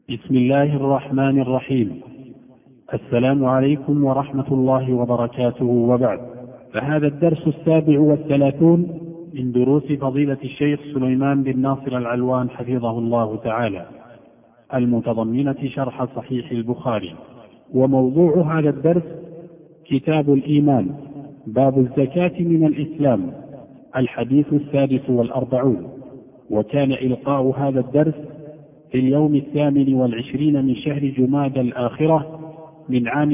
بسم الله الرحمن الرحيم. السلام عليكم ورحمة الله وبركاته، وبعد، فهذا الدرس 37 من دروس فضيلة الشيخ سليمان بن ناصر العلوان حفظه الله تعالى، المتضمنة شرح صحيح البخاري. وموضوع هذا الدرس كتاب الإيمان، باب الزكاة من الإسلام، الحديث 46. وكان إلقاء هذا الدرس في اليوم 28 من شهر جمادى الآخرة من عام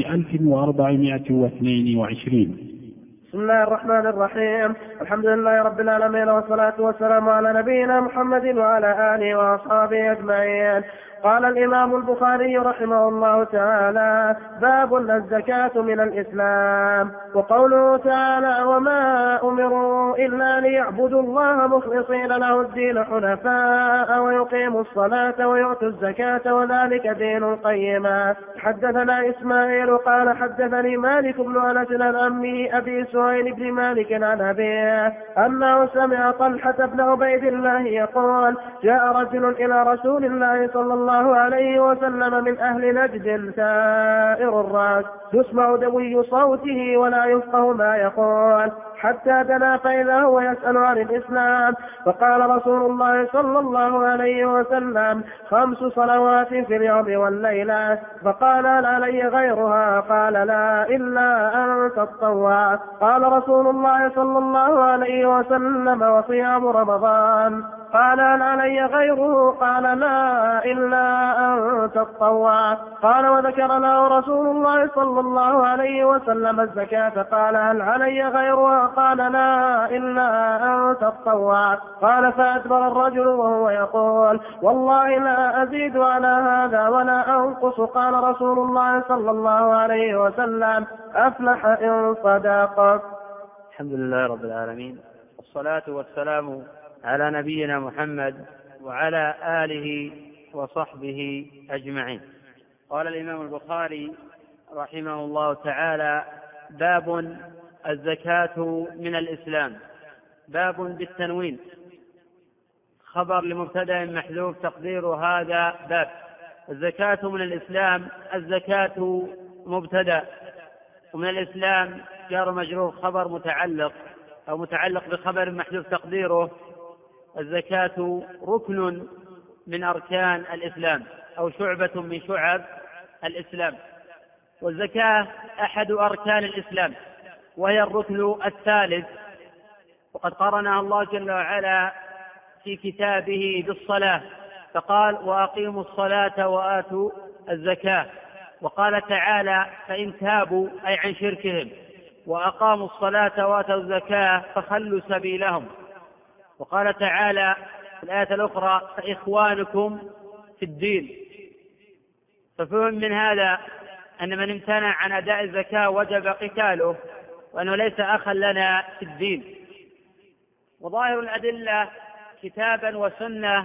1422. بسم الله الرحمن الرحيم. الحمد لله رب العالمين، والصلاة والسلام على نبينا محمد وعلى آله وأصحابه أجمعين. قال الإمام البخاري رحمه الله تعالى: باب الزكاة من الإسلام. وقوله تعالى: وما أمروا إلا ليعبدوا الله مخلصين له الدين حنفاء ويقيموا الصلاة ويؤتوا الزكاة وذلك دين القيمة. حدثنا إسماعيل قال حدثني مالك بن أنس عن أمه أبي سهيل بن مالك عن أبيه أنه سمع طلحة بن عبيد الله يقول: جاء رجل إلى رسول الله صلى الله عليه وسلم من أهل نجد سائر الرأس يسمع دوي صوته ولا يفقه ما يقول، حتى دنا فإذا هو يسأل عن الإسلام. فقال رسول الله صلى الله عليه وسلم: 5 صلوات في اليوم والليلة. فقال: هل علي غيرها؟ قال: لا، إلا أن تطوع. قال رسول الله صلى الله عليه وسلم: وصيام رمضان؟ قال: هل علي غيره؟ قال: لا، إلا أن تطوع. قال: وذكر له رسول الله صلى الله عليه وسلم الزكاة. قال: هل علي غيرها؟ قال: لا، إلا أن تطوع. قال: فأدبر الرجل وهو يقول: والله لا أزيد على هذا ولا أنقص. قال رسول الله صلى الله عليه وسلم: أفلح إن صدق. الحمد لله رب العالمين، والصلاة والسلام على نبينا محمد وعلى آله وصحبه أجمعين. قال الإمام البخاري رحمه الله تعالى: باب الزكاة من الإسلام. باب بالتنوين، خبر لمبتدأ محذوف تقدير هذا باب. الزكاة من الإسلام، الزكاة مبتدأ، ومن الإسلام جار مجرور خبر متعلق بخبر محذوف تقديره الزكاة ركن من أركان الإسلام أو شعبة من شعب الإسلام. والزكاة أحد أركان الإسلام، وهي الركن الثالث، وقد قرنها الله جل وعلا في كتابه بالصلاة، فقال: وأقيموا الصلاة وآتوا الزكاة. وقال تعالى: فإن تابوا أي عن شركهم وأقاموا الصلاة وآتوا الزكاة فخلوا سبيلهم. وقال تعالى في الآية الأخرى: فإخوانكم في الدين. ففهم من هذا أن من امتنع عن أداء الزكاة وجب قتاله، وأنه ليس أخا لنا في الدين. وظاهر الأدلة كتابا وسنة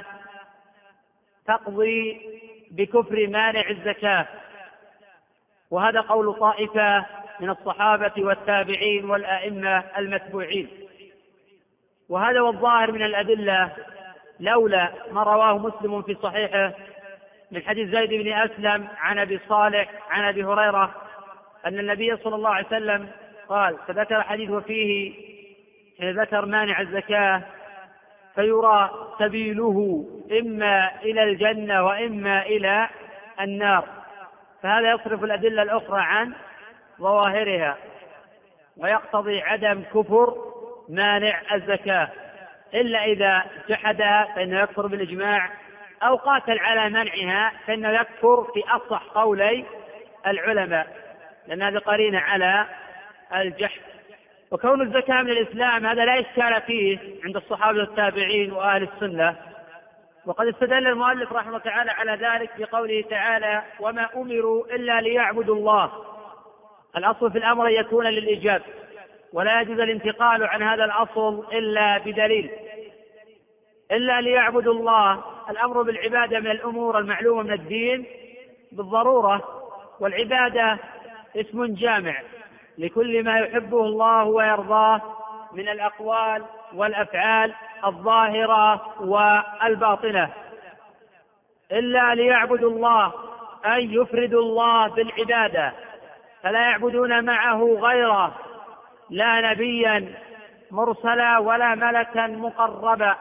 تقضي بكفر مانع الزكاة، وهذا قول طائفة من الصحابة والتابعين والأئمة المتبوعين. وهذا هو الظاهر من الأدلة، لولا ما رواه مسلم في صحيحه من حديث زيد بن أسلم عن أبي صالح عن أبي هريرة أن النبي صلى الله عليه وسلم قال، فذكر حديث وفيه ذكر مانع الزكاة: فيرى سبيله إما إلى الجنة وإما إلى النار. فهذا يصرف الأدلة الأخرى عن ظواهرها، ويقتضي عدم كفر مانع الزكاة، إلا إذا جحدها فإنه يكفر بالإجماع، أو قاتل على منعها فإنه يكفر في أصح قولي العلماء، لأن هذه قرينة على الجحد. وكون الزكاة من الإسلام هذا لا إشكال فيه عند الصحابة والتابعين وأهل السنة. وقد استدل المؤلف رحمه تعالى على ذلك بقوله تعالى: وما أمروا إلا ليعبدوا الله. الأصل في الأمر يكون للإيجاب، ولا يجوز الانتقال عن هذا الأصل إلا بدليل. إلا ليعبدوا الله، الأمر بالعبادة من الأمور المعلومة من الدين بالضرورة، والعبادة اسم جامع لكل ما يحبه الله ويرضاه من الأقوال والأفعال الظاهرة والباطنة. إلا ليعبدوا الله، أي يفردوا الله بالعبادة، فلا يعبدون معه غيره، لا نبيا مرسلا ولا ملكا مقربا،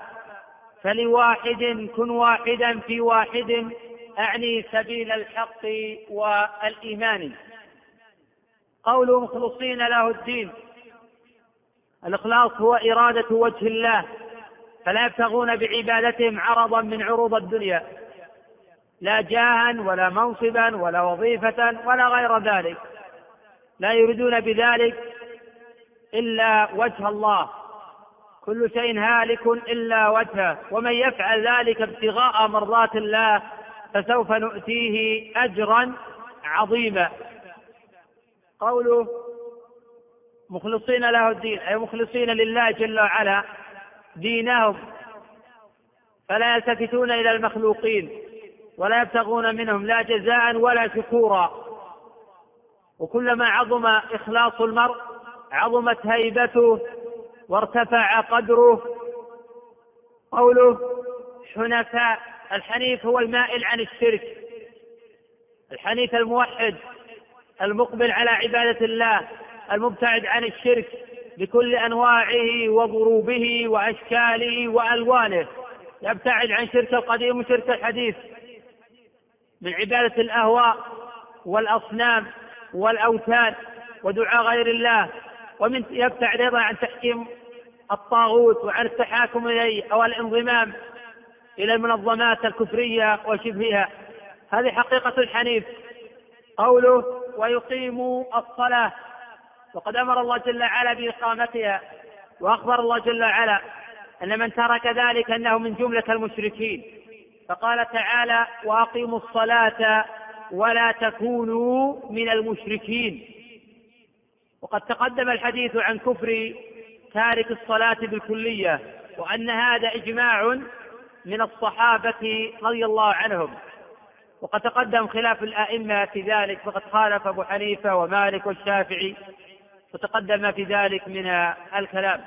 فلواحد كن واحدا في واحد، أعني سبيل الحق والإيمان. قوله مخلصين له الدين، الإخلاص هو إرادة وجه الله، فلا يبتغون بعبادتهم عرضا من عروض الدنيا، لا جاها ولا منصبا ولا وظيفة ولا غير ذلك، لا يريدون بذلك إلا وجه الله، كل شيء هالك إلا وجهه، ومن يفعل ذلك ابتغاء مرضات الله فسوف نؤتيه أجرا عظيما. قوله مخلصين له الدين، أي مخلصين لله جل وعلا دينهم، فلا يلتفتون إلى المخلوقين ولا يبتغون منهم لا جزاء ولا شكورا، وكلما عظم إخلاص المرء عظمت هيبته وارتفع قدره. قوله حنفاء، الحنيف هو المائل عن الشرك، الحنيف الموحد المقبل على عبادة الله، المبتعد عن الشرك بكل أنواعه وضروبه وأشكاله وألوانه، يبتعد عن شرك القديم وشرك الحديث من عبادة الأهواء والأصنام والأوثان ودعاء غير الله، ومن يبتعد أيضا عن تحكيم الطاغوت وعن التحاكم إليه أو الانضمام إلى المنظمات الكفرية وشبهها. هذه حقيقة الحنيف. قوله ويقيموا الصلاة، وقد أمر الله جل وعلا بإقامتها، وأخبر الله جل وعلا أن من ترك ذلك أنه من جملة المشركين، فقال تعالى وأقيموا الصلاة ولا تكونوا من المشركين. وقد تقدم الحديث عن كفر تارك الصلاة بالكلية، وأن هذا إجماع من الصحابة رضي الله عنهم، وقد تقدم خلاف الأئمة في ذلك، فقد خالف أبو حنيفة ومالك والشافعي، وتقدم في ذلك من الكلام.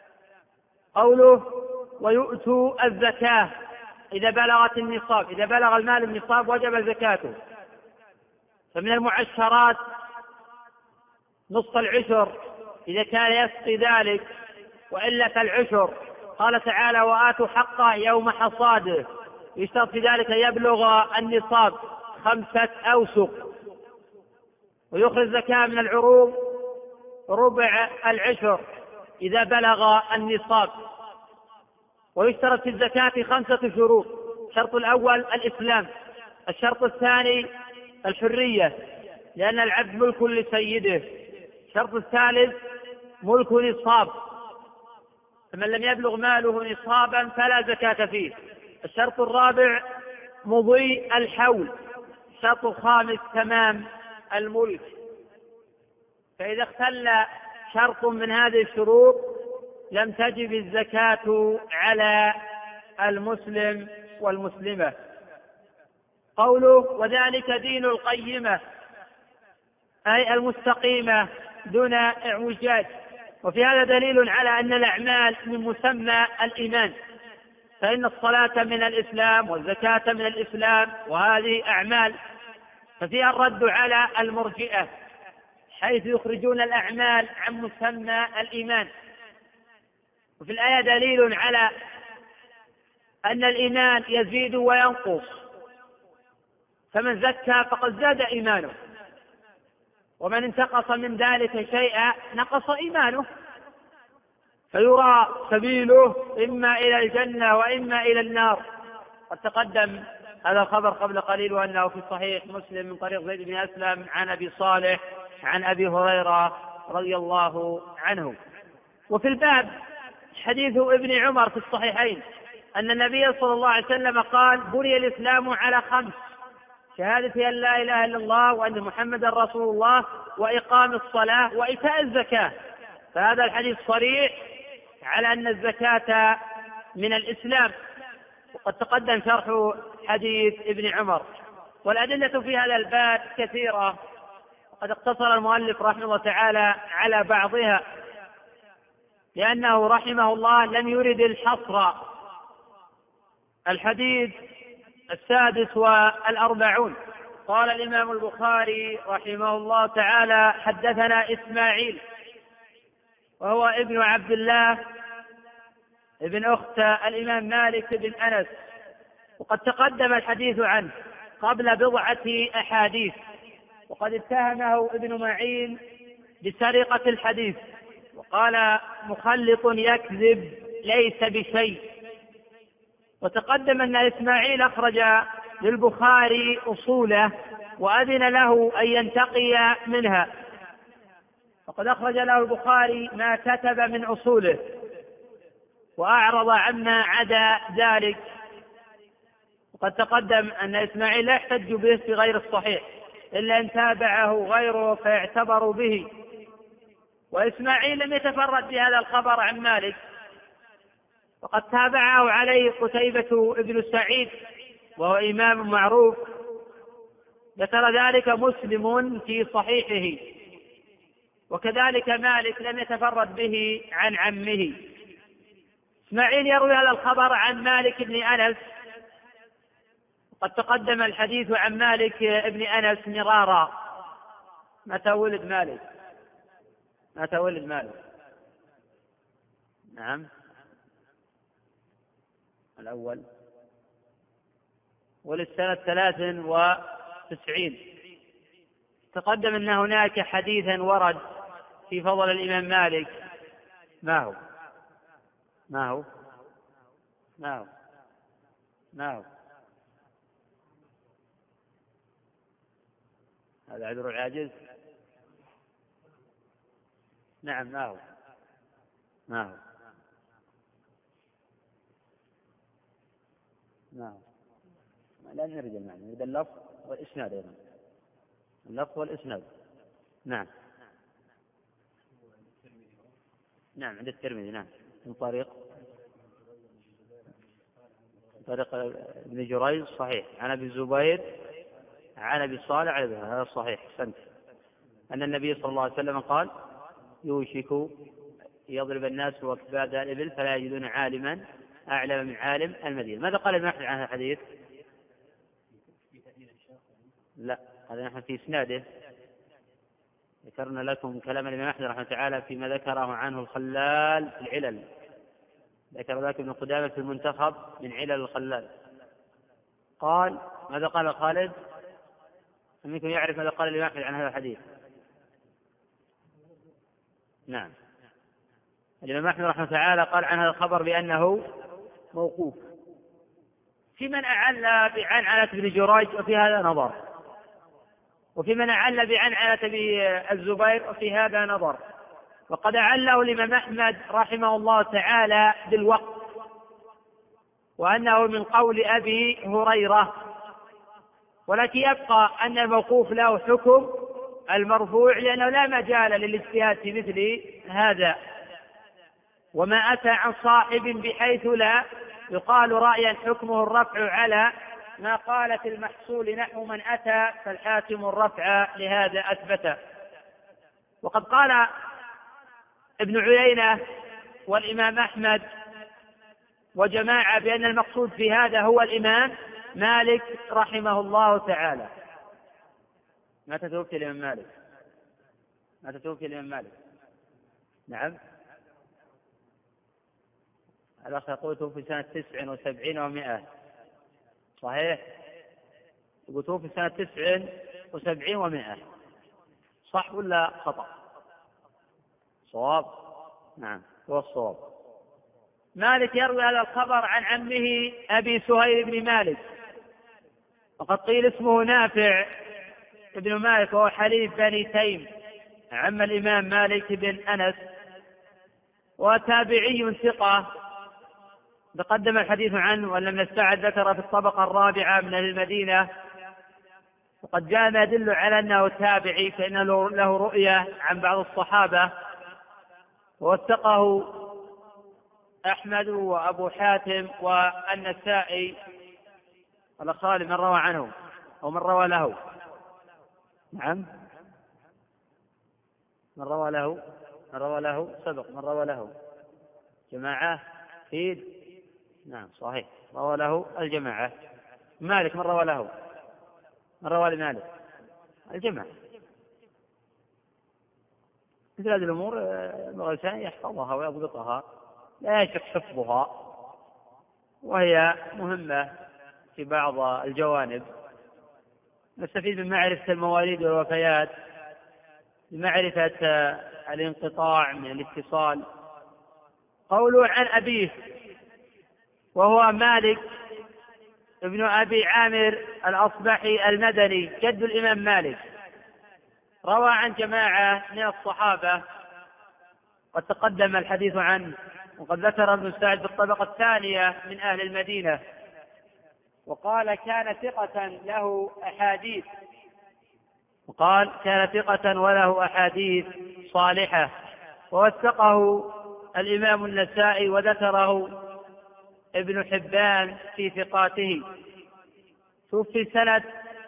قوله ويؤتوا الزكاة إذا بلغت النصاب، إذا بلغ المال النصاب وجب زكاته. فمن المعشرات نصف العشر إذا كان يسقي ذلك، وإلا فالعشر. قال تعالى وآتوا حقه يوم حصاده، يشترط في ذلك يبلغ النصاب 5 أوسق، ويخرج زكاة من العروض ربع العشر إذا بلغ النصاب. ويشترط في الزكاة 5 شروط: الشرط الأول الإسلام، الشرط الثاني الحرية لأن العبد ملك لسيده، الشرط الثالث ملك نصاب، فمن لم يبلغ ماله نصابا فلا زكاة فيه، الشرط الرابع مضي الحول، الشرط الخامس تمام الملك. فإذا اختل شرط من هذه الشروط لم تجب الزكاة على المسلم والمسلمة. قوله وذلك دين القيمة، أي المستقيمة دون اعوجاج. وفي هذا دليل على أن الأعمال من مسمى الإيمان، فإن الصلاة من الإسلام والزكاة من الإسلام، وهذه أعمال، ففيها الرد على المرجئة حيث يخرجون الأعمال عن مسمى الإيمان. وفي الآية دليل على أن الإيمان يزيد وينقص، فمن زكى فقد زاد إيمانه، ومن انتقص من ذلك شيئا نقص إيمانه، فيرى سبيله إما إلى الجنة وإما إلى النار. قد تقدم هذا الخبر قبل قليل، وأنه في صحيح مسلم من طريق زيد بن أسلم عن أبي صالح عن أبي هريرة رضي الله عنه. وفي الباب حديث ابن عمر في الصحيحين أن النبي صلى الله عليه وسلم قال بني الإسلام على 5: شهادة أن لا إله إلا الله وأن محمدا رسول الله وإقام الصلاة وإيتاء الزكاة. فهذا الحديث صريح على أن الزكاة من الإسلام، وقد تقدم شرح حديث ابن عمر. والأدلة في هذا الباب كثيرة، وقد اقتصر المؤلف رحمه الله تعالى على بعضها، لأنه رحمه الله لم يرد الحصر. الحديث السادس والأربعون. قال الإمام البخاري رحمه الله تعالى: حدثنا إسماعيل وهو ابن عبد الله ابن أخت الإمام مالك بن أنس، وقد تقدم الحديث عنه قبل بضعة أحاديث، وقد اتهمه ابن معين بسرقة الحديث وقال: مخلط يكذب ليس بشيء. وتقدم أن إسماعيل أخرج للبخاري أصوله وأذن له أن ينتقي منها، وقد أخرج له البخاري ما كتب من أصوله وأعرض عما عدا ذلك. وقد تقدم أن إسماعيل لا يحتج به في غير الصحيح إلا أن تابعه غيره فيعتبر به، وإسماعيل لم يتفرد بهذا الخبر عن مالك، وقد تابعه عليه قتيبة ابن سعيد وهو إمام معروف، ذكر ذلك مسلم في صحيحه، وكذلك مالك لم يتفرد به عن عمه. إسماعيل يروي هذا الخبر عن مالك بن أنس، قد تقدم الحديث عن مالك بن أنس مرارا. متى ولد مالك؟ متى ولد مالك؟ نعم، الأول ولد سنة 93. تقدم أن هناك حديثا ورد في فضل الإمام مالك. ما هو؟ ما هو؟ ما هو؟ ما هو؟ هذا عذر العاجز. نعم، ما هو؟ ما هو؟ ما هو؟ لا نريد المعنى، نريد اللفظ والإسناد أيضا، اللفظ والإسناد. نعم نعم، عند الترمذي. نعم، من طريق ابن جريج صحيح، عن أبي الزبير عن أبي صالح هذا صحيح. سنت أن النبي صلى الله عليه وسلم قال: يوشك يضرب الناس وكباد الإبل فلا يجدون عالما أعلم من عالم المدينة. ماذا قال ابن أحمد عن هذا الحديث؟ لا، هذا نحن في إسناده. ذكرنا لكم كلام الإمام أحمد رحمه تعالى فيما ذكره عنه الخلال في العلل، ذكر ذلك ابن قدامة في المنتخب من علل الخلال. قال: ماذا قال خالد؟ منكم يعرف ماذا قال الإمام أحمد عن هذا الحديث؟ نعم، الإمام أحمد رحمه تعالى قال عن هذا الخبر بأنه موقوف. في من أعل بعنعنة ابن جريج وفي هذا نظر، وفي من أعل بعنعنة الزبير وفي هذا نظر، وقد أعله الإمام أحمد رحمه الله تعالى بالوقت، وأنه من قول أبي هريرة، ولكن يبقى أن الموقوف له حكم المرفوع، لأنه لا مجال للاجتهاد في مثل هذا، وما أتى عن صاحب بحيث لا يقال رأيا حكمه الرفع على ما قال في المحصول نحو من أتى فالحاكم الرفع لهذا أثبت. وقد قال ابن عيينة والإمام أحمد وجماعة بأن المقصود في هذا هو الإمام مالك رحمه الله تعالى. متى توفي الإمام مالك؟ متى توفي الإمام مالك؟ نعم، الأخ يقول توفي سنة 79 و100. صحيح؟ يقول توفي سنة 79 و100. صح ولا خطأ؟ صواب. نعم، هو الصواب. مالك يروي هذا الخبر عن عمه أبي سهيل بن مالك، وقد قيل اسمه نافع ابن مالك، وهو حليف بني تيم، عم الإمام مالك بن أنس، وتابعي ثقة تقدم الحديث عنه، وأن ابن سعد ذكر في الطبقة الرابعة من المدينة، وقد جاء ما يدل على أنه تابعي، فإن له رؤية عن بعض الصحابة، ووثقه أحمد وأبو حاتم والنسائي. الأخرى من روى عنه أو من روى له. نعم، من روى له سبق، من روى له جماعة فيد. نعم صحيح، روى له الجماعة. مالك من روى له؟ من روى لمالك؟ الجمع. مثل هذه الأمور الإنسان يحفظها ويضبطها، لا يشك حفظها، وهي مهمة في بعض الجوانب. نستفيد من معرفة المواليد والوفيات، بمعرفة الانقطاع من الاتصال. قوله عن أبيه وهو مالك ابن أبي عامر الأصبحي المدني جد الإمام مالك، روى عن جماعة من الصحابة قد تقدم الحديث عنه، وقد ذكر ابن سعد في الطبقة الثانية من أهل المدينة، وقال كان ثقة وله أحاديث صالحة، ووثقه الإمام النسائي وذكره ابن حبان في ثقاته. توفي سنة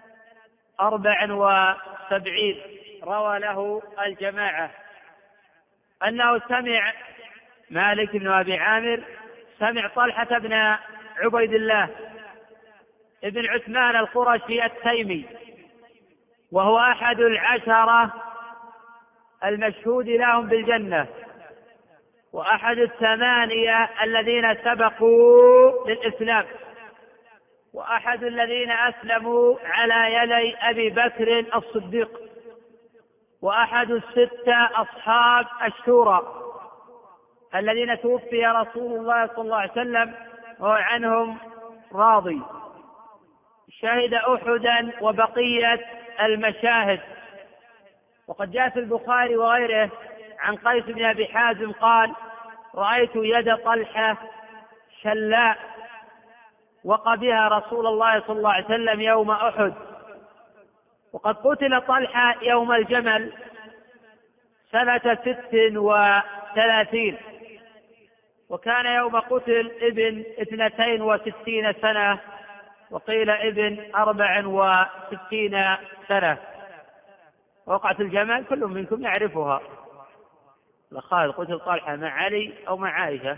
74، روى له الجماعة أنه سمع مالك بن أبي عامر سمع طلحة بن عبيد الله ابن عثمان القرشي التيمي، وهو أحد 10 المشهود لهم بالجنة، وأحد 8 الذين سبقوا للإسلام، وأحد الذين أسلموا على يدي أبي بكر الصديق، وأحد 6 أصحاب الشورى الذين توفي رسول الله صلى الله عليه وسلم وهو عنهم راضي. شهد أحدا وبقية المشاهد. وقد جاء في البخاري وغيره عن قيس بن أبي حازم قال: رأيت يد طلحة شلاء وقى بها رسول الله صلى الله عليه وسلم يوم أحد. وقد قتل طلحة يوم الجمل سنة 36، وكان يوم قتل ابن 62 سنة، وقيل ابن 64 سنة. وقعة الجمل كل منكم يعرفها. لخالد قتل طلحة مع علي أو مع عائشة؟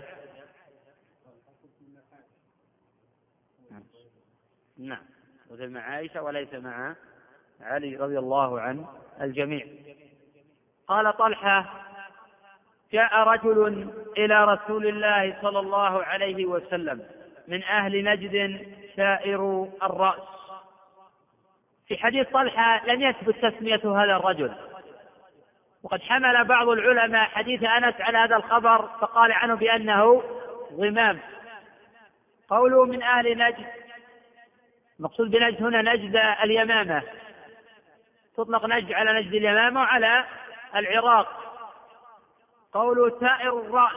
نعم، قتل مع عائشة وليس مع علي رضي الله عن الجميع. قال طلحة: جاء رجل إلى رسول الله صلى الله عليه وسلم من أهل نجد سائر الرأس. في حديث طلحة لم يثبت تسمية هذا الرجل، وقد حمل بعض العلماء حديث أنس على هذا الخبر فقال عنه بأنه ضمام. قوله من أهل نجد، مقصود بنجد هنا نجد اليمامة، تطلق نجد على نجد اليمامة وعلى العراق. قوله سائر الرأس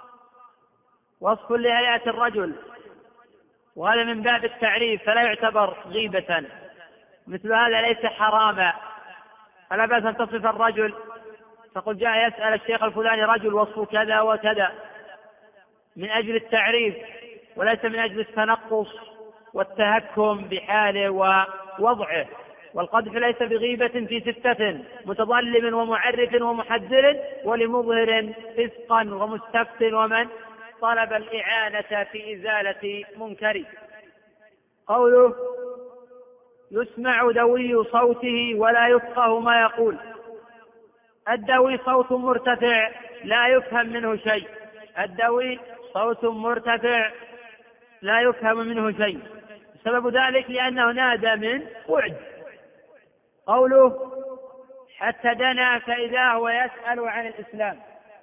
وصف لهيئة الرجل، وهذا من باب التعريف فلا يعتبر غيبة، مثل هذا ليس حراما، فلا بأس أن تصف الرجل تقول جاء يسأل الشيخ الفلاني رجل وصفه كذا وكذا، من أجل التعريف وليس من أجل التنقص والتهكم بحاله ووضعه. والقذف ليس بغيبة في 6: متظلم ومعرف ومحذر ولمظهر فسقا ومستفت ومن طلب الإعانة في إزالة منكر. قوله يسمع دوي صوته ولا يفقه ما يقول. الدوي صوت مرتفع لا يفهم منه شيء، الدوي صوت مرتفع لا يفهم منه شيء، سبب ذلك لأنه نادى من بعد. قوله حتى دنا فإذا هو يسأل عن الإسلام،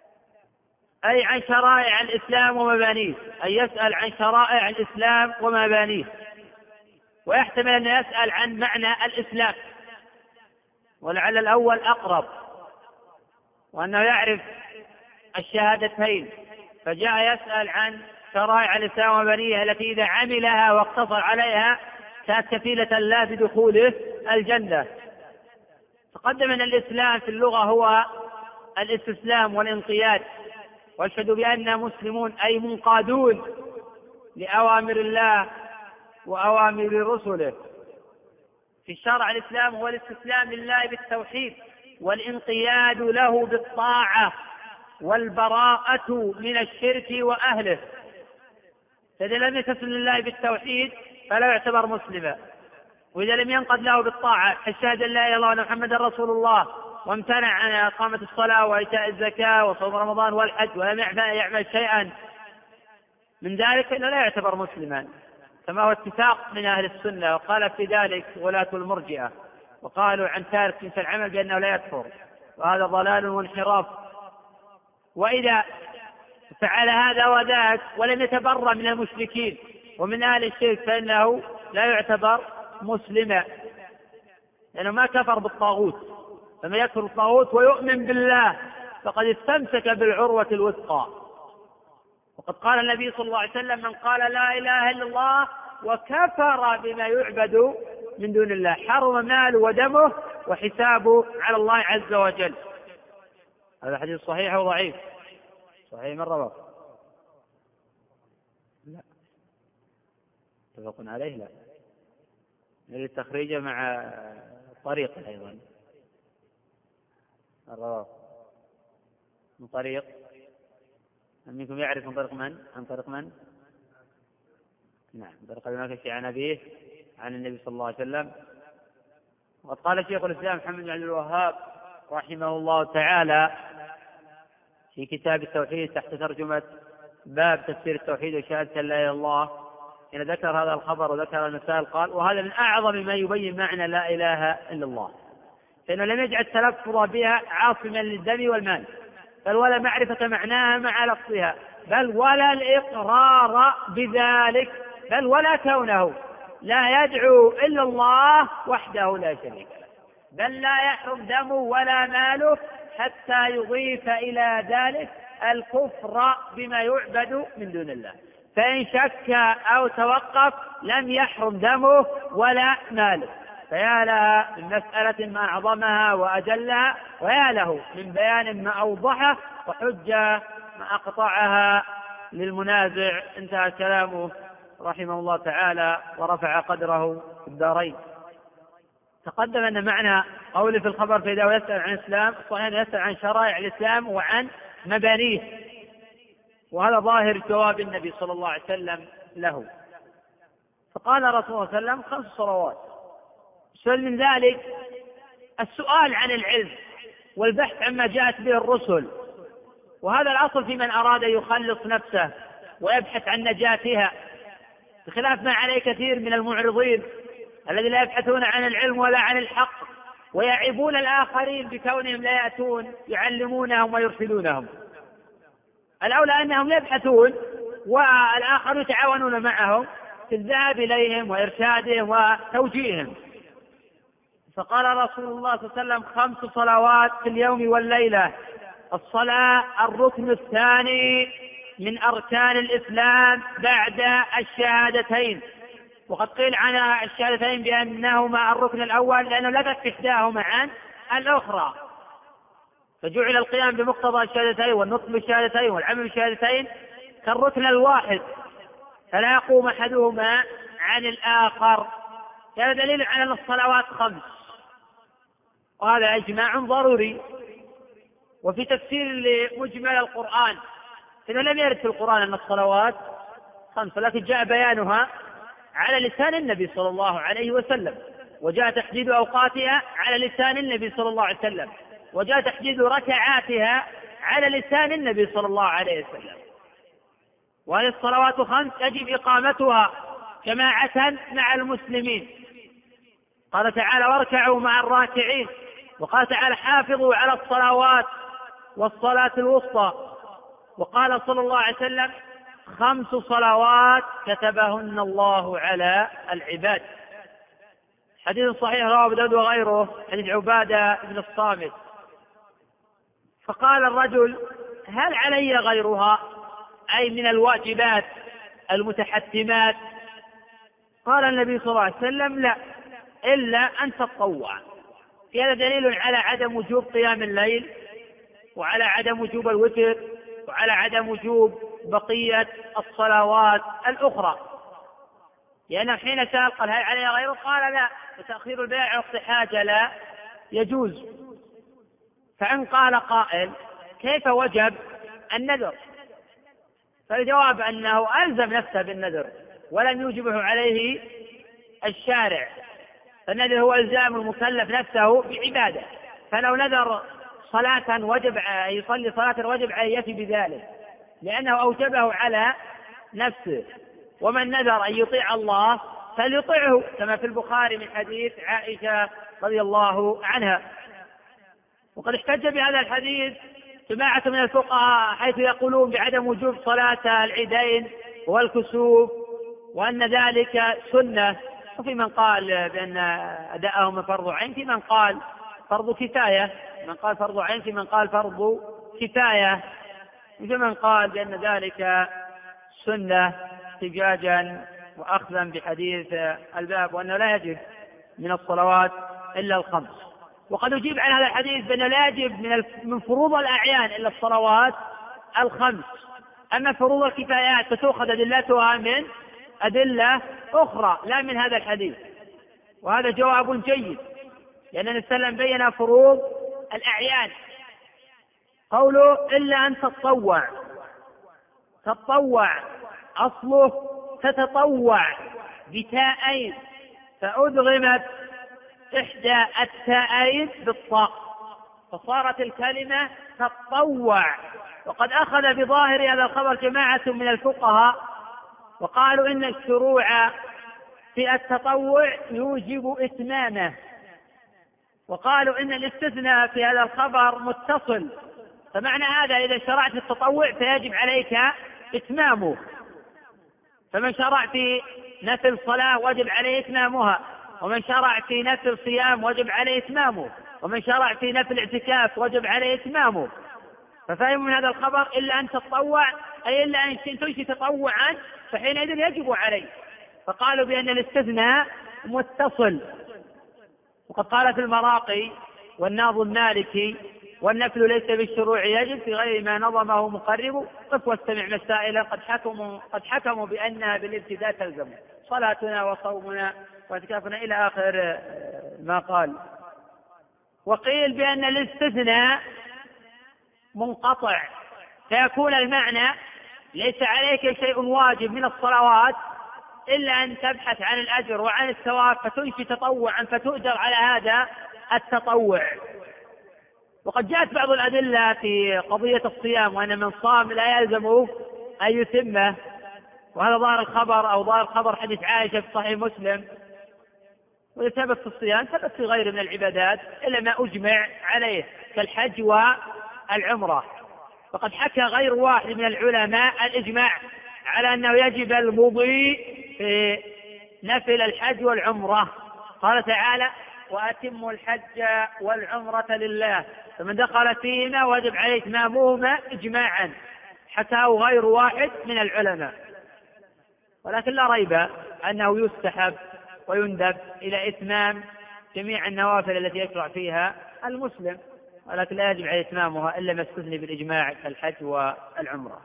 أي عن شرائع الإسلام ومبانيه، أي يسأل عن شرائع الإسلام ومبانيه، ويحتمل أن يسأل عن معنى الإسلام، ولعل الأول أقرب، وأنه يعرف الشهادتين فجاء يسأل عن شرائع الإسلام ومبانيه التي إذا عملها واقتصر عليها كانت كفيلة لا بدخوله الجنة. تقدم أن الإسلام في اللغة هو الاستسلام والانقياد، واشهد بأننا مسلمون أي منقادون لأوامر الله وأوامر رسله. في الشرع الإسلام هو الاستسلام لله بالتوحيد والانقياد له بالطاعة والبراءة من الشرك وأهله. فإذا لم يستسلم لله بالتوحيد فلا يعتبر مسلما. وإذا لم ينقض له بالطاعة الشهادة لا إله إلا الله وأن محمدا رسول الله وامتنع عن إقامة الصلاة وإيتاء الزكاة وصوم رمضان والحج ولم يعمل شيئا من ذلك فإنه لا يعتبر مسلما، كما هو اتفاق من أهل السنة. وقال في ذلك ولاة المرجئة، وقالوا عن تارك جنس العمل بأنه لا يكفر، وهذا ضلال وانحراف. وإذا فعل هذا وذاك ولم يتبرأ من المشركين ومن أهل الشرك فإنه لا يعتبر مسلما، لأنه ما كفر بالطاغوت. فمن يكفر بالطاغوت ويؤمن بالله فقد استمسك بالعروة الوثقى. وقد قال النبي صلى الله عليه وسلم: من قال لا إله إلا الله وكفر بما يعبد من دون الله حرم ماله ودمه وحسابه على الله عز وجل. هذا حديث صحيح أو ضعيف؟ صحيح من رواه؟ لا، متفق عليه. لا، نريد تخريجه مع طريق أيضا. الرواه من طريق، منكم يعرف من طريق من؟ عن طريق من؟ نعم، طريق المكشي عن أبيه عن النبي صلى الله عليه وسلم. وقد قال شيخ الإسلام محمد بن عبد الوهاب رحمه الله تعالى في كتاب التوحيد تحت ترجمة باب تفسير التوحيد وشهادة لا إله إلا الله، حين ذكر هذا الخبر وذكر المسائل قال: وهذا من أعظم ما يبين معنى لا إله إلا الله، فإنه لم يجعل التلفظ بها عاصما للدم والمال، بل ولا معرفة معناها مع لفظها، بل ولا الإقرار بذلك، بل ولا كونه لا يدعو إلا الله وحده لا شريك له، بل لا يحرم دمه ولا ماله حتى يضيف إلى ذلك الكفر بما يعبد من دون الله. فإن شك أو توقف لم يحرم دمه ولا ماله. فيا لها من مسألة ما أعظمها وأجلها، ويا له من بيان ما أوضحه وحجة ما أقطعها للمنازع. انتهى كلامه رحمه الله تعالى ورفع قدره في الدارين. تقدم أن معنى قوله في الخبر فإذا يسأل عن الإسلام صحيح يسأل عن شرائع الإسلام وعن مبانيه، وهذا ظاهر جواب النبي صلى الله عليه وسلم له. فقال رسول الله صلى الله عليه وسلم 5 صلوات. سؤال من ذلك السؤال عن العلم والبحث عما جاءت به الرسل، وهذا الأصل في من أراد يخلص نفسه ويبحث عن نجاتها، بخلاف ما عليه كثير من المعرضين الذين لا يبحثون عن العلم ولا عن الحق، ويعيبون الآخرين بكونهم لا يأتون يعلمونهم ويرشدونهم. الأولى أنهم يبحثون والآخرون يتعاونون معهم في الذهاب إليهم وإرشادهم وتوجيههم. فقال رسول الله صلى الله عليه وسلم 5 صلوات في اليوم والليلة. الصلاة الركن الثاني من أركان الإسلام بعد الشهادتين، وقد قيل عن الشهادتين بأنهما الركن الأول لأنه لا تكفي إحداهما عن الأخرى، فجعل القيام بمقتضى الشهادتين والنطق بالشهادتين والعمل بالشهادتين كالركن الواحد، فلا يقوم أحدهما عن الآخر. هذا دليل على أن الصلوات 5، وهذا إجماع ضروري. وفي تفسير لمجمل القرآن إنه لم يرد في القرآن أن الصلوات 5، لكن جاء بيانها على لسان النبي صلى الله عليه وسلم، وجاء تحديد أوقاتها على لسان النبي صلى الله عليه وسلم، وجاء تحديد ركعاتها على لسان النبي صلى الله عليه وسلم. وهذه الصلوات 5 يجب إقامتها جماعة مع المسلمين. قال تعالى: واركعوا مع الراكعين. وقال تعالى: حافظوا على الصلوات والصلاة الوسطى. وقال صلى الله عليه وسلم: 5 صلوات كتبهن الله على العباد. حديث صحيح رواه أبو داود وغيره حديث عبادة بن الصامت. فقال الرجل: هل علي غيرها، أي من الواجبات المتحتمات؟ قال النبي صلى الله عليه وسلم: لا، إلا أن تتطوع. في هذا دليل على عدم وجوب قيام الليل، وعلى عدم وجوب الوتر، وعلى عدم وجوب بقية الصلوات الأخرى. لأنه حين سأل قال: هل علي غيره؟ قال: لا، وتأخير البيع وقت حاجة لا يجوز. فإن قال قائل: كيف وجب النذر؟ فالجواب أنه ألزم نفسه بالنذر ولم يوجبه عليه الشارع، فالنذر هو إلزام المكلف نفسه بعبادة، فلو نذر صلاة وجب يصلي صلاة وجب عليه يأتي بذلك لأنه أوجبه على نفسه. ومن نذر أن يطيع الله فليطيعه، كما في البخاري من حديث عائشة رضي الله عنها. وقد احتج بهذا الحديث جماعة من الفقهاء حيث يقولون بعدم وجوب صلاة العيدين والكسوف وأن ذلك سنة، وفي من قال بأن أداءهم فرض عين، في من قال فرض كفاية، من قال فرض عين، في من قال فرض كفاية، وفي من قال بأن ذلك سنة احتجاجا وأخذا بحديث الباب وأنه لا يجب من الصلوات إلا الخمس. وقد أجيب عن هذا الحديث بأنه لا يجب من فروض الأعيان إلا الصلوات الخمس، أما فروض الكفايات فتؤخذ أدلتها من أدلة أخرى لا من هذا الحديث، وهذا جواب جيد، لأن النبي صلى الله عليه وسلم بين فروض الأعيان. قوله إلا أن تتطوع، تتطوع أصله تتطوع بتاءين فأدغمت إحدى التاءين بالطاء فصارت الكلمة تتطوع. وقد أخذ بظاهر هذا الخبر جماعة من الفقهاء وقالوا إن الشروع في التطوع يوجب إتمامه، وقالوا إن الاستثناء في هذا الخبر متصل، فمعنى هذا إذا شرعت في التطوع فيجب عليك إتمامه، فمن شرع في نفل صلاة وجب عليه إتمامها، ومن شرع في نفل صيام وجب عليه إتمامه، ومن شرع في نفل اعتكاف وجب عليه إتمامه. ففهم من هذا الخبر إلا أن تتطوع أي إلا أن تنشي تطوعا فحينئذ يجب عليه، فقالوا بأن الاستثناء متصل. وقد قال في المراقي والناظم المالكي والنفل ليس بالشروع يجب في غير ما نظمه مقرب، قف واستمع مسائلا قد حكموا بأنها بالابتداء تلزم صلاتنا وصومنا واعتكافنا إلى آخر ما قال. وقيل بأن الاستثناء منقطع، فيكون المعنى ليس عليك شيء واجب من الصلوات إلا أن تبحث عن الأجر وعن الثواب فتنشي تطوعا فتؤجر على هذا التطوع. وقد جاءت بعض الأدلة في قضية الصيام وأن من صام لا يلزمه أن يتمه، وهذا ظاهر الخبر أو ظاهر خبر حديث عائشة في صحيح مسلم. وثبت في الصيام ثبت في غير من العبادات إلا ما أجمع عليه كالحج والعمرة. فقد حكى غير واحد من العلماء الإجماع على أنه يجب المضي في نفل الحج والعمرة. قال تعالى وأتموا الحج والعمرة لله، فمن دخل فيهما وجب عليه إتمامهما إجماعا، حكاه غير واحد من العلماء. ولكن لا ريب أنه يستحب ويندب إلى إتمام جميع النوافل التي يشرع فيها المسلم، ولكن لا يجب عليه إتمامها إلا ما استثني بالإجماع كالحج والعمرة.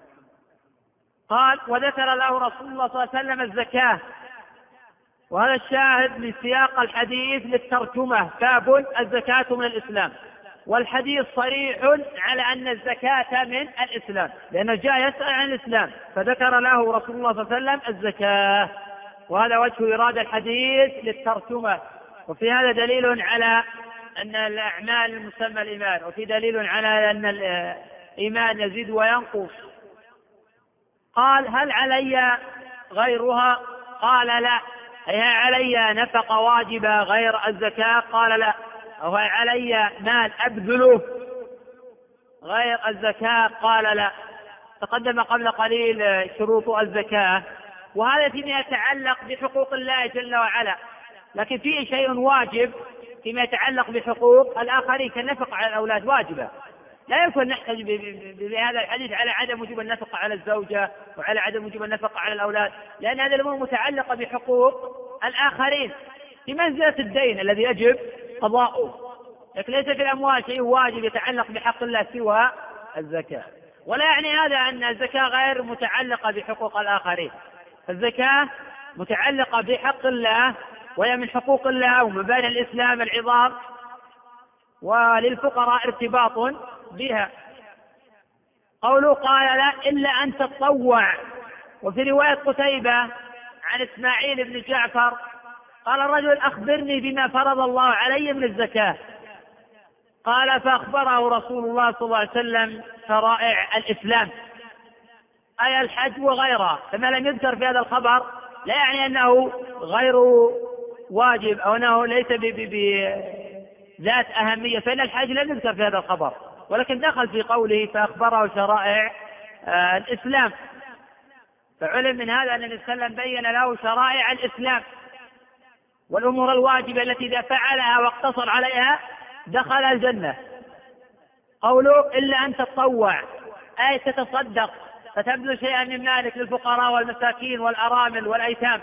قال وذكر له رسول الله صلى الله عليه وسلم الزكاة، وهذا الشاهد من سياق الحديث للترجمة، باب الزكاة من الإسلام، والحديث صريح على أن الزكاة من الإسلام، لأنه جاء يسأل عن الإسلام فذكر له رسول الله صلى الله عليه وسلم الزكاة، وهذا وجه إرادة الحديث للترجمة. وفي هذا دليل على أن الأعمال مسمى الإيمان، وفي دليل على أن الإيمان يزيد وينقص. قال هل علي غيرها؟ قال لا. هل علي نفقة واجبة غير الزكاة؟ قال لا. أو هل علي مال أبذله غير الزكاة؟ قال لا. تقدم قبل قليل شروط الزكاة، وهذا فيما يتعلق بحقوق الله جل وعلا، لكن فيه شيء واجب فيما يتعلق بحقوق الآخرين كالنفقة على الأولاد واجبة. لا يمكن نحتج بهذا الحديث على عدم وجوب النفقة على الزوجة وعلى عدم وجوب النفقة على الأولاد، لأن هذه الأمور متعلقة بحقوق الآخرين في منزلة الدين الذي يجب قضاؤه، لكن ليس في الأموال شيء واجب يتعلق بحق الله سوى الزكاة. ولا يعني هذا أن الزكاة غير متعلقة بحقوق الآخرين، الزكاة متعلقة بحق الله وهي من حقوق الله ومبادئ الإسلام العظام، وللفقراء ارتباط بها. قوله قال لا إلا أن تتطوع. وفي رواية قتيبة عن إسماعيل بن جعفر قال الرجل: أخبرني بما فرض الله علي من الزكاة. قال: فأخبره رسول الله صلى الله عليه وسلم شرائع الإسلام، أي الحج وغيرها. فما لم يذكر في هذا الخبر لا يعني أنه غير واجب أو أنه ليس بذات أهمية، فإن الحج لم يذكر في هذا الخبر، ولكن دخل في قوله فأخبره شرائع الإسلام. فعلم من هذا أن النبي صلى الله عليه وسلم بين له شرائع الإسلام والأمور الواجبة التي إذا فعلها واقتصر عليها دخل الجنة. قوله: إلا أن تتطوع، أي تتصدق فتبذل شيئا من مالك للفقراء والمساكين والأرامل والأيتام،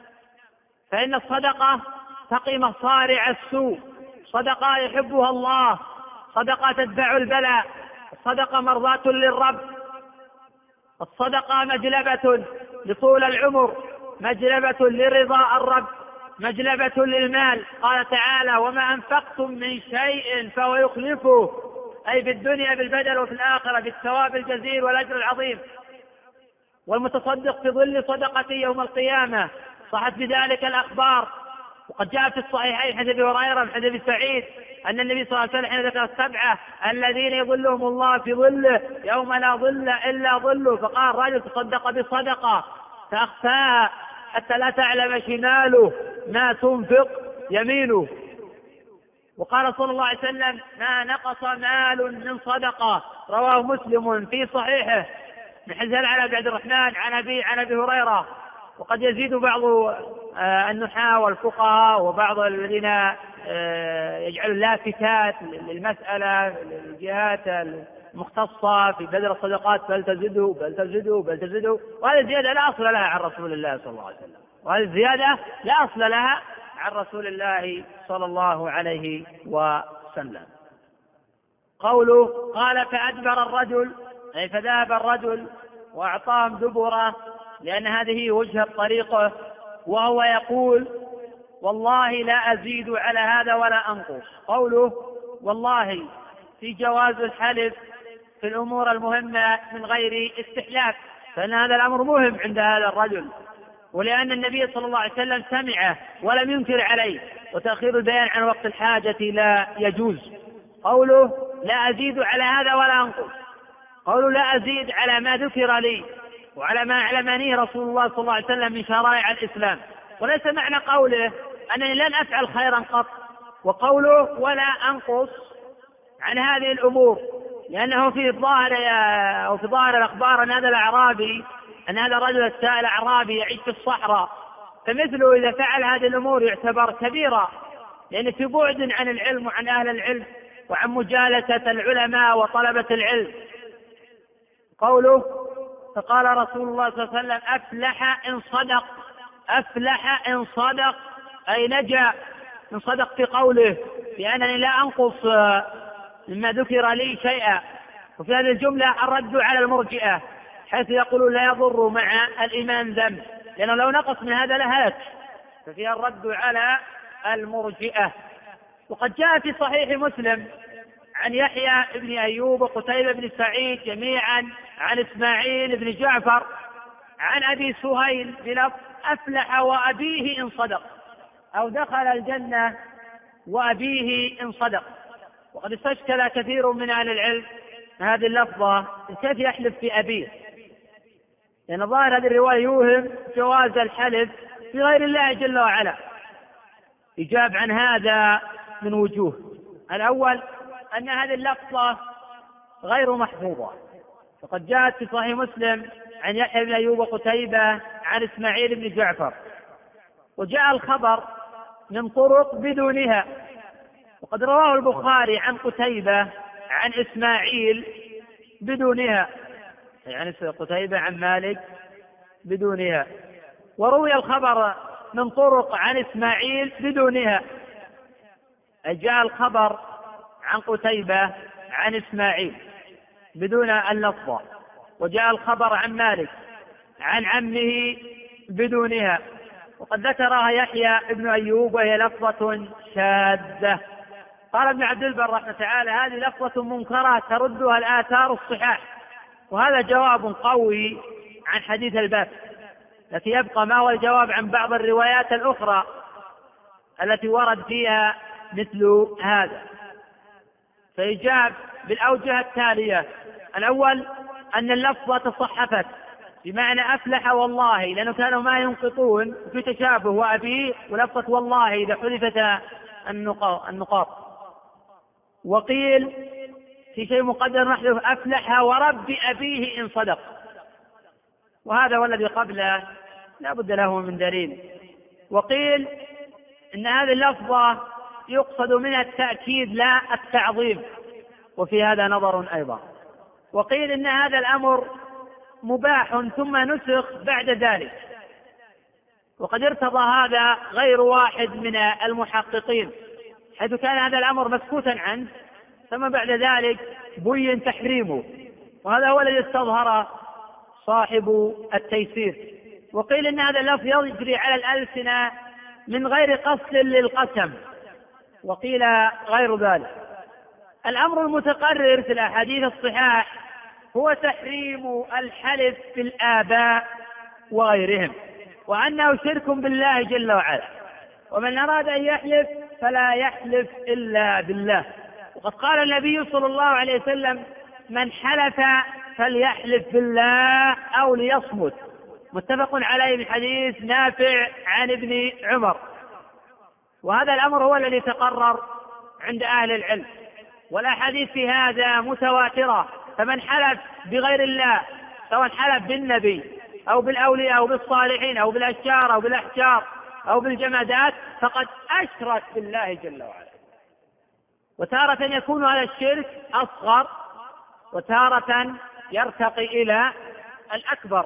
فإن الصدقة تقي مصارع السوء، صدقة يحبها الله، صدقة تدفع البلاء، الصدقة مرضاة للرب، الصدقة مجلبة لطول العمر، مجلبة لرضا الرب، مجلبة للمال. قال تعالى: وما أنفقتم من شيء فهو يخلفه، أي في الدنيا بالبدل وفي الآخرة بالثواب الجزيل والأجر العظيم. والمتصدق في ظل صدقته يوم القيامة، صحت بذلك الأخبار، وقد جاء في الصحيحين حديث أبي هريرة من حديث سعيد أن النبي صلى الله عليه وسلم حين ذكر السبعة الذين يظلهم الله في ظله يوم لا ظل إلا ظله، فقال: رجل تصدق بصدقة فأخفاها حتى لا تعلم شماله ما تنفق يمينه. وقال صلى الله عليه وسلم: ما نقص مال من صدقة. رواه مسلم في صحيحه من حديث العلاء بن عبد الرحمن عن أبي هريرة. وقد يزيد بعض النحاة والفقهاء وبعض الذين يجعلوا لافتات للمسألة للجهات المختصة في بدل الصدقات: بل تزدوا بل تزدوا بل تزدوا. وهذه الزيادة لا أصل لها عن رسول الله صلى الله عليه وسلم، وهذه الزيادة لا أصل لها عن رسول الله صلى الله عليه وسلم. قوله: قال فأدبر الرجل، أي فذهب الرجل وأعطاهم دبره، لأن هذه وجهة طريقه، وهو يقول: والله لا أزيد على هذا ولا أنقص. قوله والله في جواز الحلف في الأمور المهمة من غير استحلاف، فإن هذا الأمر مهم عند هذا الرجل، ولأن النبي صلى الله عليه وسلم سمعه ولم ينكر عليه، وتأخير البيان عن وقت الحاجة لا يجوز. قوله لا أزيد على هذا ولا أنقص، قوله لا أزيد على ما ذكر لي وعلى ما أعلمني رسول الله صلى الله عليه وسلم من شرائع الإسلام، وليس معنى قوله أنني لن أفعل خيرا قط. وقوله ولا أنقص عن هذه الأمور، لأنه في ظاهر الأخبار أن هذا الرجل السائل أعرابي يعيش في الصحراء، فمثله إذا فعل هذه الأمور يعتبر كبيرة، لأن في بعد عن العلم وعن أهل العلم وعن مجالسة العلماء وطلبة العلم. قوله فقال رسول الله صلى الله عليه وسلم أفلح إن صدق، أي نجا من صدق في قوله بأنني لا أنقص مما ذكر لي شيئا. وفي هذه الجملة الرد على المرجئة، حيث يقولون لا يضر مع الإيمان ذنب، لأنه لو نقص من هذا لهلك، ففيها الرد على المرجئة. وقد جاء في صحيح مسلم عن يحيى بن أيوب وقتيبة بن سعيد جميعا عن إسماعيل بن جعفر عن أبي سهيل بلفظ أفلح وأبيه إن صدق، أو دخل الجنة وأبيه إن صدق. وقد استشكل كثير من أهل العلم هذه اللفظة كيف يحلف في أبيه، لأن ظاهر هذه الرواية يوهم جواز الحلف في غير الله جل وعلا. يجاب عن هذا من وجوه: الأول أن هذه اللفظة غير محفوظة، فقد جاءت في صحيح مسلم عن يحيى بن أيوب وقتيبة عن إسماعيل بن جعفر، وجاء الخبر من طرق بدونها. وقد رواه البخاري عن قتيبة عن إسماعيل بدونها، يعني قتيبة عن مالك بدونها. وروي الخبر من طرق عن إسماعيل بدونها، جاء الخبر عن قتيبة عن إسماعيل بدون اللفظة، وجاء الخبر عن مالك عن عمه بدونها. وقد ذكرها يحيى بن أيوب وهي لفظة شاذة. قال ابن عبد البر رحمه تعالى: هذه لفظة منكرة تردها الآثار الصحاح. وهذا جواب قوي عن حديث الباب، لكن يبقى ما هو الجواب عن بعض الروايات الأخرى التي ورد فيها مثل هذا؟ فيجاب بالأوجه التالية: الأول أن اللفظة تصحفت بمعنى أفلح والله، لأنه كانوا ما ينقطون في تشابه، وأبيه ولفظة والله إذا حذفت النقاط. وقيل في شيء مقدر محذوف: أفلح ورب أبيه إن صدق، وهذا والذي قبله لا بد له من دليل. وقيل إن هذه اللفظة يقصد منها التأكيد لا التعظيم، وفي هذا نظر أيضا. وقيل إن هذا الأمر مباح ثم نسخ بعد ذلك، وقد ارتضى هذا غير واحد من المحققين، حيث كان هذا الأمر مسكوتا عنه ثم بعد ذلك بين تحريمه، وهذا هو الذي استظهر صاحب التيسير. وقيل إن هذا اللفظ يجري على الألسنة من غير قصد للقسم، وقيل غير ذلك. الأمر المتقرر في الأحاديث الصحاح هو تحريم الحلف في الآباء وغيرهم، وأنه شرك بالله جل وعلا، ومن أراد أن يحلف فلا يحلف إلا بالله. وقد قال النبي صلى الله عليه وسلم: من حلف فليحلف بالله أو ليصمت، متفق عليه من حديث نافع عن ابن عمر. وهذا الأمر هو الذي تقرر عند أهل العلم، والأحاديث في هذا متواترة، فمن حلف بغير الله سواء حلف بالنبي أو بالأولياء أو بالصالحين أو بالأشجار أو بالأحجار أو بالجمادات فقد أشرك بالله جل وعلا. وتارة يكون هذا الشرك أصغر، وتارة يرتقي إلى الأكبر.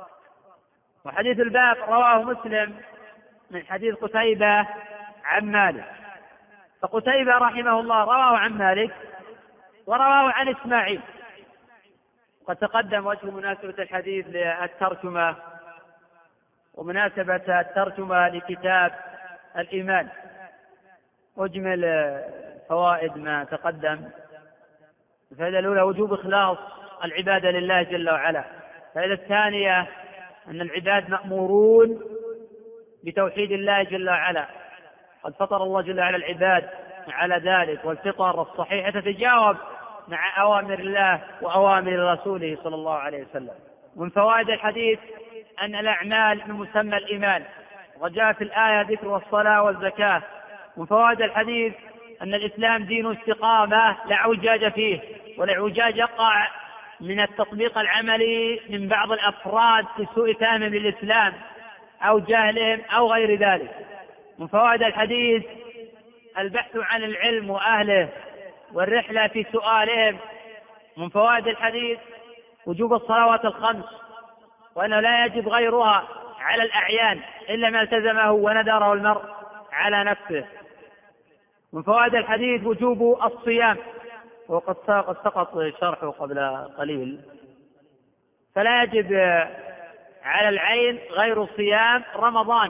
وحديث الباب رواه مسلم من حديث قتيبة عن مالك. فقتيبة رحمه الله رواه عن مالك ورواه عن إسماعيل. قد تقدم وجه مناسبة الحديث للترجمة ومناسبة الترجمة لكتاب الإيمان. أجمل فوائد ما تقدم. الفائدة الأولى وجوب إخلاص العبادة لله جل وعلا. الفائدة الثانية أن العباد مأمورون بتوحيد الله جل وعلا، قد فطر الله جل وعلا العباد على ذلك، والفطر الصحيحة تتجاوب مع أوامر الله وأوامر رسوله صلى الله عليه وسلم. من فوائد الحديث أن الأعمال من مسمى الإيمان، وقد جاء في الآية ذكر الصلاة والزكاة. من فوائد الحديث أن الإسلام دين استقامة لا اعوجاج فيه، والاعوجاج يقع من التطبيق العملي من بعض الأفراد في سوء فهمهم للإسلام أو جهلهم أو غير ذلك. من فوائد الحديث البحث عن العلم وأهله والرحلة في سؤالهم. من فوائد الحديث وجوب الصلوات الخمس، وأنه لا يجب غيرها على الأعيان إلا ما التزمه وندره المرء على نفسه. من فوائد الحديث وجوب الصيام، وقد سقط شرحه قبل قليل. فلا يجب على العين غير صيام رمضان،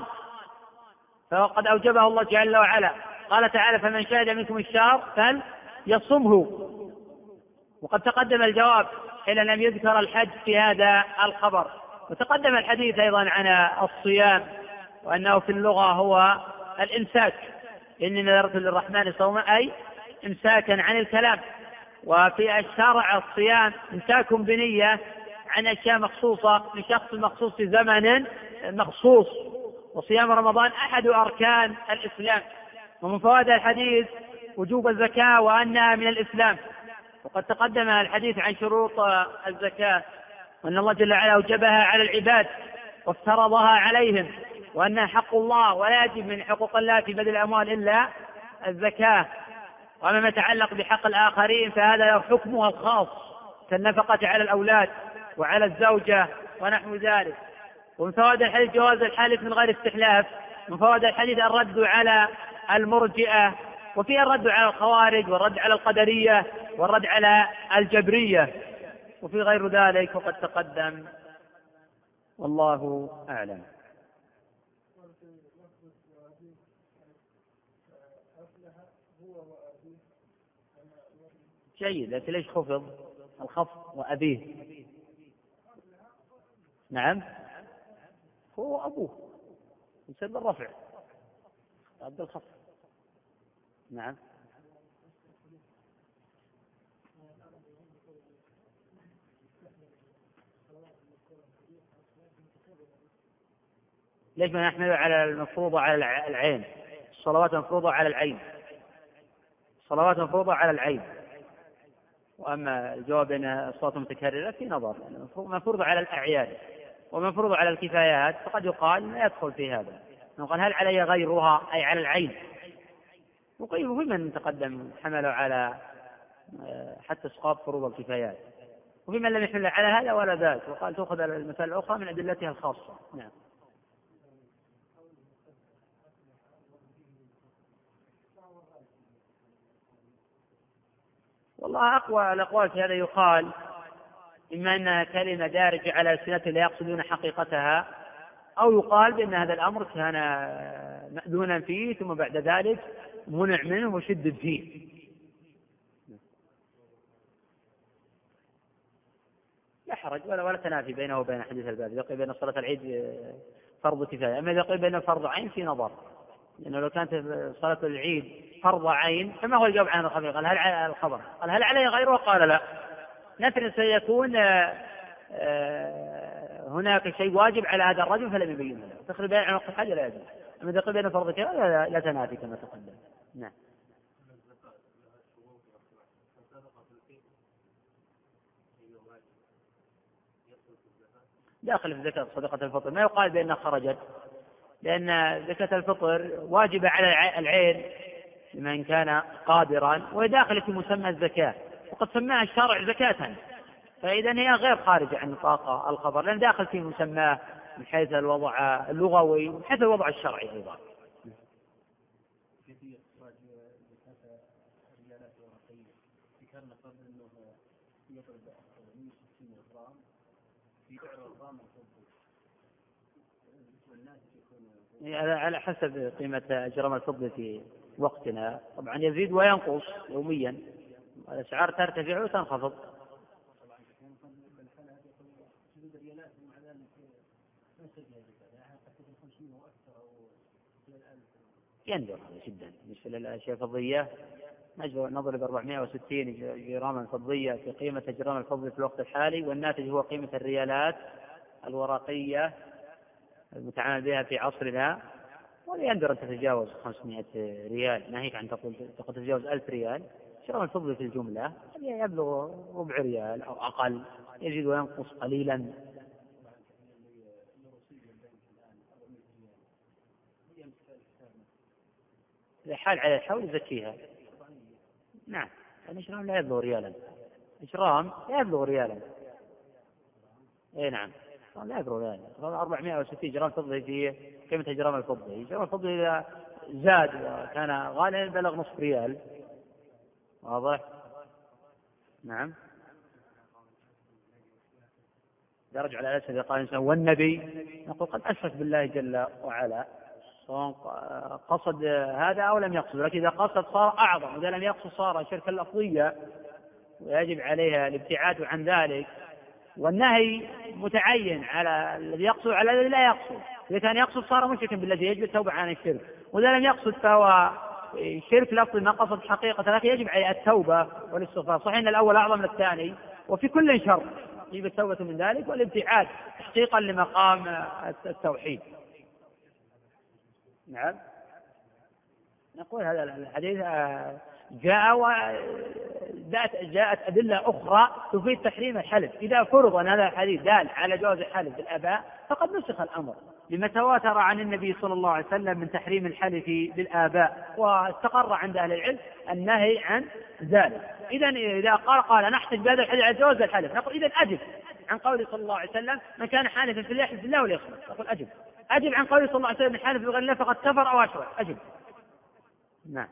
فقد أوجبه الله جل وعلا. قال تعالى: فمن شهد منكم الشهر فليصمه. وقد تقدم الجواب إلى لم يذكر الحج في هذا الخبر. وتقدم الحديث أيضا عن الصيام، وأنه في اللغة هو الإمساك، إني نذرت للرحمن صوما، أي إمساكا عن الكلام. وفي الشرع الصيام إمساك بنية عن أشياء مخصوصة لشخص مخصوص في زمن مخصوص. وصيام رمضان أحد أركان الإسلام. ومن فوائد الحديث وجوب الزكاة وأنها من الإسلام. وقد تقدم الحديث عن شروط الزكاة، وأن الله جل وعلا أوجبها على العباد وافترضها عليهم، وأنها حق الله ولا يجب من حقوق الله في بذل الأموال إلا الزكاة. وأما ما يتعلق بحق الآخرين فهذا له حكمها الخاص كالنفقة على الأولاد وعلى الزوجة ونحو ذلك. ومن فوائد الحديث جواز الحلف من غير استحلاف. من فوائد الحديث الرد على المرجئة، وفيها الرد على الخوارج والرد على القدرية والرد على الجبرية، وفي غير ذلك وقد تقدم، والله أعلم. جيد، لكن ليش خفض؟ الخفض وأبيه. نعم، هو أبوه يسبب الرفع عبد الخفض. نعم. ليش ما نحمل على المفروضة على العين؟ الصلوات مفروضة على العين، الصلوات مفروضة على العين. وأما الجواب أن الصلاة متكررة في نظر، يعني مفروضة على الأعيان ومفروضة على الكفايات، فقد يقال لا يدخل في هذا. قال هل علي غيرها أي على العين؟ وقيل في من تقدم حملوا على حتى اسقاط فروض الكفايات، وفي من لم يحمل على هذا ولا ذاك، وقال تأخذ المسألة الأخرى من أدلتها الخاصة. نعم. والله أقوى الأقوال في هذا يقال إما أنها كلمة دارجة على ألسنتهم لا يقصدون حقيقتها، أو يقال بأن هذا الأمر كان مأذونا فيه ثم بعد ذلك منع منه وشدد فيه. لا حرج ولا تنافي بينه وبين حديث الباب. إذا قيل بين صلاة العيد فرض كفاية، أما إذا قيل بين فرض عين في نظر، لأنه لو كانت صلاة العيد فرض عين فما هو الجواب عن الخبر؟ قال هل على الخبر؟ قال هل عليه غيره؟ قال لا. نفر سيكون هناك شيء واجب على هذا الرجل فلم يبين له، تقريبا عن وقت الحاجة لا يجوز. أما إذا قيل بين فرض كفاية لا تنافي كما تقدم. نعم. داخل في زكاة صدقة الفطر، ما يقال بأنها خرجت، لأن زكاة الفطر واجبة على العين لمن كان قادرا، وهي داخلة في مسمى الزكاة، وقد سماها الشرع زكاة، فإذا هي غير خارجة عن نطاق الخبر، لأن داخل في مسماه من حيث الوضع اللغوي ومن حيث الوضع الشرعي أيضا. على حسب قيمة جرام الفضة في وقتنا، طبعا يزيد وينقص يوميا، الأسعار ترتفع وتنخفض. يندر جدا بالنسبة للأشياء الفضية، نضرب 460 جراما فضية في قيمة جرام الفضة في الوقت الحالي، والناتج هو قيمة الريالات الورقية المتعامل بها في عصرنا، ولا يندر أن تتجاوز 500 ريال، ناهيك عن تقول تتجاوز 1000 ريال. جرام الفضة في الجملة يبلغ ربع ريال أو أقل، يزيد وينقص قليلا. إذا حال على الحول يزكيها. نعم، الإجرام لا يبلغ ريالا، إجرام لا يبلغ ريالا. إيه نعم، لا يبلغ ريالا. 460 جرام فضة في قيمة جرام الفضة. جرام الفضة إذا زاد وكان غاليا بلغ نصف ريال. واضح؟ نعم. درج على أسد قال إنسان والنبي، نقول قد أشرك بالله جل وعلا، سواء قصد هذا أو لم يقصد، لكن إذا قصد صار أعظم، وإذا لم يقصد صار شركا لفظيا ويجب عليها الابتعاد عن ذلك. والنهي متعين على الذي يقصد على الذي لا يقصد، إذا كان يقصد صار مشركا بالذي يجب التوبة عن الشرك، وإذا لم يقصد فهو شرك لفظي ما قصد حقيقة، لكن يجب عليه التوبة والاستغفار. صحيح أن الأول أعظم من الثاني، وفي كل شر يجب التوبة من ذلك والابتعاد تحقيقا لمقام التوحيد. نعم. نقول هذا الحديث جاءت أدلة أخرى تفيد تحريم الحلف. إذا فرض أن هذا الحديث دال على جواز الحلف بالآباء فقد نسخ الأمر لما تواتر عن النبي صلى الله عليه وسلم من تحريم الحلف بالآباء، واستقر عند أهل العلم النهي عن ذلك. إذا قال نحتج بهذا الحديث على جواز الحلف، نقول إذن أجب عن قوله صلى الله عليه وسلم من كان حالفا فليحلف بالله وليصمت. نقول أجب عن قوله صلى الله عليه وسلم من حالف بغير الله فقد كفر أو أشرك. أجب. نعم.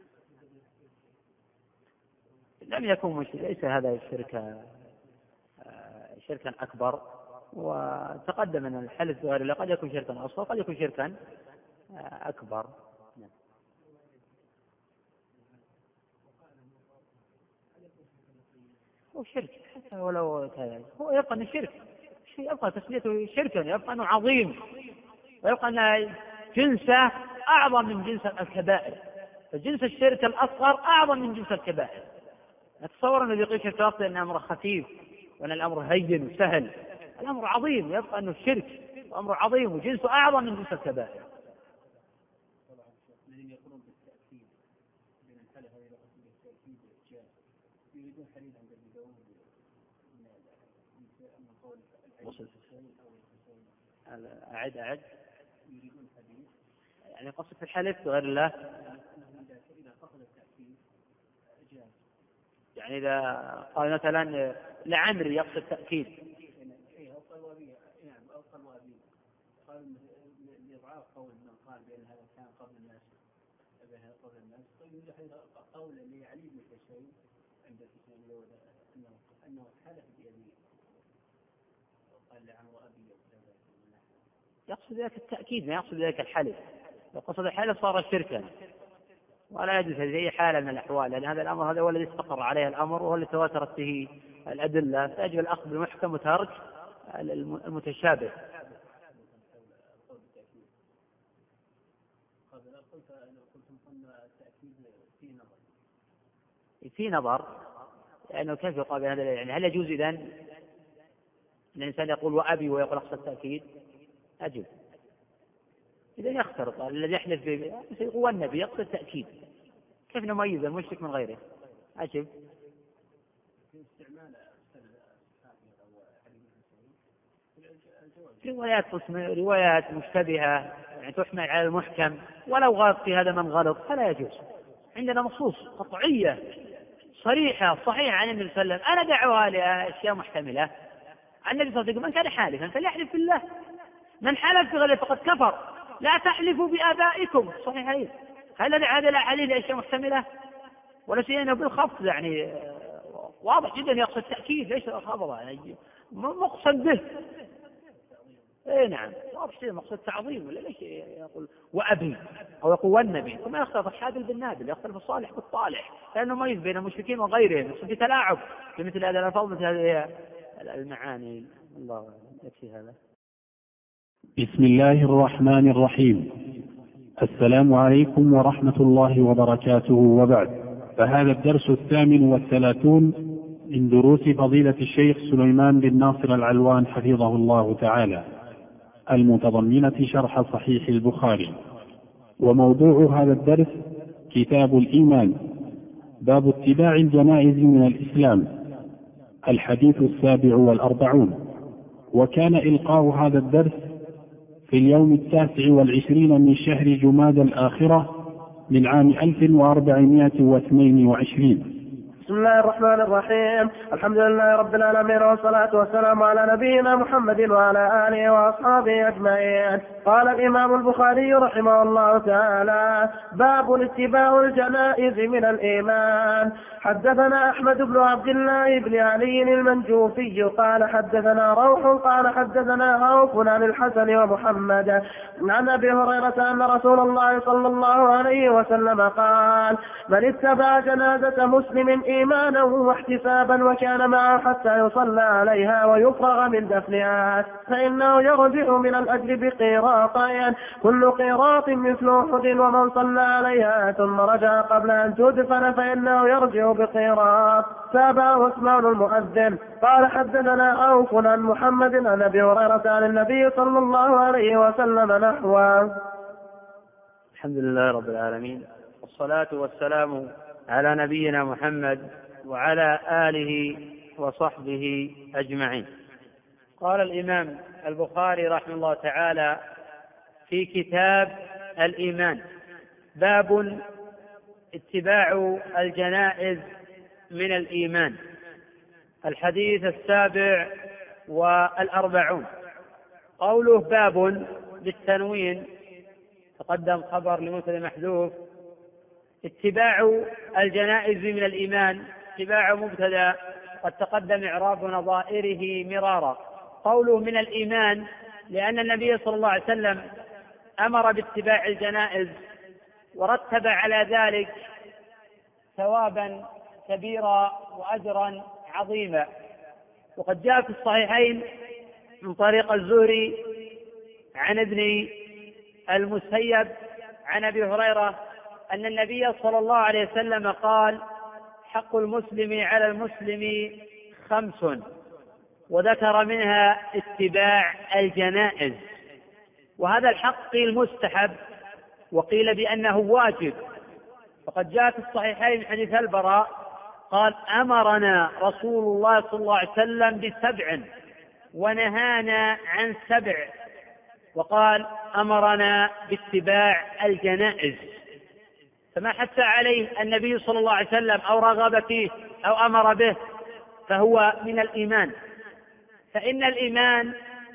لم يكن مشرك، ليس هذا شركا أكبر، وتقدم أن الحلف بغير الله قد يكون شركا أصغر قد يكون شركا أكبر. نعم. هو شرك حتى ولو كذا، هو يبقى أن الشرك يبقى تسميته شركا، يبقى أنه عظيم، ويبقى أن جنسه أعظم من جنس الكبائر، فجنس الشرك الأصغر أعظم من جنس الكبائر. نتصور أنه يقيس التوقع أن أمر خفيف وأن الأمر هين وسهل. الأمر عظيم، يبقى أنه الشرك أمر عظيم وجنسه أعظم من جنس الكبائر. أعد يعني قصد في الحلف بغير الله، يعني إذا قال مثلا لعمري يقصد تأكيد، قال لإضعاف قول من قال بأن هذا كان قبل الناس قول لعلي بن الحسين عند الحسين أنه حلف بأبيه وقال لعمرو أبي يقصد ذلك التأكيد ما يقصد ذلك الحلف. لو قصد الحلف صار شركا ولا يجوز في أي حالة من الأحوال، لأن هذا الأمر هذا هو الذي استقر عليه الأمر وهو الذي تواترت به الأدلة، فيجب الأخذ بالمحكم وترك المتشابه. في نظر لأنه كيف يقابل هذا، يعني هل يجوز إذن أن الإنسان يقول وأبي ويقول أقصد التأكيد؟ أجل إذن يختلط الذي يحلف به هو النبي يقصد التأكيد، كيف نميز المشرك من غيره؟ أجل روايات مشتبهة يعني تحمل على المحكم، ولو غلط في هذا من غلط فلا يجوز. عندنا نصوص قطعية صريحة صحيحة عن النبي صلى الله عليه وسلم، أنا دعوها لأشياء محتملة. عن النبي صلى الله عليه وسلم من كان حالفا فليحلف بالله، من حلف بغيره فقد كفر، لا تحلفوا بآبائكم صحيحين. هل هذا لا عليه لأشياء محتملة ولا شيء بالخفض، يعني واضح جدا يقصد التأكيد ليس الخبر يعني مقصد به. اي نعم واضح جدا مقصد تعظيم، ولا ليش يقول وأبي أو يقول والنبي، ثم يختلف الحادل بالنادل، يختلف الصالح بالطالح، لأنه ميز بين المشركين وغيرهم، يقصد بتلاعب بمثل هذا الألفاظ مثل هذه المعاني. الله يكفي هذا. بسم الله الرحمن الرحيم. السلام عليكم ورحمة الله وبركاته، وبعد، فهذا الدرس 38 من دروس فضيلة الشيخ سليمان بن ناصر العلوان حفظه الله تعالى، المتضمنة شرح صحيح البخاري. وموضوع هذا الدرس كتاب الإيمان، باب اتباع الجنائز من الإسلام، الحديث 47. وكان إلقاء هذا الدرس في اليوم 29 من شهر جمادى الآخرة من عام 1422. بسم الله الرحمن الرحيم. الحمد لله رب العالمين، والصلاة والسلام على نبينا محمد وعلى آله وأصحابه أجمعين. قال الإمام البخاري رحمه الله تعالى: باب اتباع الجنائز من الإيمان. حدثنا أحمد بن عبد الله بن علي المنجوفي قال حدثنا روح قال حدثنا عوف عن الحسن ومحمد عن أبي هريرة أن رسول الله صلى الله عليه وسلم قال: من اتبع جنازة مسلم إيمانا واحتسابا وكان معه حتى يصلى عليها ويفرغ من دفنها فإنه يرجع من الأجر بقيراطين، كل قيراط مثل أحد، ومن صلى عليها ثم رجع قبل أن تدفن فإنه يرجع بقيراط. تابعه عثمان المؤذن. قال حدثنا عوف عن محمد عن أبي هريرة عن النبي صلى الله عليه وسلم نحوه. الحمد لله رب العالمين، والصلاة والسلام على نبينا محمد وعلى آله وصحبه أجمعين. قال الإمام البخاري رحمه الله تعالى في كتاب الإيمان: باب اتباع الجنائز من الإيمان، الحديث 47. قوله باب بالتنوين تقدم خبر لمبتدأ محذوف. اتباع الجنائز من الإيمان، اتباع مبتدأ قد تقدم إعراب نظائره مرارا. قوله من الإيمان لأن النبي صلى الله عليه وسلم أمر باتباع الجنائز ورتب على ذلك ثوابا كبيرا وأجرا عظيما. وقد جاء في الصحيحين من طريق الزهري عن ابن المسيب عن أبي هريرة أن النبي صلى الله عليه وسلم قال: حق المسلم على المسلم 5، وذكر منها اتباع الجنائز، وهذا الحق قيل مستحب وقيل بأنه واجب. فقد جاء في الصحيحين من حديث البراء قال: أمرنا رسول الله صلى الله عليه وسلم ب7 ونهانا عن 7، وقال: أمرنا باتباع الجنائز. فما حث عليه النبي صلى الله عليه وسلم أو رغب فيه أو أمر به فهو من الإيمان، فإن الإيمان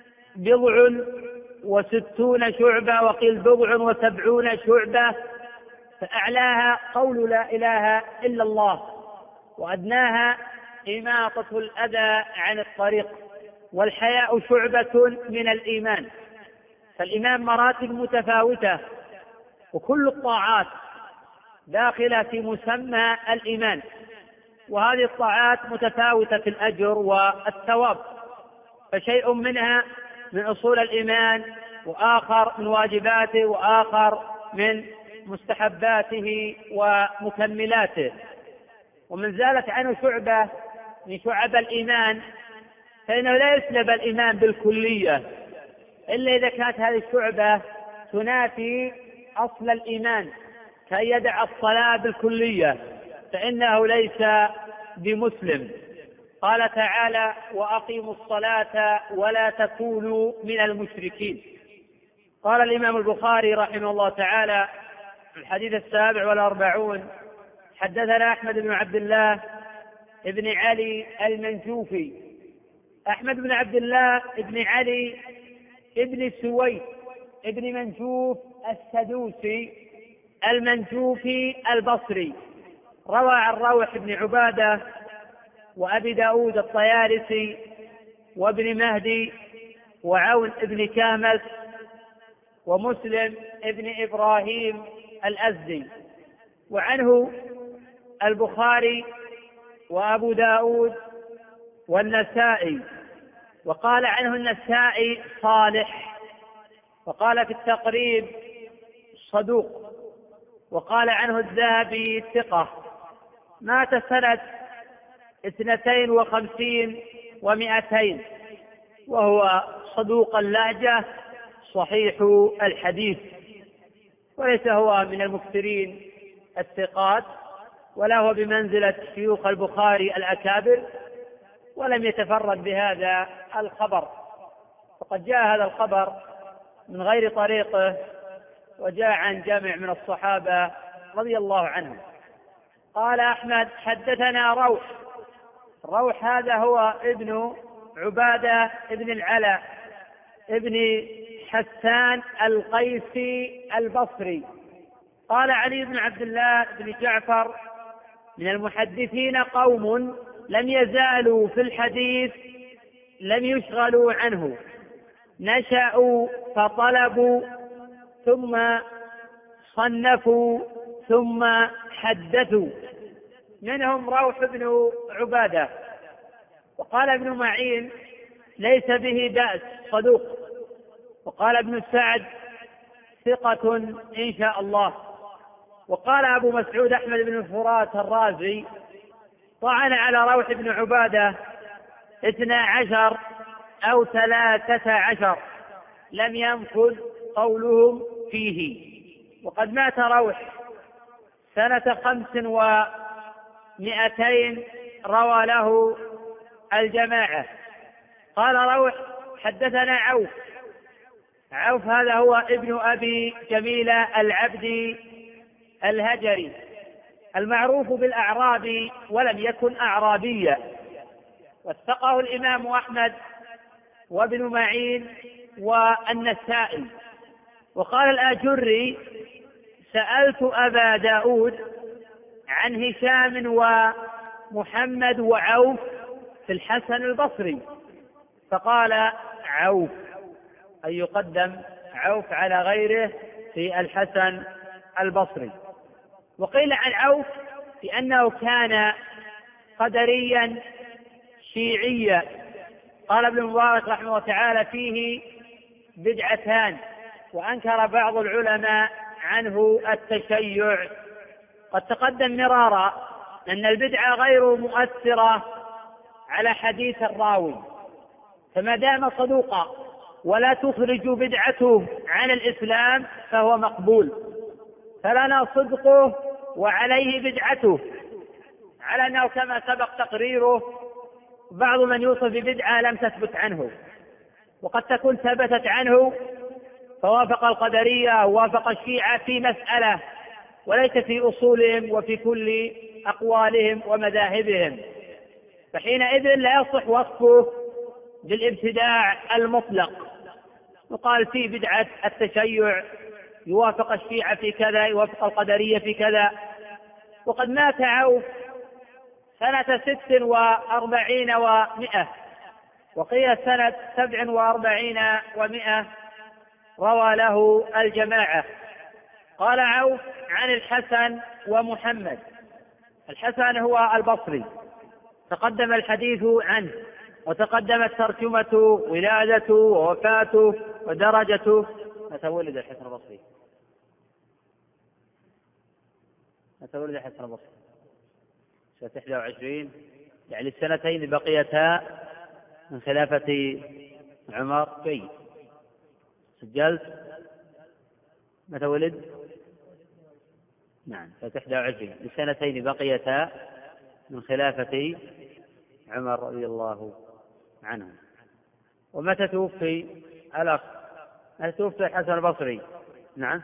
60 شعبة، وقيل 70 شعبة، فأعلاها قول لا إله إلا الله، وأدناها إماطة الأذى عن الطريق، والحياء شعبة من الإيمان. فالإيمان مراتب متفاوتة، وكل الطاعات داخلة في مسمى الإيمان، وهذه الطاعات متفاوتة في الأجر والثواب، فشيء منها من أصول الإيمان، وآخر من واجباته، وآخر من مستحباته ومكملاته. ومن زالت عنه شعبة من شعب الإيمان فإنه لا يسلب الإيمان بالكلية إلا إذا كانت هذه الشعبة تنافي أصل الإيمان، كأن يدع الصلاة بالكلية فإنه ليس بمسلم. قال تعالى: وأقيموا الصلاة ولا تكونوا من المشركين. قال الإمام البخاري رحمه الله تعالى في الحديث 47: حدثنا أحمد بن عبد الله ابن علي المنجوفي. أحمد بن عبد الله ابن علي ابن سويد ابن منجوف السدوسي المنجوفي البصري، روى عن روح بن عبادة وأبي داود الطيالسي وابن مهدي وعون ابن كامس ومسلم ابن إبراهيم الأزدي، وعنه البخاري وأبو داود والنسائي. وقال عنه النسائي صالح، وقال في التقريب صدوق، وقال عنه الذهبي ثقة. مات سنة 52 و200، وهو صدوق اللهجة صحيح الحديث، وليس هو من المكثرين الثقات، ولا هو بمنزلة شيوخ البخاري الأكابر، ولم يتفرد بهذا الخبر، فقد جاء هذا الخبر من غير طريقه، وجاء عن جمع من الصحابة رضي الله عنهم. قال أحمد: حدثنا روح هذا هو ابن عبادة ابن العلاء ابن حسان القيسي البصري. قال علي بن عبد الله بن جعفر: من المحدثين قوم لم يزالوا في الحديث لم يشغلوا عنه، نشأوا فطلبوا ثم صنفوا ثم حدثوا. منهم روح بن عبادة. وقال ابن معين: ليس به بأس، صدوق. وقال ابن سعد: ثقة إن شاء الله. وقال أبو مسعود أحمد بن الفرات الرازي: طعن على روح بن عبادة 12 أو 13، لم ينفذ قولهم فيه. وقد مات روح سنة 500، روى له الجماعة. قال روح: حدثنا عوف هذا هو ابن أبي جميلة العبدي الهجري المعروف بالأعرابي، ولم يكن أعرابيا، وثقه الإمام أحمد وابن معين والنسائي. وقال الآجري: سألت أبا داود عن هشام ومحمد وعوف في الحسن البصري، فقال عوف، أي يقدم عوف على غيره في الحسن البصري. وقيل عن عوف بأنه كان قدريا شيعيا. قال ابن المبارك رحمه الله تعالى: فيه 2 بدعة، وأنكر بعض العلماء عنه التشيع قد تقدم مرارا أن البدعة غير مؤثرة على حديث الراوي، فما دام صدوقا ولا تخرج بدعته عن الإسلام فهو مقبول، فلنا صدقه وعليه بدعته، على أنه كما سبق تقريره بعض من يوصف ببدعة لم تثبت عنه، وقد تكون ثبتت عنه فوافق القدرية ووافق الشيعة في مسألة وليس في أصولهم وفي كل أقوالهم ومذاهبهم، فحينئذ لا يصح وصفه بالابتداع المطلق، وقال في بدعة التشيع يوافق الشيعة في كذا يوافق القدرية في كذا. وقد مات عوف سنة 46 و100 وقيل سنة 47 و100، روى له الجماعة. قال عوف عن الحسن ومحمد. الحسن هو البصري، تقدم الحديث عنه وتقدمت ترجمته ولادته ووفاته ودرجته. متى ولد الحسن البصري؟ متى ولد الحسن البصري؟ سنة 21، يعني السنتين بقيتا من خلافة عمر. جيد، سجلت. متى ولد؟ نعم، سنة 21، السنتين بقيتا من خلافة عمر رضي الله عنه. ومتى توفي الأخ؟ متى توفي الحسن البصري؟ نعم،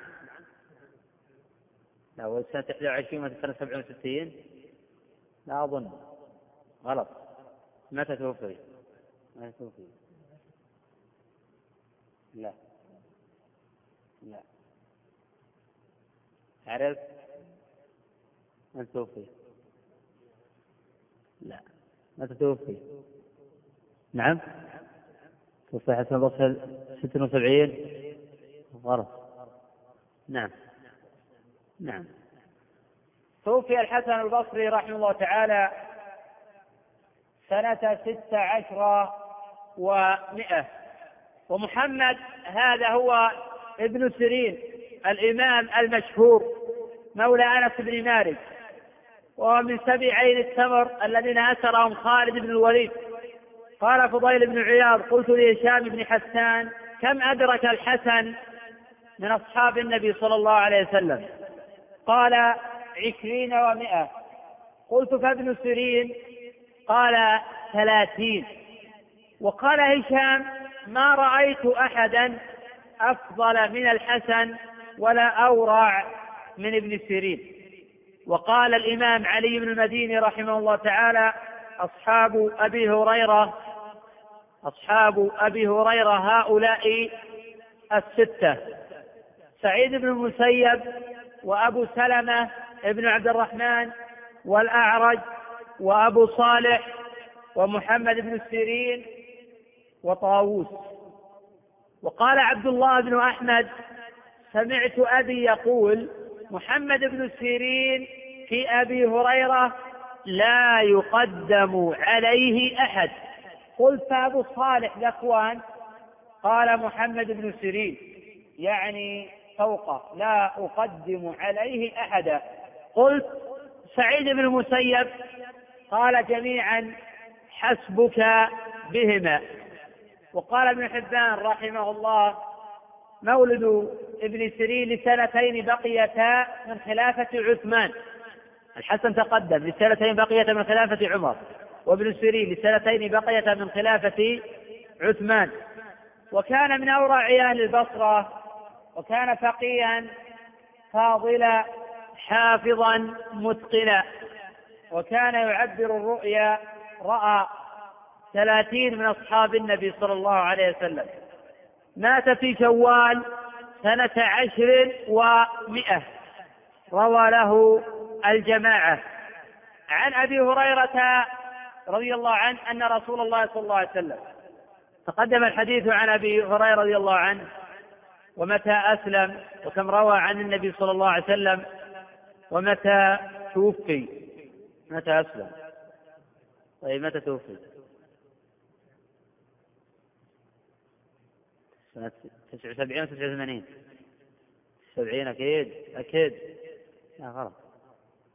لا، هو سنة 21 متى سنة 67؟ لا أظن، غلط. متى توفي؟ متى توفي؟ لا لا، عرف من توفي؟ لا، متى توفي؟ نعم، توفي حسن البصري 76. غلط. نعم نعم، توفي الحسن البصري رحمه الله تعالى سنة 16 و100. ومحمد هذا هو ابن سيرين الإمام المشهور مولى أنس بن مالك، وهو من 7 عين التمر الذين أسرهم خالد بن الوليد. قال فضيل بن عياض قلت لهشام بن حسان كم أدرك الحسن من أصحاب النبي صلى الله عليه وسلم؟ قال 20 و100. قلت فابن سيرين؟ قال 30. وقال هشام ما رأيت أحدا أفضل من الحسن ولا أورع من ابن سيرين. وقال الإمام علي بن المديني رحمه الله تعالى أصحاب أبي هريرة هؤلاء 6: سعيد بن المسيب وأبو سلمة ابن عبد الرحمن والأعرج وأبو صالح ومحمد بن سيرين وطاووس. وقال عبد الله بن أحمد سمعت أبي يقول محمد بن سيرين في أبي هريرة لا يقدم عليه أحد. قلت فأبو صالح ذكوان؟ قال محمد بن سيرين يعني فوقه لا أقدم عليه أحدا. قلت سعيد بن المسيب؟ قال جميعا حسبك بهما. وقال ابن حبان رحمه الله مولد ابن سيرين ل2 بقيتا من خلافة عثمان. الحسن تقدم ل2 بقيتا من خلافة عمر، وابن سيرين ل2 بقيتا من خلافة عثمان. وكان من أورع أهل البصرة، وكان فقيها فاضلا حافظا متقنا، وكان يعبر الرؤيا، رأى 30 من أصحاب النبي صلى الله عليه وسلم. مات في شوال سنة 10 و100، روى له الجماعة. عن أبي هريرة رضي الله عنه أن رسول الله صلى الله عليه وسلم، تقدم الحديث عن أبي هريرة رضي الله عنه ومتى أسلم وكم روى عن النبي صلى الله عليه وسلم ومتى توفي. متى أسلم؟ طيب متى توفي؟ سنة 79 و 89. 70 أكيد. لا غلط.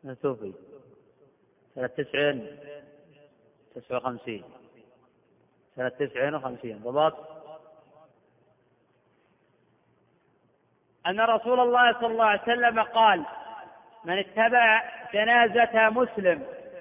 صوفي سنة 59 سنة 59 ضبط. أن رسول الله صلى الله عليه وسلم قال: من اتبع جنازة مسلم،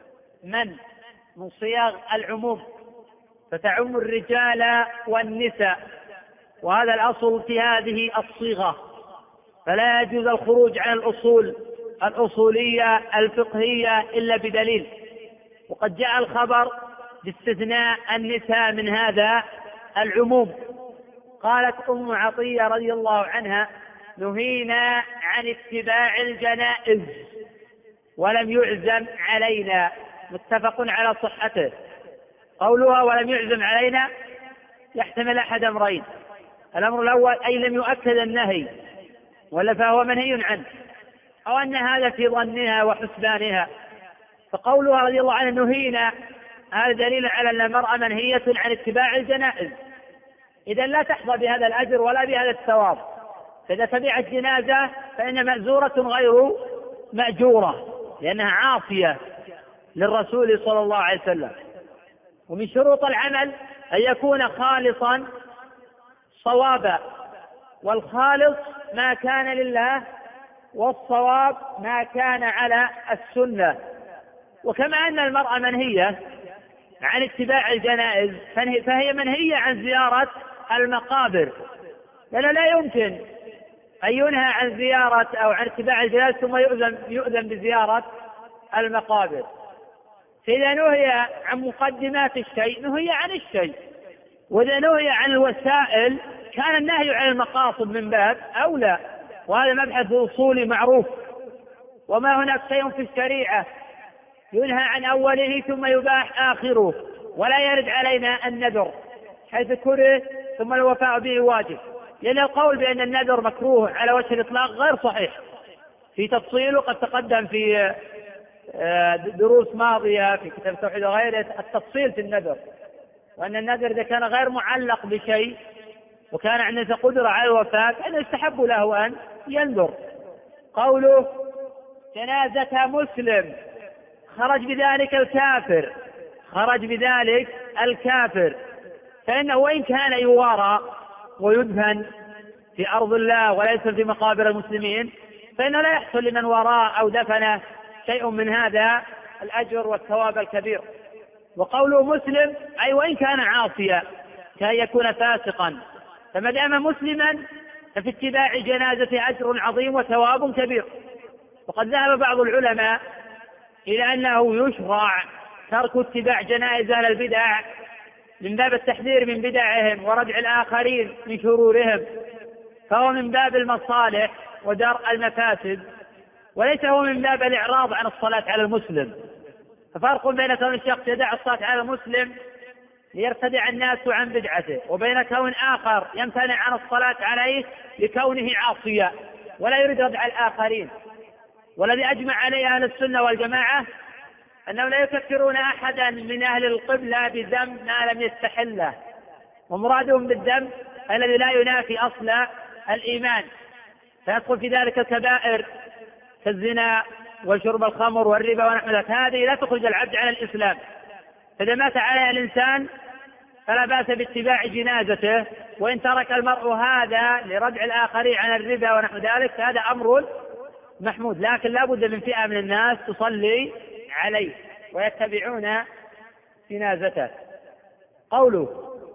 من صياغ العموم فتعم الرجال والنساء، وهذا الأصل في هذه الصيغة، فلا يجوز الخروج عن الأصول الأصولية الفقهية إلا بدليل. وقد جاء الخبر باستثناء النساء من هذا العموم. قالت أم عطية رضي الله عنها: نهينا عن اتباع الجنائز ولم يعزم علينا. متفق على صحته. قولها ولم يعزم علينا يحتمل أحد أمرين: الأمر الأول أي لم يؤكد النهي ولا فهو منهي عنه، أو أن هذا في ظنها وحسبانها. فقولها رضي الله عنها نهينا هذا دليل على أن المرأة منهية عن اتباع الجنائز، إذن لا تحظى بهذا الأجر ولا بهذا الثواب. فإذا تبعت جنازة فإن مأزورة غير مأجورة، لأنها عاصية للرسول صلى الله عليه وسلم. ومن شروط العمل أن يكون خالصا صوابا، والخالص ما كان لله، والصواب ما كان على السنة. وكما أن المرأة منهية عن اتباع الجنائز فهي منهية عن زيارة المقابر، لأنه لا يمكن أن ينهى عن زيارة أو عن اتباع الجنائز ثم يؤذن بزيارة المقابر. فإذا نهي عن مقدمات الشيء نهي عن الشيء، وإذا نهي عن الوسائل كان النهي عن المقاصد من باب أولى. وهذا مبحث أصولي معروف. وما هناك شيء في الشريعة ينهى عن أوله ثم يباح آخره، ولا يرد علينا النذر حيث كره ثم الوفاء به واجب، لأن القول بأن النذر مكروه على وجه الإطلاق غير صحيح، في تفصيله قد تقدم في دروس ماضية في كتاب التوحيد وغيره التفصيل في النذر، وأن النذر إذا كان غير معلق بشيء وكان عنده قدرة على الوفاء فإنه يستحب له أن ينذر. قوله جنازة مسلم خرج بذلك الكافر، فإنه وإن كان يوارى ويدفن في أرض الله وليس في مقابر المسلمين فإنه لا يحصل لمن وراء أو دفنه شيء من هذا الأجر والثواب الكبير. وقوله مسلم أي وإن كان عاصيا كأن يكون فاسقا، فما دام مسلما ففي اتباع جنازة أجر عظيم وثواب كبير. وقد ذهب بعض العلماء إلى أنه يشرع ترك اتباع جنائز أهل البدع من باب التحذير من بدعهم وردع الآخرين من شرورهم، فهو من باب المصالح ودرء المفاسد، وليس هو من باب الإعراض عن الصلاة على المسلم. ففرق بين كون الشخص يدع الصلاة على المسلم ليرتدع الناس عن بدعته، وبين كون آخر يمتنع عن الصلاة عليه لكونه عاصيا ولا يريد ردع الآخرين. والذي أجمع عليه أهل السنة والجماعة أنهم لا يكفرون أحدا من أهل القبلة بذنب ما لم يستحله، ومرادهم بالذنب الذي لا ينافي أصل الإيمان، فيدخل في ذلك الكبائر كالزنا وشرب الخمر والربا ونحو ذلك. هذه لا تخرج العبد عن الإسلام، فإذا مات عليها الإنسان فلا بأس باتباع جنازته، وإن ترك المرء هذا لردع الآخرين عن الربا ونحو ذلك فهذا أمر محمود، لكن لا بد من فئة من الناس تصلي عليه ويتبعون جنازته. قوله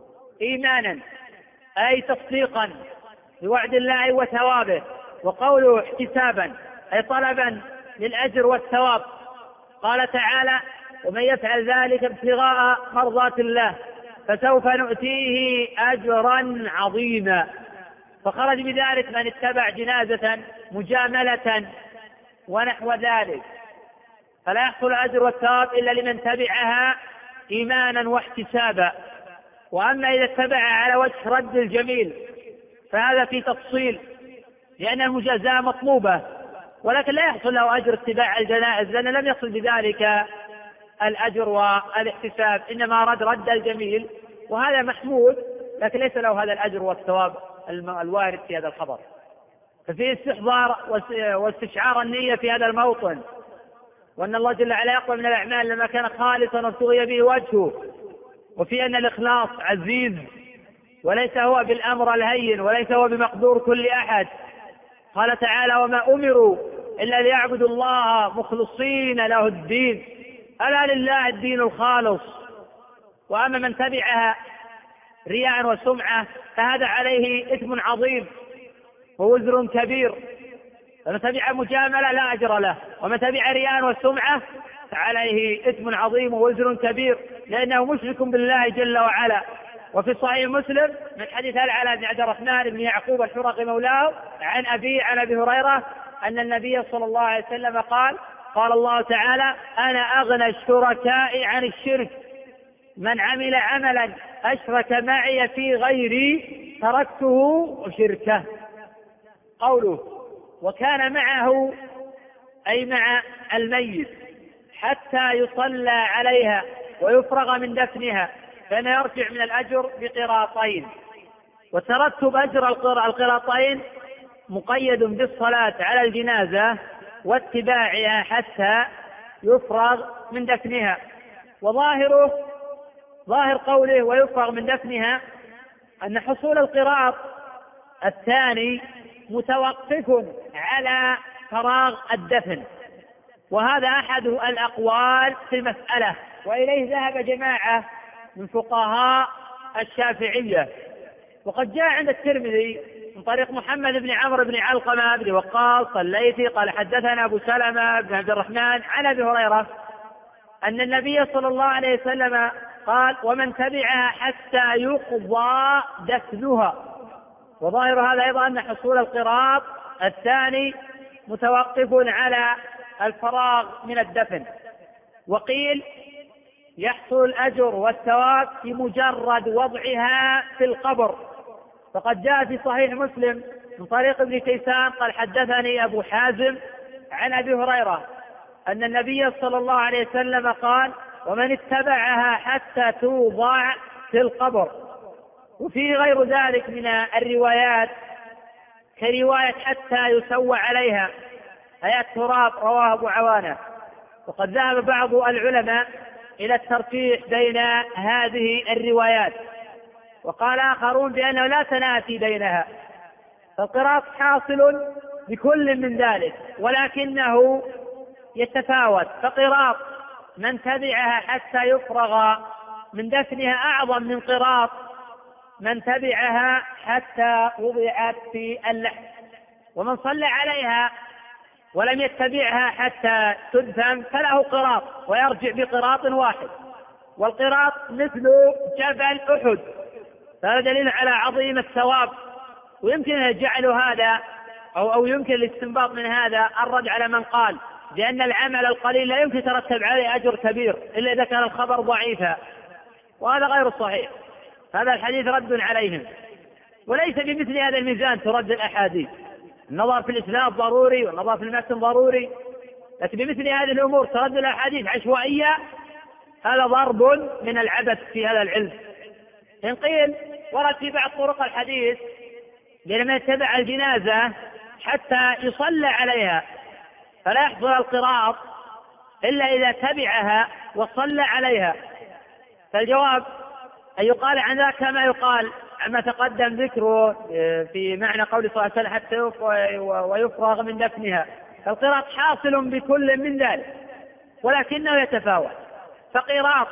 إيمانا أي تصديقا بوعد الله وثوابه، وقوله احتسابا أي طلبا للأجر والثواب. قال تعالى ومن يفعل ذلك ابتغاء مرضات الله فسوف نؤتيه أجرا عظيما. فخرج بذلك من اتبع جنازة مجاملة ونحو ذلك، فلا يحصل الأجر والثواب إلا لمن تبعها إيمانا واحتسابا. وأما إذا اتبع على وجه رد الجميل فهذا في تفصيل، لأن المجازاة مطلوبة، ولكن لا يحصل له أجر اتباع الجنائز لأنه لم يحصل بذلك الأجر والاحتساب، إنما رد الجميل، وهذا محمود لكن ليس له هذا الأجر والثواب الوارد في هذا الخبر. ففي استحضار واستشعار النية في هذا الموطن، وأن الله جل وعلا يقبل من الأعمال لما كان خالصا وابتغي به وجهه، وفي أن الإخلاص عزيز وليس هو بالأمر الهين وليس هو بمقدور كل أحد. قال تعالى: وما أمروا إلا ليعبدوا الله مخلصين له الدين، ألا لله الدين الخالص. وأما من تبعها رياء وسمعة فهذا عليه إثم عظيم ووزر كبير. فمن تبع مجاملة لا أجر له، ومن تبع رياء وسمعة فعليه إثم عظيم ووزر كبير، لأنه مشرك بالله جل وعلا. وفي صحيح مسلم من حديث العلاء بن عبد الرحمن بن يعقوب الشرقي مولاه عن أبي هريرة أن النبي صلى الله عليه وسلم قال الله تعالى: أنا أغنى الشركاء عن الشرك، من عمل عملا أشرك معي في غيري تركته وشركه. قوله: وكان معه أي مع الميت حتى يصلى عليها ويفرغ من دفنها، فإنه يرجع من الأجر بقراطين. وترتب أجر القراطين مقيد بالصلاة على الجنازة واتباعها حتى يفرغ من دفنها. ظاهر قوله ويفرغ من دفنها أن حصول القراط الثاني متوقف على فراغ الدفن، وهذا أحد الأقوال في المسألة، وإليه ذهب جماعة من فقهاء الشافعية. وقد جاء عند الترمذي من طريق محمد بن عمرو بن علقمة بن وقاص الليثي قال: حدثنا أبو سلمة بن عبد الرحمن عن أبي هريرة أن النبي صلى الله عليه وسلم قال: ومن تبعها حتى يقضى دفنها. وظاهر هذا أيضا أن حصول القراط الثاني متوقف على الفراغ من الدفن. وقيل يحصل الأجر والثواب في مجرد وضعها في القبر، فقد جاء في صحيح مسلم من طريق ابن كيسان قال: حدثني أبو حازم عن أبي هريرة أن النبي صلى الله عليه وسلم قال: ومن اتبعها حتى توضع في القبر. وفيه غير ذلك من الروايات كرواية حتى يسوى عليها أي التراب، رواه أبو عوانة. وقد ذهب بعض العلماء إلى الترجيح بين هذه الروايات، وقال آخرون بأنه لا تنافي بينها، فالقراط حاصل بكل من ذلك ولكنه يتفاوت. فقراط من تبعها حتى يفرغ من دفنها أعظم من قراط من تبعها حتى وضعت في اللحد. ومن صلى عليها ولم يتبعها حتى تدفن فله قراط ويرجع بقراط واحد، والقراط مثل جبل أحد، فهذا دليل على عظيم الثواب. ويمكن جعل هذا أو يمكن الاستنباط من هذا الرد على من قال بأن العمل القليل لا يمكن ترتب عليه أجر كبير إلا إذا كان الخبر ضعيفا، وهذا غير صحيح. هذا الحديث رد عليهم، وليس بمثل هذا الميزان ترد الأحاديث. النظر في الإسناد ضروري والنظر في المتن ضروري، لكن بمثل هذه الأمور ترد الأحاديث عشوائية، هذا ضرب من العبث في هذا العلم. إن قيل ورد في بعض طرق الحديث لمن من يتبع الجنازة حتى يصلى عليها فلا يحصل القراط إلا إذا تبعها وصلى عليها، فالجواب أن يقال عن ذلك كما يقال عما تقدم ذكره في معنى قول صلى الله عليه وسلم حتى ويفرغ من دفنها. فالقراط حاصل بكل من ذلك ولكنه يتفاوت. فقراط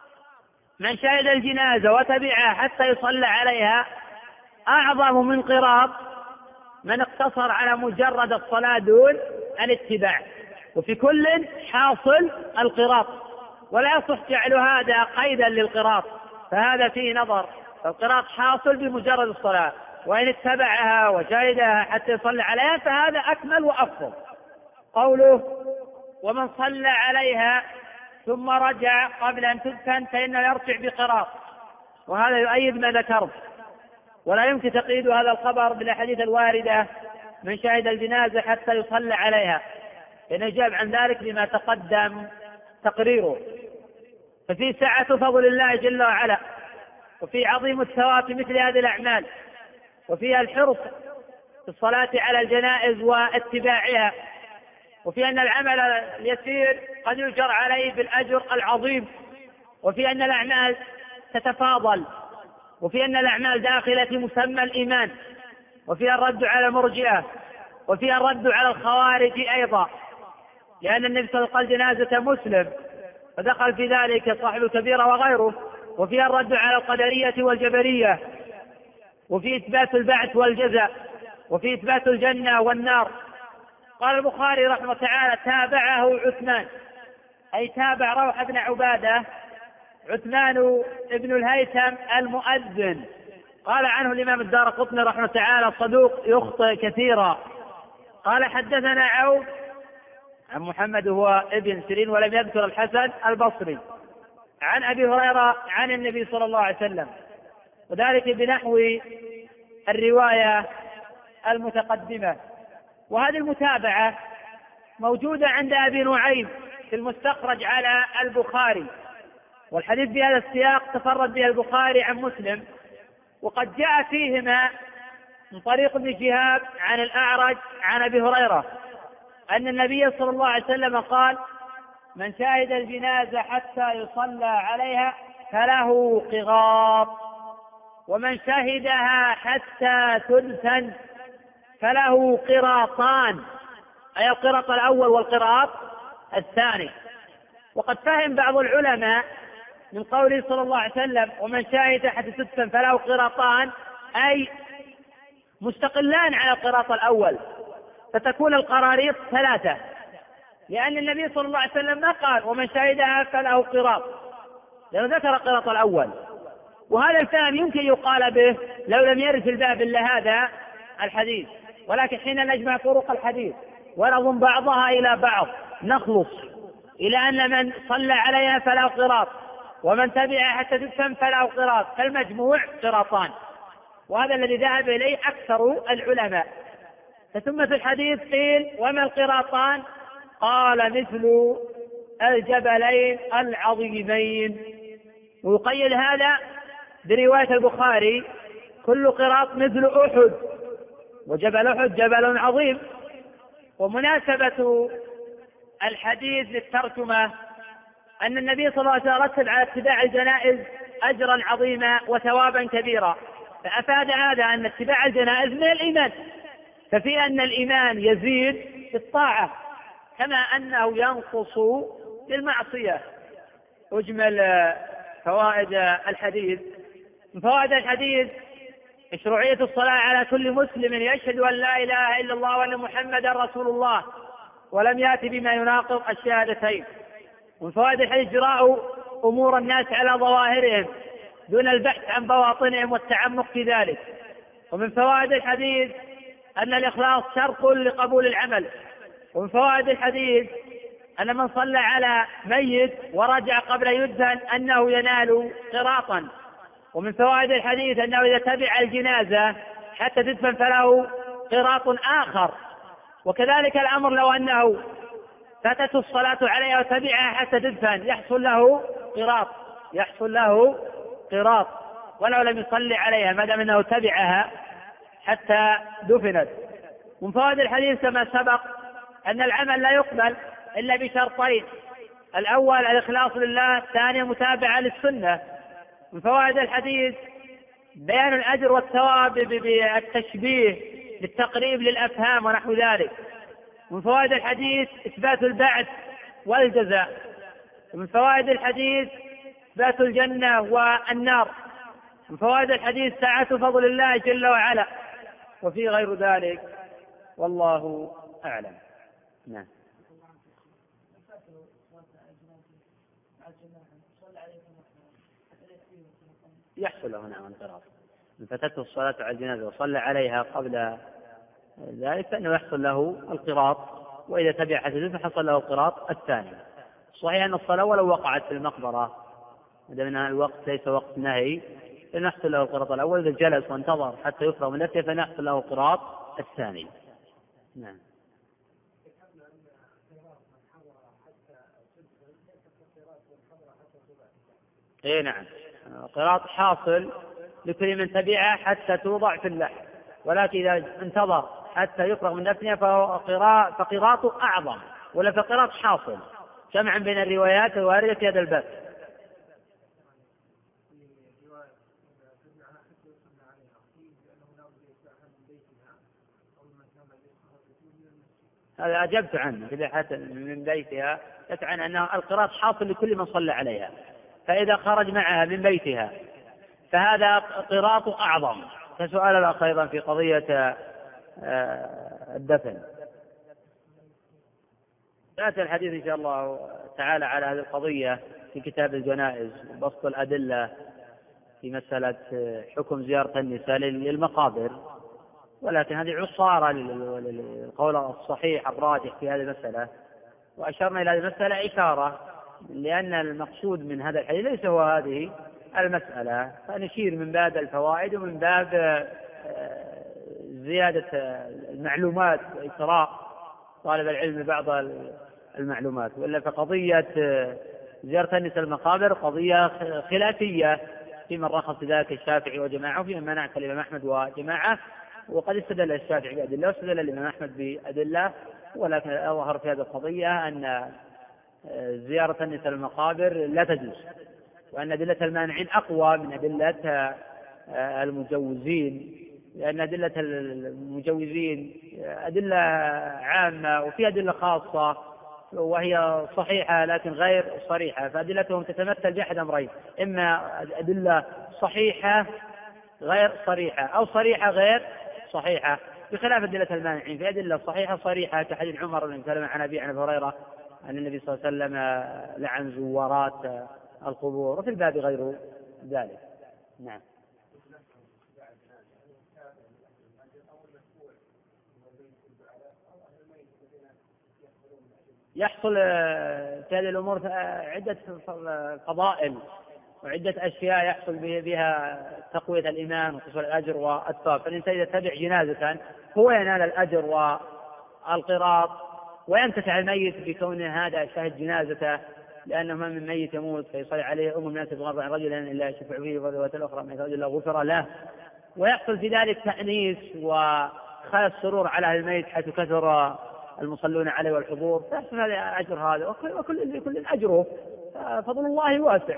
من شهد الجنازة وتبعها حتى يصلى عليها أعظم من قراط من اقتصر على مجرد الصلاة دون الاتباع، وفي كل حاصل القراط، ولا يصح جعل هذا قيدا للقراط، فهذا فيه نظر. فالقراط حاصل بمجرد الصلاة، وإن اتبعها وشهدها حتى يصلى عليها فهذا أكمل وأفضل. قوله ومن صلى عليها ثم رجع قبل أن تدفن فإنه يرجع بقراط، وهذا يؤيد ما ذكرت، ولا يمكن تقييد هذا الخبر بالأحاديث الواردة من شهد الجنازة حتى يصلى عليها، لأنه جاب عن ذلك بما تقدم تقريره. ففي سعة فضل الله جل وعلا، وفي عظيم الثواب في مثل هذه الأعمال، وفيها الحرص في الصلاة على الجنائز واتباعها، وفي أن العمل اليسير قد يجر عليه بالأجر العظيم، وفي أن الأعمال تتفاضل، وفي أن الأعمال داخلة في مسمى الإيمان، وفيها الرد على المرجئة، وفيها الرد على الخوارج أيضا، لأن النبي صلى الله عليه وسلم قال جنازة مسلم فدخل في ذلك صاحب الكبيرة وغيره، وفيها الرد على القدرية والجبرية، وفي إثبات البعث والجزاء، وفي إثبات الجنة والنار. قال البخاري رحمه الله تعالى: تابعه عثمان، أي تابع روح بن عبادة عثمان بن الهيثم المؤذن. قال عنه الإمام الدارقطني رحمه الله تعالى: صدوق يخطئ كثيرا. قال: حدثنا عوف عن محمد هو ابن سيرين ولم يذكر الحسن البصري عن أبي هريرة عن النبي صلى الله عليه وسلم، وذلك بنحو الرواية المتقدمة. وهذه المتابعة موجودة عند أبي نعيم في المستخرج على البخاري، والحديث بهذا السياق تفرد به البخاري عن مسلم، وقد جاء فيهما من طريق ابن شهاب عن الأعرج عن أبي هريرة أن النبي صلى الله عليه وسلم قال: من شاهد الجنازة حتى يصلى عليها فله قراط، ومن شهدها حتى تدفن فله قراطان، أي القراط الأول والقراط الثاني. وقد فهم بعض العلماء من قوله صلى الله عليه وسلم: ومن شاهد حتى تدفن فله قراطان، أي مستقلان على القراط الأول، فتكون القراريط ثلاثة، لأن النبي صلى الله عليه وسلم ما قال ومن شهدها فله قراط، لأنه ذكر القراط الأول. وهذا الفهم يمكن يقال به لو لم يرد في الباب إلا هذا الحديث، ولكن حين نجمع طرق الحديث ونضم بعضها إلى بعض نخلص إلى أن من صلى عليها فله قراط، ومن تبعها حتى تدفن فله قراط، فالمجموع قراطان. وهذا الذي ذهب إليه أكثر العلماء. ثم في الحديث قيل: وما القراطان؟ قال: مثل الجبلين العظيمين. ويقيد هذا برواية البخاري: كل قراط مثل أحد، وجبل أحد جبل عظيم. ومناسبة الحديث للترجمة أن النبي صلى الله عليه وسلم رتب على اتباع الجنائز أجرا عظيما وثوابا كبيرا، فأفاد هذا أن اتباع الجنائز من الإيمان، ففي أن الإيمان يزيد في الطاعة كما أنه ينقص بالمعصية. أجمل فوائد الحديث: من فوائد الحديث مشروعية الصلاة على كل مسلم يشهد أن لا إله إلا الله وأن محمدا رسول الله ولم يأتي بما يناقض الشهادتين. من فوائد الحديث جراء أمور الناس على ظواهرهم دون البحث عن بواطنهم والتعمق في ذلك. ومن فوائد الحديث أن الإخلاص شرط لقبول العمل. ومن فوائد الحديث أن من صلى على ميت ورجع قبل يدفن أنه ينال قراطا. ومن فوائد الحديث أنه إذا تبع الجنازة حتى تدفن فله قراط آخر. وكذلك الأمر لو أنه فاتته الصلاة عليها وتبعها حتى تدفن يحصل له قراط ولو لم يصلي عليها ما دام أنه تبعها حتى دفنت. من فوائد الحديث كما سبق أن العمل لا يقبل إلا بشرطين: الأول الإخلاص لله، الثاني متابعة للسنة. من فوائد الحديث بيان الأجر والثواب بالتشبيه للتقريب للأفهام ونحو ذلك. من فوائد الحديث إثبات البعث والجزاء. ومن فوائد الحديث إثبات الجنة والنار. من فوائد الحديث سعة فضل الله جل وعلا، وفي غير ذلك والله أعلم. نعم. يحصل له نعم انقراض. من فاتته الصلاة على الجنازة وصلى عليها قبل ذلك فإنه يحصل له القراط، وإذا تبع حديث فحصل له القراط الثاني. صحيح أن الصلاة ولو وقعت في المقبرة ما دام أن الوقت ليس وقت نهي فنحصل له القراط الأول، إذا جلس وانتظر حتى يفرغ من نفسه فنحصل له القراط الثاني. نعم. اي نعم، قراط حاصل لكل من تبعها حتى توضع في اللحم، ولكن إذا انتظر حتى يفرغ من دفنها فقراطه أعظم ولا فقرات حاصل جمعا بين الروايات الواردة في هذا الباب. هذا أجبت عنه إذا من بيتها، تعني أنه القراءة حاصل لكل من صلى عليها، فإذا خرج معها من بيتها فهذا قراءة أعظم. فسؤال الأخ أيضا في قضية الدفن، سأتي الحديث إن شاء الله تعالى على هذه القضية في كتاب الجنائز، بسط الأدلة في مسألة حكم زيارة النساء للمقابر، ولكن هذه عصارة للقول الصحيح الراجح في هذه المسألة، وأشرنا إلى هذه المسألة إشارة، لأن المقصود من هذا الحديث ليس هو هذه المسألة، فنشير من باب الفوائد ومن باب زيادة المعلومات وإثراء طالب العلم بعض المعلومات. وإلا فقضية زيارة النساء المقابر قضية خلافية في من رخص ذلك الشافعي وجماعة، وفي من منع الإمام أحمد وجماعة، وقد استدل الشافعي بأدلة واستدل الإمام أحمد بأدلة، ولكن الأظهر في هذه القضية أن زيارة النساء المقابر لا تجوز، وأن أدلة المانعين أقوى من أدلة المجوزين، لأن أدلة المجوزين أدلة عامة وفي أدلة خاصة وهي صحيحة لكن غير صريحة، فأدلتهم تتمثل بأحد أمرين: إما أدلة صحيحة غير صريحة أو صريحة غير صحيحة، بخلاف أدلة المانعين في أدلة صحيحة صريحة كحديث عمر بن سلمة عن أبي عن هريرة أن النبي صلى الله عليه وسلم لعن زوارات القبور، وفي الباب غير ذلك. نعم. يحصل في هذه الأمور عدة فضائل وعدة أشياء يحصل بها تقوية الإيمان وحصول الأجر والثواب. فالإنسان إذا تبع جنازة هو ينال الأجر والقراط، وينتفع الميت بكون هذا شاهد جنازته، لأنه ما من ميت يموت فيصلي عليه الناس تغفر عن رجلا إلا يشفع فيه وذوات الأخرى من رجل غفر له، ويحصل في ذلك تأنيس وخال السرور على أهل الميت حيث كثر المصلون عليه والحضور، فيحصل هذا أجر هذا، وكل أجره، فضل الله واسع.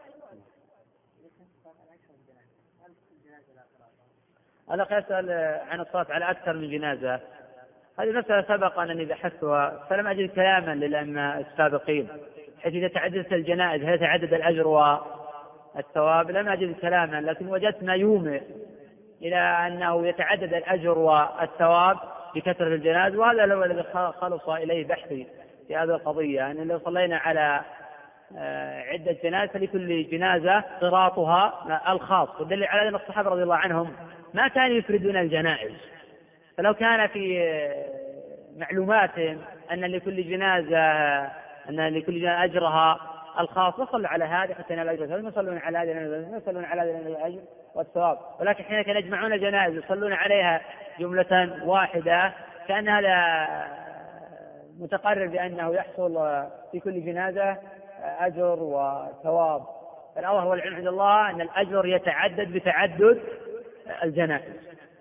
الأخ يسأل عن الصلاة على أكثر من جنازة. هذه مسألة سبق أنني بحثتها فلم أجد كلاما للأئمة السابقين، حيث إذا تعددت الجنائز هل يتعدد الأجر والثواب؟ لم أجد كلاما، لكن وجدت ما يومئ إلى أنه يتعدد الأجر والثواب بكثرة الجنائز، وهذا هو الذي خلص إليه بحثي في هذه القضية، أن لو صلينا على عدة جنائز فلكل جنازة قراطها الخاص، والدليل على أن الصحابة رضي الله عنهم ما كانوا يفردون الجنائز، فلو كان في معلوماتهم أن لكل جنازة أجرها الخاص وصلوا على هذا حتى ينال الأجر، فهم يصلون على هذا يصلون على هذا الأجر والثواب. ولكن حين كانوا يجمعون الجنائز يصلون عليها جملة واحدة كان هذا متقرر بأنه يحصل في كل جنازة أجر وثواب. فالأظهر والعلم عند الله أن الأجر يتعدد بتعدد الجنائز.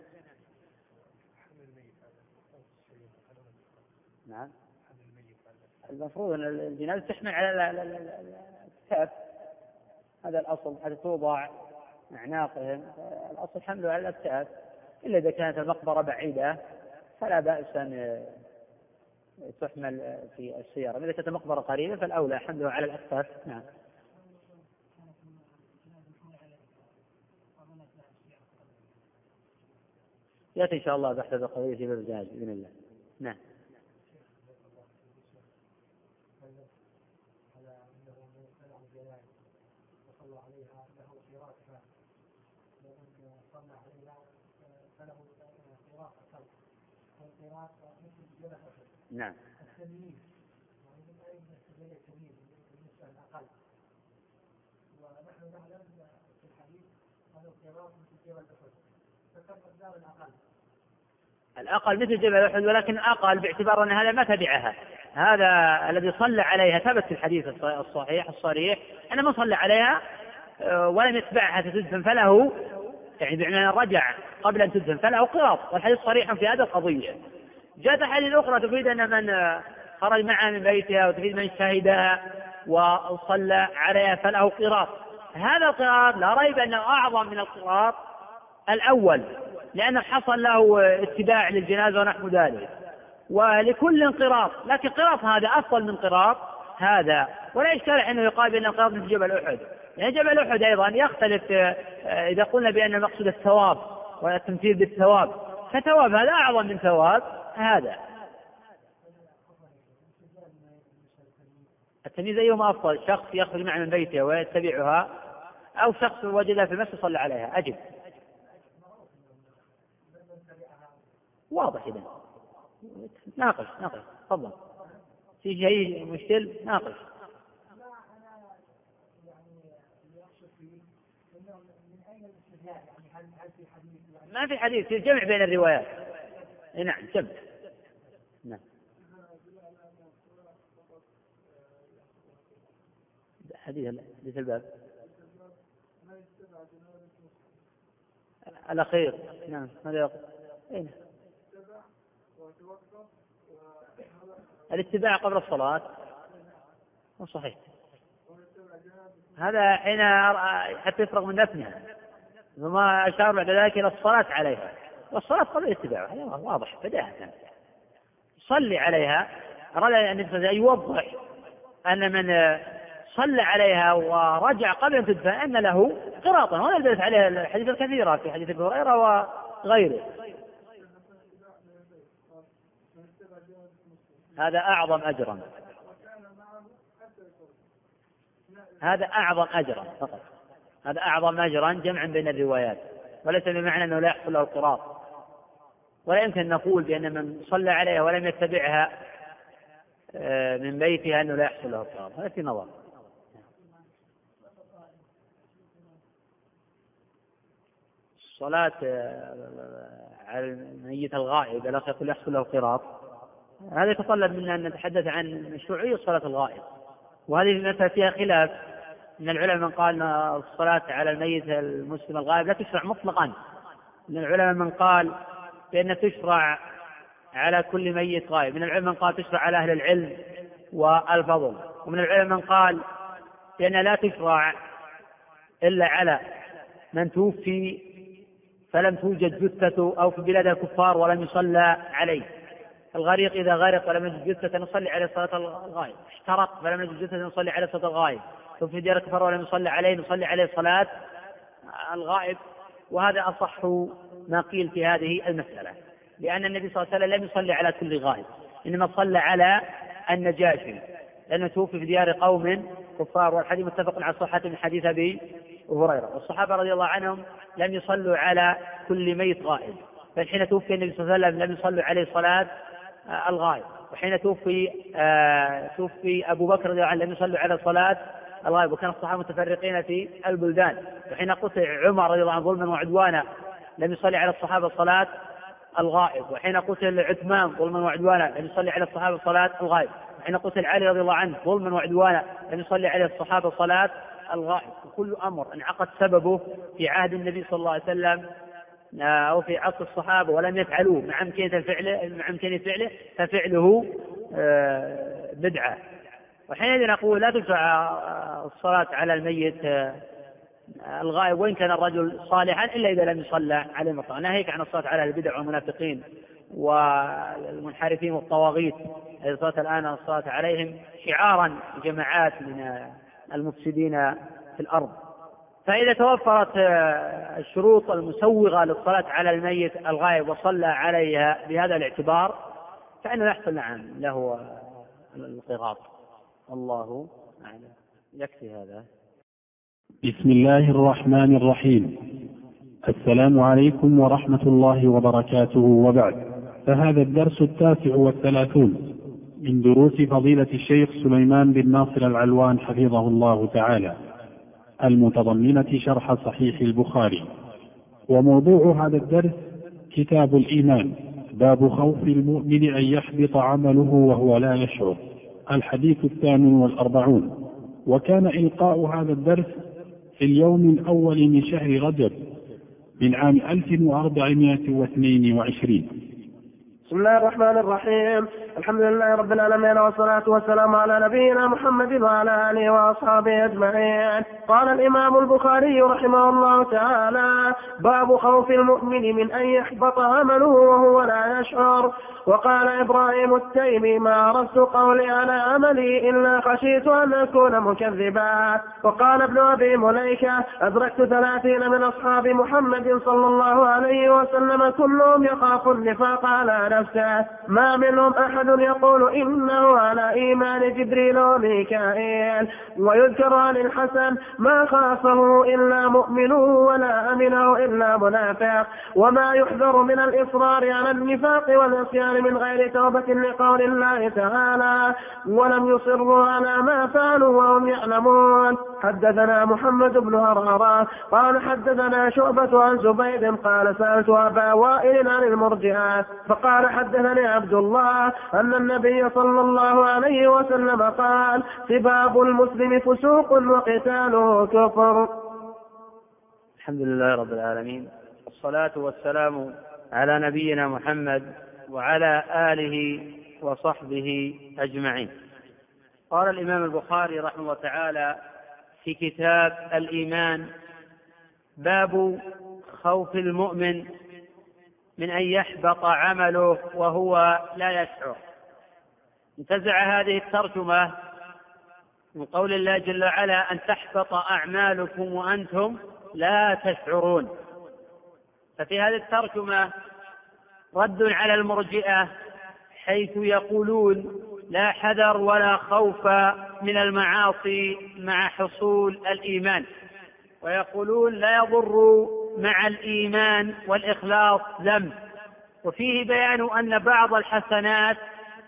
نعم. المفروض أن الجنازة تحمل على الكتاف، هذا الأصل حتى توضع أعناقهم، الأصل حمله على الكتاف، إلا إذا كانت المقبرة بعيدة فلا بأس أن تحمل في السيارة، إذا كانت المقبرة قريبة فالأولى حمله على الأكتاف. نعم. يأتي إن شاء الله بحث القضية في باب الجنائز بإذن الله. نعم. نعم. ونحن نعلم في الحديث أن القراءة مثل جبل أحد، فكم الأقل مثل جبل أحد، ولكن أقل باعتبار أن هذا ما تبعها، هذا الذي صلى عليها ثبت في الحديث الصحيح الصريح أن من صلى عليها ولم يتبعها تدفن فله، يعني بمعنى رجع قبل أن تدفن فله قراط، والحديث صريح في هذا القضية. جاءت حديث أخرى تفيد أن من خرج معها من بيتها وتفيد من شهدها وصلى عليها فله قراط. هذا القراط لا ريب أنه أعظم من القراط الأول، لأنه حصل له اتباع للجنازة ونحو ذلك، ولكل قراط، لكن قراط هذا أفضل من قراط هذا. ولا إشكال أنه يقال بأن قراط مثل جبل أحد، يعني جبل أحد أيضا يختلف إذا قلنا بأن المقصود الثواب والتمثيل بالثواب، فثواب هذا أعظم من ثواب هذا. التمييز أيهما أفضل؟ شخص يخرج معه من بيته ويتبعها، أو شخص وجدها في المسجد صلى عليها؟ أجب. واضح إذن. ناقش تفضل. في شيء مشكل ناقش. ما في حديث، في جمع بين الروايات. نعم جمع. نعم. حديث الباب الأخير. نعم هذا يقول أين الاتباع قبل الصلاة صحيح، هذا حين حتى يفرغ من دفنها، ثم أشار بعد ذلك إلى الصلاة عليها، والصلاة قبل الاتباع، هذا واضح بداهة. صلي عليها، أراد أن يوضح أن من صلى عليها ورجع قبل أن تدفن أن له قراطا، وهذا دلت عليه الحديث الكثيرة في حديث أبي هريرة وغيره. هذا أعظم أجرا، هذا أعظم أجرا فقط، هذا أعظم أجرا جمعا بين الروايات، وليس بمعنى أنه لا يحصل له القراط. ولا يمكن نقول بأن من صلى عليها ولم يتبعها من بيتها أنه لا يحصل له القراط، هذا في نظر. الصلاة على الميت الغائب الأخ يقول يحصل له قراط، هذا يتطلب منا أن نتحدث عن مشروعية صلاة الغائب، وهذه المسألة فيها خلاف من العلماء. من قال أن الصلاة على الميت المسلم الغائب لا تشرع مطلقا، من العلماء من قال بأن تشرع على كل ميت غائب، من العلماء من قال تشرع على أهل العلم والفضل، ومن العلماء من قال بأن لا تشرع إلا على من توفي فلم توجد جثته أو في بلاد الكفار ولم يصلى عليه. الغريق إذا غرق ولم يجد جثة نصلي عليه صلاة الغائب، احترق فلم يجد جثة نصلي عليه صلاة الغائب، في ديار الكفار ولم يصلي عليه نصلي عليه صلاة الغائب. وهذا أصح ما قيل في هذه المسألة، لأن النبي صلى الله عليه وسلم لم يصلي على كل غائب، إنما صلى على النجاشي لأنه توفي في ديار قوم كفار، والحديث متفق على صحة من حديث أبي هريرة. والصحابة رضي الله عنهم لم يصلوا على كل ميت غائب، فحين توفي النبي صلى الله عليه وسلم لم يصلوا عليه صلاة الغائب، وحين توفي أبو بكر رضي الله عنه لم يصلوا على صلاة الغائب، وكان الصحابة متفرقين في البلدان. وحين قتل عمر رضي الله عنه ظلما وعدوانا لم يصلي على الصحابة صلاة الغائب، وحين قتل عثمان ظلما وعدوانا لم يصلي على الصحابة صلاة الغائب، وحين قتل علي رضي الله عنه ظلما وعدوانا لم يصلي على الصحابة صلاة الغائب. وكل أمر انعقد سببه في عهد النبي صلى الله عليه وسلم أو في عصر الصحابة ولم يفعلوه مع إمكانية فعله ففعله بدعة. وحينئذ نقول لا تشرع الصلاة على الميت الغائب وإن كان الرجل صالحا إلا إذا لم يصلى عليه مطلقا. ناهيك عن الصلاة على البدع والمنافقين والمنحرفين والطواغيت الذين صارت الآن الصلاة عليهم شعارا لجماعات من المفسدين في الأرض. فإذا توفرت الشروط المسوغة للصلاة على الميت الغائب وصلى عليها بهذا الاعتبار فإنه يحصل له القراط. الله أعلم. يكفي هذا. بسم الله الرحمن الرحيم. السلام عليكم ورحمة الله وبركاته، وبعد، فهذا الدرس 39 من دروس فضيلة الشيخ سليمان بن ناصر العلوان حفظه الله تعالى، المتضمنة شرح صحيح البخاري. وموضوع هذا الدرس كتاب الإيمان، باب خوف المؤمن أن يحبط عمله وهو لا يشعر، الحديث 48. وكان إلقاء هذا الدرس في اليوم الأول من شهر رجب من عام 1422. بسم الله الرحمن الرحيم. الحمد لله رب العالمين والصلاة والسلام على نبينا محمد وعلى آله وأصحابه أجمعين. قال الإمام البخاري رحمه الله تعالى: باب خوف المؤمن من أن يحبط عمله وهو لا يشعر. وقال إبراهيم التيمي: ما عرفت قولي على عملي إلا خشيت أن أكون مكذبا. وقال ابن أبي مليكة: أدركت 30 من أصحاب محمد صلى الله عليه وسلم كلهم يخاف النفاق على نفسه، ما منهم أحد يقول إنه على إيمان جبريل وميكائيل. ويذكر عن الحسن: ما خافه إلا مؤمن ولا أمنه إلا منافق. وما يحذر من الإصرار على النفاق والعصيان من غير توبة لقول الله تعالى: ولم يصروا على ما فعلوا وهم يعلمون. حدثنا محمد بن هرارة قال حدثنا شعبة عن زبيد قال سألت أبا وائل عن المرجئات فقال حدثني عبد الله أن النبي صلى الله عليه وسلم قال: سباب المسلم فسوق وقتاله كفر. الحمد لله رب العالمين، والصلاة والسلام على نبينا محمد وعلى آله وصحبه أجمعين. قال الإمام البخاري رحمه الله تعالى في كتاب الإيمان: باب خوف المؤمن من أن يحبط عمله وهو لا يشعر. انتزع هذه الترجمة من قول الله جل وعلا: أن تحبط أعمالكم وأنتم لا تشعرون. ففي هذه الترجمة رد على المرجئة حيث يقولون لا حذر ولا خوف من المعاصي مع حصول الإيمان، ويقولون لا يضر مع الإيمان والإخلاص ذنب. وفيه بيان أن بعض الحسنات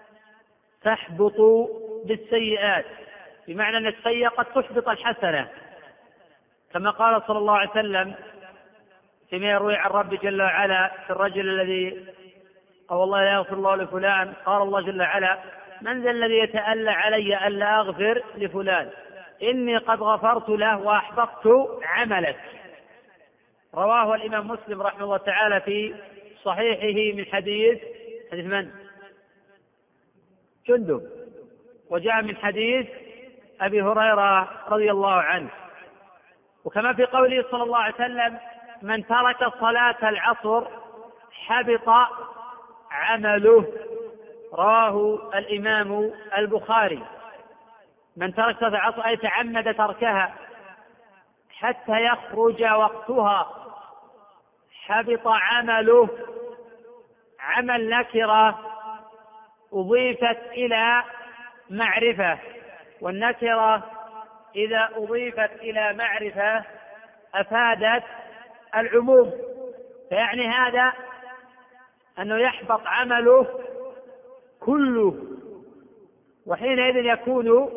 تحبط بالسيئات، بمعنى أن السيئة قد تحبط الحسنة، كما قال صلى الله عليه وسلم فيما يروي عن رب جل وعلا في الرجل الذي قال والله لا يغفر الله لفلان، قال الله جل وعلا: من ذا الذي يتألى علي ألا أغفر لفلان؟ إني قد غفرت له وأحبطت عملك. رواه الإمام مسلم رحمه الله تعالى في صحيحه من حديث من؟ جندب. وجاء من حديث أبي هريرة رضي الله عنه. وكما في قوله صلى الله عليه وسلم: من ترك صلاة العصر حبط عمله. رواه الإمام البخاري: من ترك صلاة العصر أي تعمد تركها حتى يخرج وقتها حبط عمله. عمل نكرة أضيفت إلى معرفة، والنكرة إذا أضيفت إلى معرفة أفادت العموم، فيعني هذا أنه يحبط عمله كله، وحينئذ يكون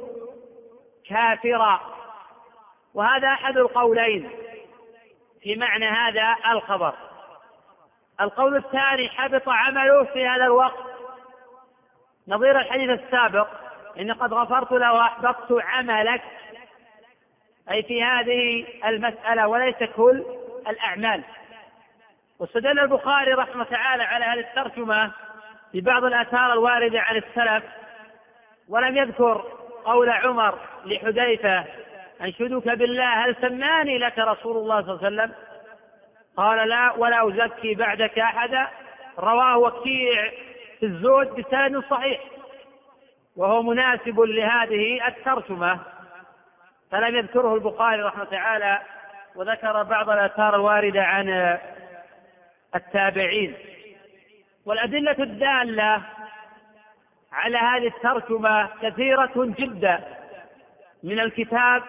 كافرا. وهذا أحد القولين في معنى هذا الخبر. القول الثاني: حبط عمله في هذا الوقت، نظير الحديث السابق: إني قد غفرت له وأحبطت عملك، أي في هذه المسألة وليس كل الأعمال. واستدل البخاري رحمه الله تعالى على هذه الترجمة ببعض الآثار الواردة عن السلف، ولم يذكر قول عمر لحذيفة: أنشدك بالله هل سماني لك رسول الله صلى الله عليه وسلم؟ قال: لا ولا أزكي بعدك أحدا. رواه وكيع في الزهد بسند صحيح، وهو مناسب لهذه الترجمة، فلم يذكره البخاري رحمه الله تعالى، وذكر بعض الآثار الواردة عن التابعين. والأدلة الدالة على هذه الترجمة كثيرة جدا من الكتاب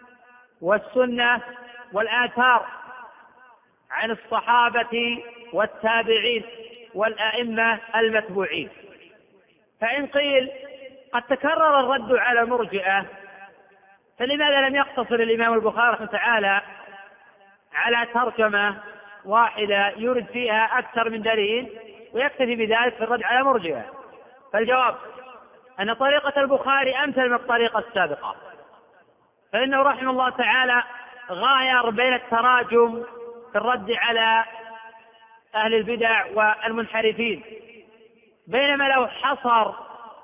والسنة والآثار عن الصحابة والتابعين والأئمة المتبوعين. فإن قيل قد تكرر الرد على المرجئة، فلماذا لم يقتصر الإمام البخاري رحمه الله تعالى على ترجمة واحدة يرد فيها أكثر من دليل ويكتفي بذلك في الرد على المرجئة؟ فالجواب أن طريقة البخاري أمثل من الطريقة السابقة، فإنه رحمه الله تعالى غاير بين التراجم في الرد على أهل البدع والمنحرفين، بينما لو حصر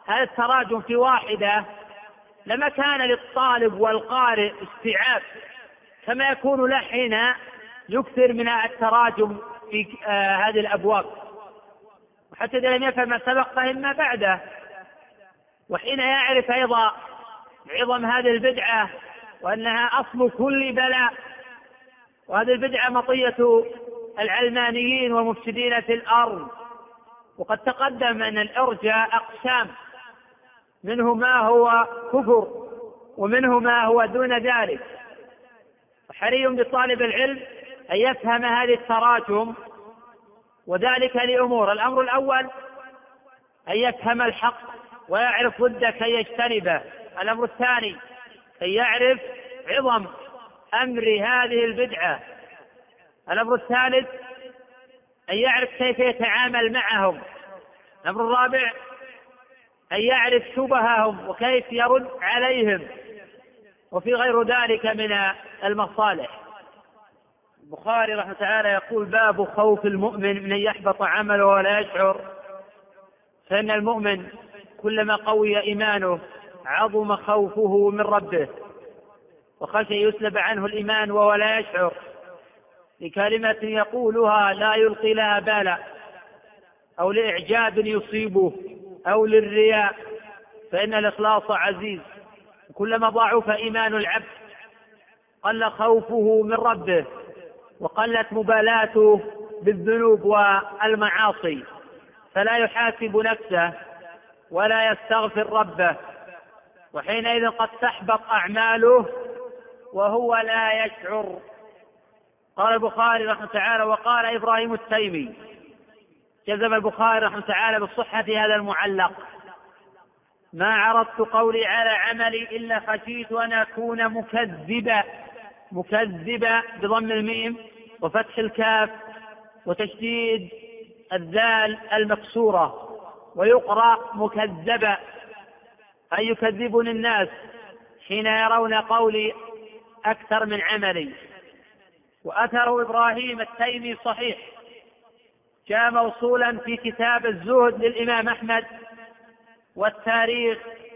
هذا التراجم في واحدة لما كان للطالب والقارئ استيعاب كما يكون له حين يكثر من التراجم في هذه الأبواب، وحتى إذا لم يفهم ما سبق فهم ما بعده، وحين يعرف أيضا عظم هذه البدعة وأنها أصل كل بلاء، وهذه البدعة مطية العلمانيين ومفسدين في الأرض. وقد تقدم أن الإرجاء أقسام، منه ما هو كفر ومنه ما هو دون ذلك، وحري بطالب العلم أن يفهم هذه التراجم، وذلك لأمور: الأمر الأول أن يفهم الحق ويعرف ضده كي يجتنبه. الأمر الثاني أن يعرف عظم أمر هذه البدعة. الأمر الثالث أن يعرف كيف يتعامل معهم. الأمر الرابع أن يعرف شبههم وكيف يرد عليهم، وفي غير ذلك من المصالح. البخاري رحمه الله تعالى يقول: باب خوف المؤمن من أن يحبط عمله ولا يشعر. فإن المؤمن كلما قوي إيمانه عظم خوفه من ربه، وخشي يسلب عنه الإيمان وهو لا يشعر، لكلمة يقولها لا يلقي لها بالا، أو لإعجاب يصيبه، أو للرياء، فإن الإخلاص عزيز. كلما ضعف إيمان العبد قل خوفه من ربه، وقلت مبالاته بالذنوب والمعاصي، فلا يحاسب نفسه ولا يستغفر ربه، وحينئذ قد تحبط أعماله وهو لا يشعر. قال البخاري رحمه الله تعالى: وقال إبراهيم التيمي، جزم البخاري رحمه الله تعالى بالصحة في هذا المعلق: ما عرضت قولي على عملي إلا خشيت أن أكون مكذبا بضم الميم وفتح الكاف وتشديد الذال المكسورة، ويقرأ مكذبا، أي يكذبني الناس حين يرون قولي أكثر من عملي. وأثر إبراهيم التيمي صحيح، جاء موصولا في كتاب الزهد للإمام أحمد، والتاريخ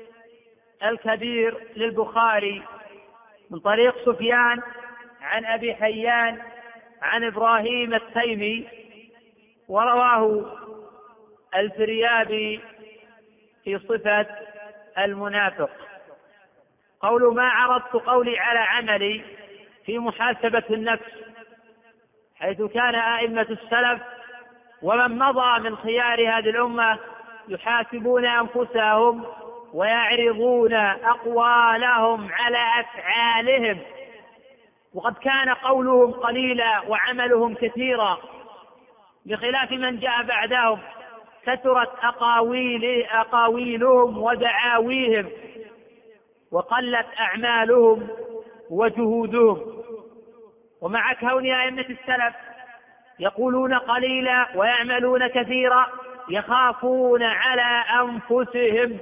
الكبير للبخاري، من طريق سفيان عن أبي حيان عن إبراهيم التيمي، ورواه الفريابي في صفة المنافق. قول ما عرضت قولي على عملي في محاسبة النفس، حيث كان أئمة السلف ومن مضى من خيار هذه الأمة يحاسبون أنفسهم ويعرضون أقوالهم على أفعالهم، وقد كان قولهم قليلا وعملهم كثيرا، بخلاف من جاء بعدهم كثرت أقاويلهم ودعاويهم، وقلت أعمالهم وجهودهم. ومع كون أئمة السلف يقولون قليلا ويعملون كثيرا، يخافون على أنفسهم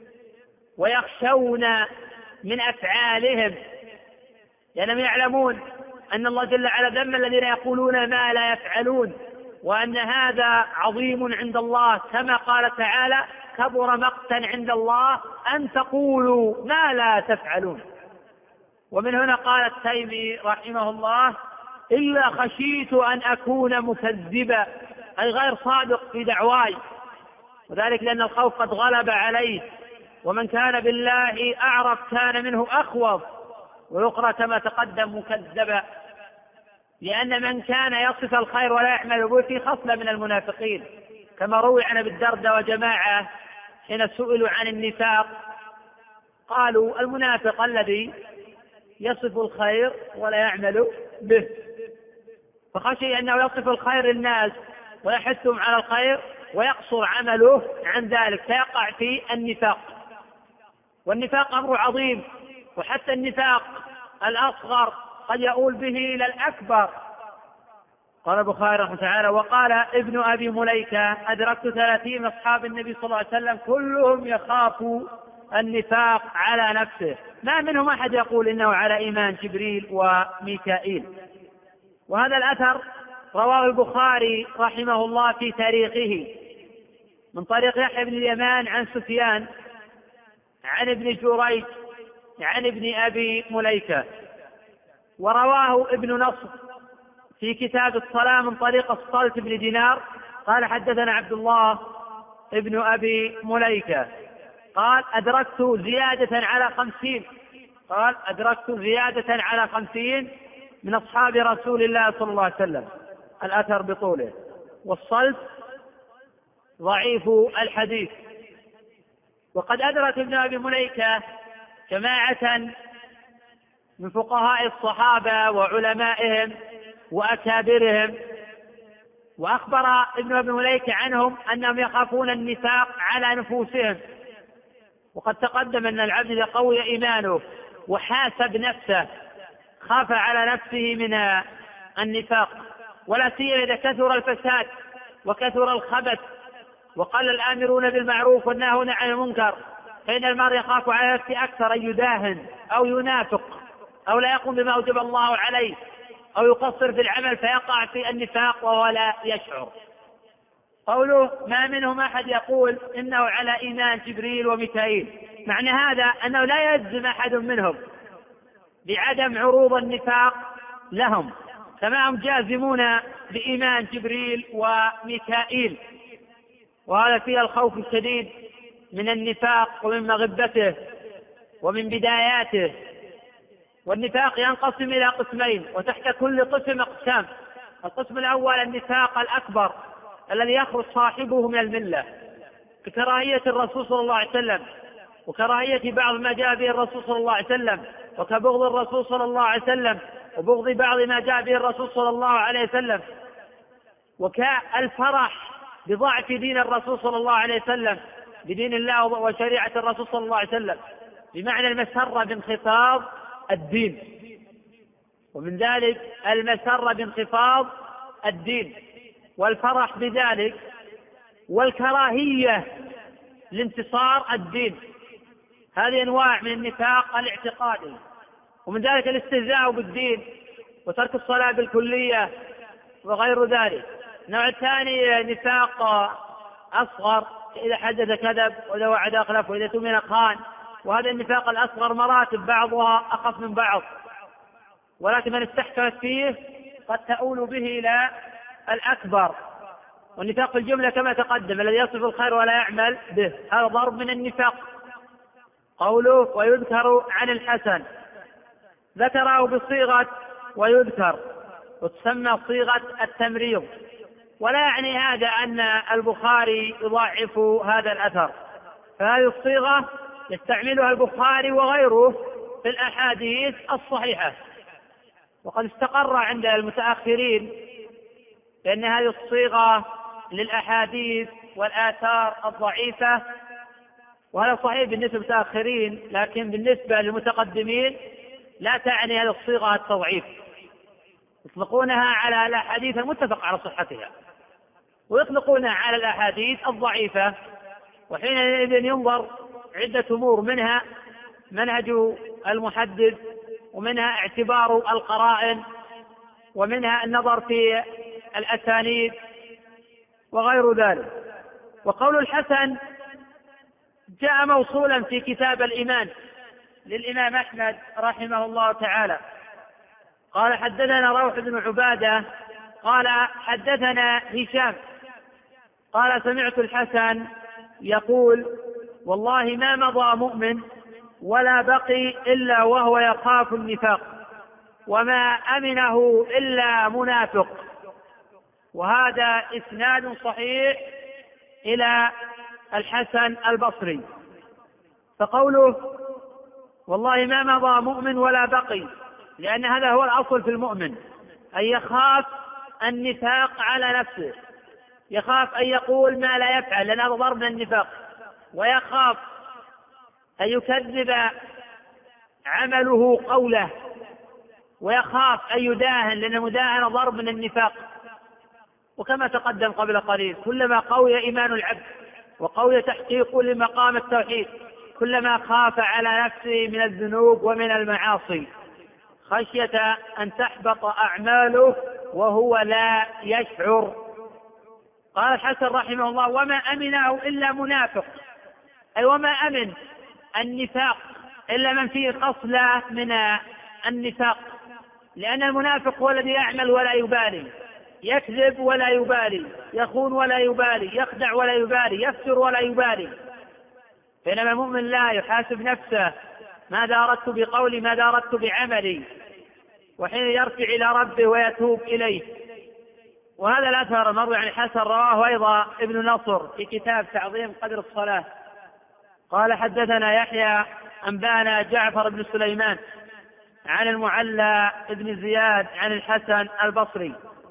ويخشون من أفعالهم، لأنهم يعلمون أن الله جل وعلا ذم الذين يقولون ما لا يفعلون، وأن هذا عظيم عند الله، كما قال تعالى: كبر مقتا عند الله أن تقولوا ما لا تفعلون. ومن هنا قال التيمي رحمه الله: إلا خشيت أن أكون مكذبا، أي غير صادق في دعواي، وذلك لأن الخوف قد غلب عليه، ومن كان بالله أعرف كان منه أخوف، ويقرأ كما تقدم مكذبا، لأن من كان يصف الخير ولا يعمل به في خصلة من المنافقين، كما روي عن أبي الدرداء وجماعة حين سئلوا عن النفاق قالوا: المنافق الذي يصف الخير ولا يعمل به. فخشي أنه يصف الخير للناس ويحثهم على الخير ويقصر عمله عن ذلك، فيقع في النفاق. والنفاق أمر عظيم، وحتى النفاق الأصغر قد يؤول به إلى الأكبر. قال البخاري رحمه الله تعالى: وقال ابن أبي مليكة: أدركت 30 أصحاب النبي صلى الله عليه وسلم كلهم يخاف النفاق على نفسه، ما منهم أحد يقول إنه على إيمان جبريل وميكائيل. وهذا الأثر رواه البخاري رحمه الله في تاريخه من طريق يحيى بن اليمان عن سفيان عن ابن جريج عن ابن أبي مليكة. ورواه ابن نصر في كتاب الصلاة من طريق الصلت بن دينار قال حدثنا عبد الله ابن أبي مليكة قال أدركت زيادة على 50 من أصحاب رسول الله صلى الله عليه وسلم. الأثر بطوله. والصلت ضعيف الحديث. وقد أدرك ابن أبي مليكة جماعة من فقهاء الصحابة وعلمائهم وأكابرهم، وأخبر ابن أبي مليكة عنهم أنهم يخافون النفاق على نفوسهم. وقد تقدم أن العبد إذا قوي إيمانه وحاسب نفسه خاف على نفسه من النفاق، ولا سيما إذا كثر الفساد وكثر الخبث وقل الآمرون بالمعروف والناهون عن المنكر، فإن المرء يخاف على نفسه أكثر أن يداهن أو ينافق أو لا يقوم بما أوجب الله عليه أو يقصر في العمل فيقع في النفاق وهو لا يشعر. قوله ما منهم أحد يقول إنه على إيمان جبريل وميكائيل، معنى هذا أنه لا يجزم أحد منهم بعدم عروض النفاق لهم كما هم جازمون بإيمان جبريل وميكائيل، وهذا فيه الخوف الشديد من النفاق ومن مغبته ومن بداياته. والنفاق ينقسم إلى قسمين، وتحت كل قسم أقسام. القسم الأول النفاق الأكبر الذي يخرج صاحبه من الملة بكراهية الرسول صلى الله عليه وسلم وكراهية بعض ما جاء به الرسول صلى الله عليه وسلم، وكبغض الرسول صلى الله عليه وسلم وبغض بعض ما جاء به الرسول صلى الله عليه وسلم، وكالفرح بضعف دين الرسول صلى الله عليه وسلم بدين الله وشريعة الرسول صلى الله عليه وسلم، بمعنى المسرة بانخفاض الدين، ومن ذلك المسرة بانخفاض الدين والفرح بذلك، والكراهية لانتصار الدين. هذه أنواع من النفاق الاعتقادي. ومن ذلك الاستهزاء بالدين وترك الصلاة بالكلية وغير ذلك. النوع الثاني نفاق أصغر، إذا حدث كذب وإذا وعد أخلف وإذا تؤمن خان، وهذا النفاق الأصغر مراتب بعضها أخف من بعض، ولكن من استحكمت فيه قد تؤول به إلى الأكبر. والنفاق في الجملة كما تقدم الذي يصف الخير ولا يعمل به، هذا ضرب من النفاق. قوله ويذكر عن الحسن، ذكره بصيغة ويذكر، وتسمى صيغة التمريض، ولا يعني هذا أن البخاري يضعف هذا الأثر، فهذه الصيغة يستعملها البخاري وغيره في الأحاديث الصحيحة. وقد استقر عند المتأخرين بأن هذه الصيغة للأحاديث والآثار الضعيفة، وهذا صحيح بالنسبة للمتأخرين، لكن بالنسبة للمتقدمين لا تعني هذه الصيغة التضعيف، يطلقونها على الأحاديث المتفق على صحتها ويطلقونها على الأحاديث الضعيفة. وحينئذ ينظر عدة أمور، منها منهج المحدث، ومنها اعتبار القرائن، ومنها النظر في الأسانيد وغير ذلك. وقول الحسن جاء موصولا في كتاب الإيمان للإمام أحمد رحمه الله تعالى قال حدثنا روح بن عبادة قال حدثنا هشام قال سمعت الحسن يقول والله ما مضى مؤمن ولا بقي إلا وهو يخاف النفاق وما أمنه إلا منافق. وهذا إسناد صحيح إلى الحسن البصري. فقوله والله ما مضى مؤمن ولا بقي، لأن هذا هو الأصل في المؤمن، أن يخاف النفاق على نفسه، يخاف أن يقول ما لا يفعل لأن هذا ضرب من النفاق، ويخاف أن يكذب عمله قوله، ويخاف أن يداهن لأن المداهنة ضرب من النفاق. وكما تقدم قبل قليل كلما قوي إيمان العبد وقوي تحقيقه لمقام التوحيد كلما خاف على نفسه من الذنوب ومن المعاصي خشية أن تحبط أعماله وهو لا يشعر. قال الحسن رحمه الله وما أمنه إلا منافق، أي وما أمن النفاق إلا من فيه خصلة من النفاق، لأن المنافق هو الذي يعمل ولا يبالي، يكذب ولا يبالي، يخون ولا يبالي، يخدع ولا يبالي، يفتر ولا يبالي. بينما المؤمن لا، يحاسب نفسه: ماذا أردت بقولي، ماذا أردت بعملي، وحين يرجع إلى ربه ويتوب إليه. وهذا الأثر المروي عن الحسن رواه أيضا ابن نصر في كتاب تعظيم قدر الصلاة قال: حدثنا يحيى أنبانا جعفر بن سليمان عن المعلى بن زياد عن الحسن البصري،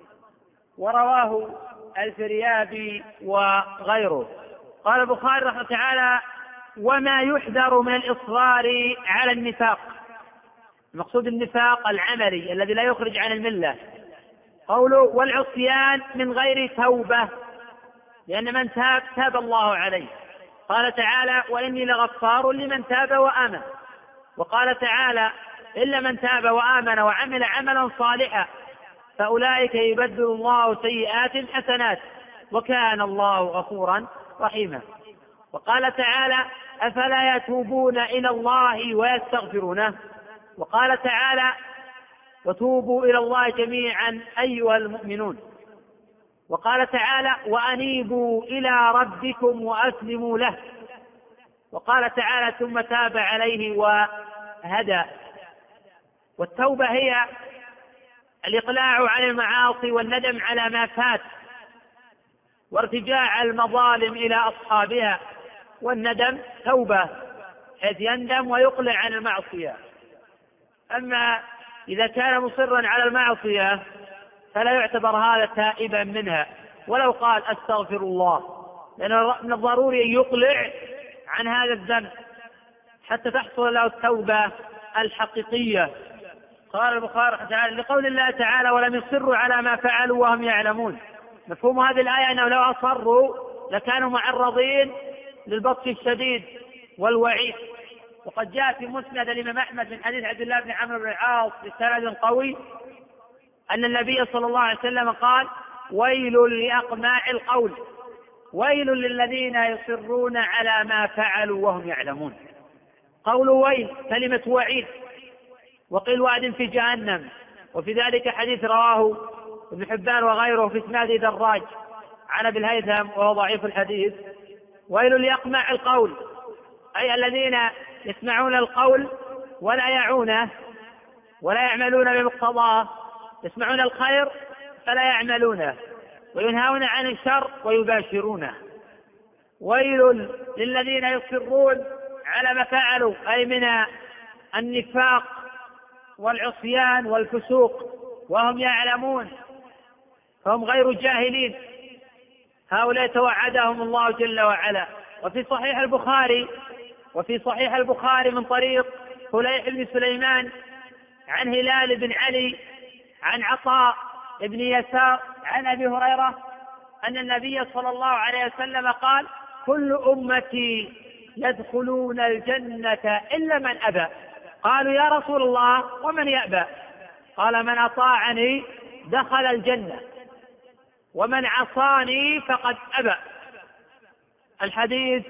ورواه الفريابي وغيره. قال البخاري رحمه الله تعالى: وما يحذر من الإصرار على النفاق. المقصود النفاق العملي الذي لا يخرج عن الملة. قوله: والعصيان من غير توبة، لأن من تاب تاب الله عليه. قال تعالى: وإني لغفار لمن تاب وآمن. وقال تعالى: إلا من تاب وآمن وعمل عملا صالحا فأولئك يبدل الله سيئات حسنات وكان الله غفورا رحيما. وقال تعالى: أفلا يتوبون إلى الله ويستغفرونه. وقال تعالى: وتوبوا إلى الله جميعا أيها المؤمنون. وقال تعالى: وأنيبوا إلى ربكم وأسلموا له. وقال تعالى: ثم تاب عليه وهدى. والتوبة هي الإقلاع عن المعاصي والندم على ما فات وارتجاع المظالم إلى أصحابها. والندم توبة، حيث يندم ويقلع عن المعصية. أما إذا كان مصرا على المعصية فلا يعتبر هذا تائبا منها ولو قال أستغفر الله، لأنه من الضروري أن يقلع عن هذا الذنب حتى تحصل له التوبة الحقيقية. قال البخاري تعالى: لقول الله تعالى: ولم يصروا على ما فعلوا وهم يعلمون. مفهوم هذه الآية أنه لو أصروا لكانوا معرضين للبطش الشديد والوعيد. وقد جاء في مسند الإمام أحمد من حديث عبد الله بن عمرو بن العاص بسند قوي أن النبي صلى الله عليه وسلم قال: ويل لأقماع القول، ويل للذين يصرون على ما فعلوا وهم يعلمون. قول ويل كلمة وعيد، وقيل واد في جهنم. وفي ذلك حديث رواه ابن حبان وغيره في اسناد دراج عن ابي الهيثم وهو ضعيف الحديث. ويل لأقماع القول، أي الذين يسمعون القول ولا يعونه ولا يعملون بمقتضاه، يسمعون الخير فلا يعملونه، وينهون عن الشر ويباشرونه. ويل للذين يصرون على ما فعلوا، أي من النفاق والعصيان والفسوق وهم يعلمون، فهم غير جاهلين. هؤلاء توعدهم الله جل وعلا. وفي صحيح البخاري من طريق فليح بن سليمان عن هلال بن علي عن عطاء بن يسار عن أبي هريرة أن النبي صلى الله عليه وسلم قال: كل أمتي يدخلون الجنة إلا من أبى. قالوا: يا رسول الله ومن يأبى؟ قال: من أطاعني دخل الجنة ومن عصاني فقد أبى. الحديث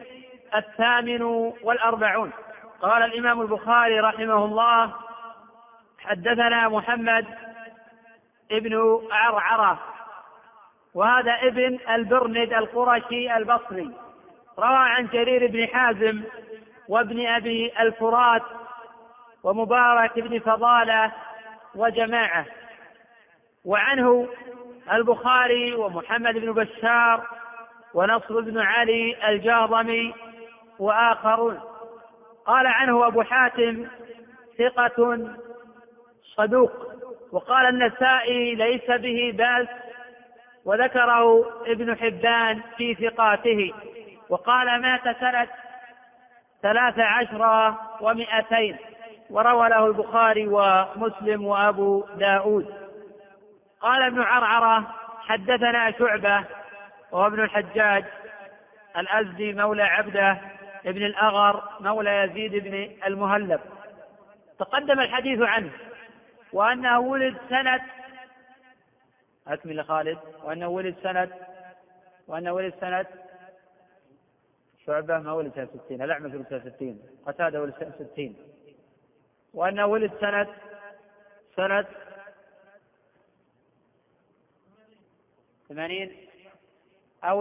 48. قال الإمام البخاري رحمه الله: حدثنا محمد ابن عرعرة، وهذا ابن البرند القرشي البصري، روى عن جرير بن حازم وابن أبي الفرات ومبارك بن فضالة وجماعة. وعنه البخاري ومحمد بن بشار ونصر بن علي الجهضمي وآخرون. قال عنه أبو حاتم: ثقة صدوق. وقال النسائي: ليس به بأس، وذكره ابن حبان في ثقاته. وقال: مات سنة 13 و200، وروى له البخاري ومسلم وأبو داود. قال ابن عرعرة: حدثنا شعبة وهو ابن الحجاج الأزدي مولى عبده ابن الأغر مولى يزيد بن المهلب. تقدم الحديث عنه وأنه ولد سنة وأنه ولد سنة شعبة ما ولد سنة 60، الأعمش ولد سنة 60، قتادة ولد سنة 60، وأنه ولد سنة 80 أو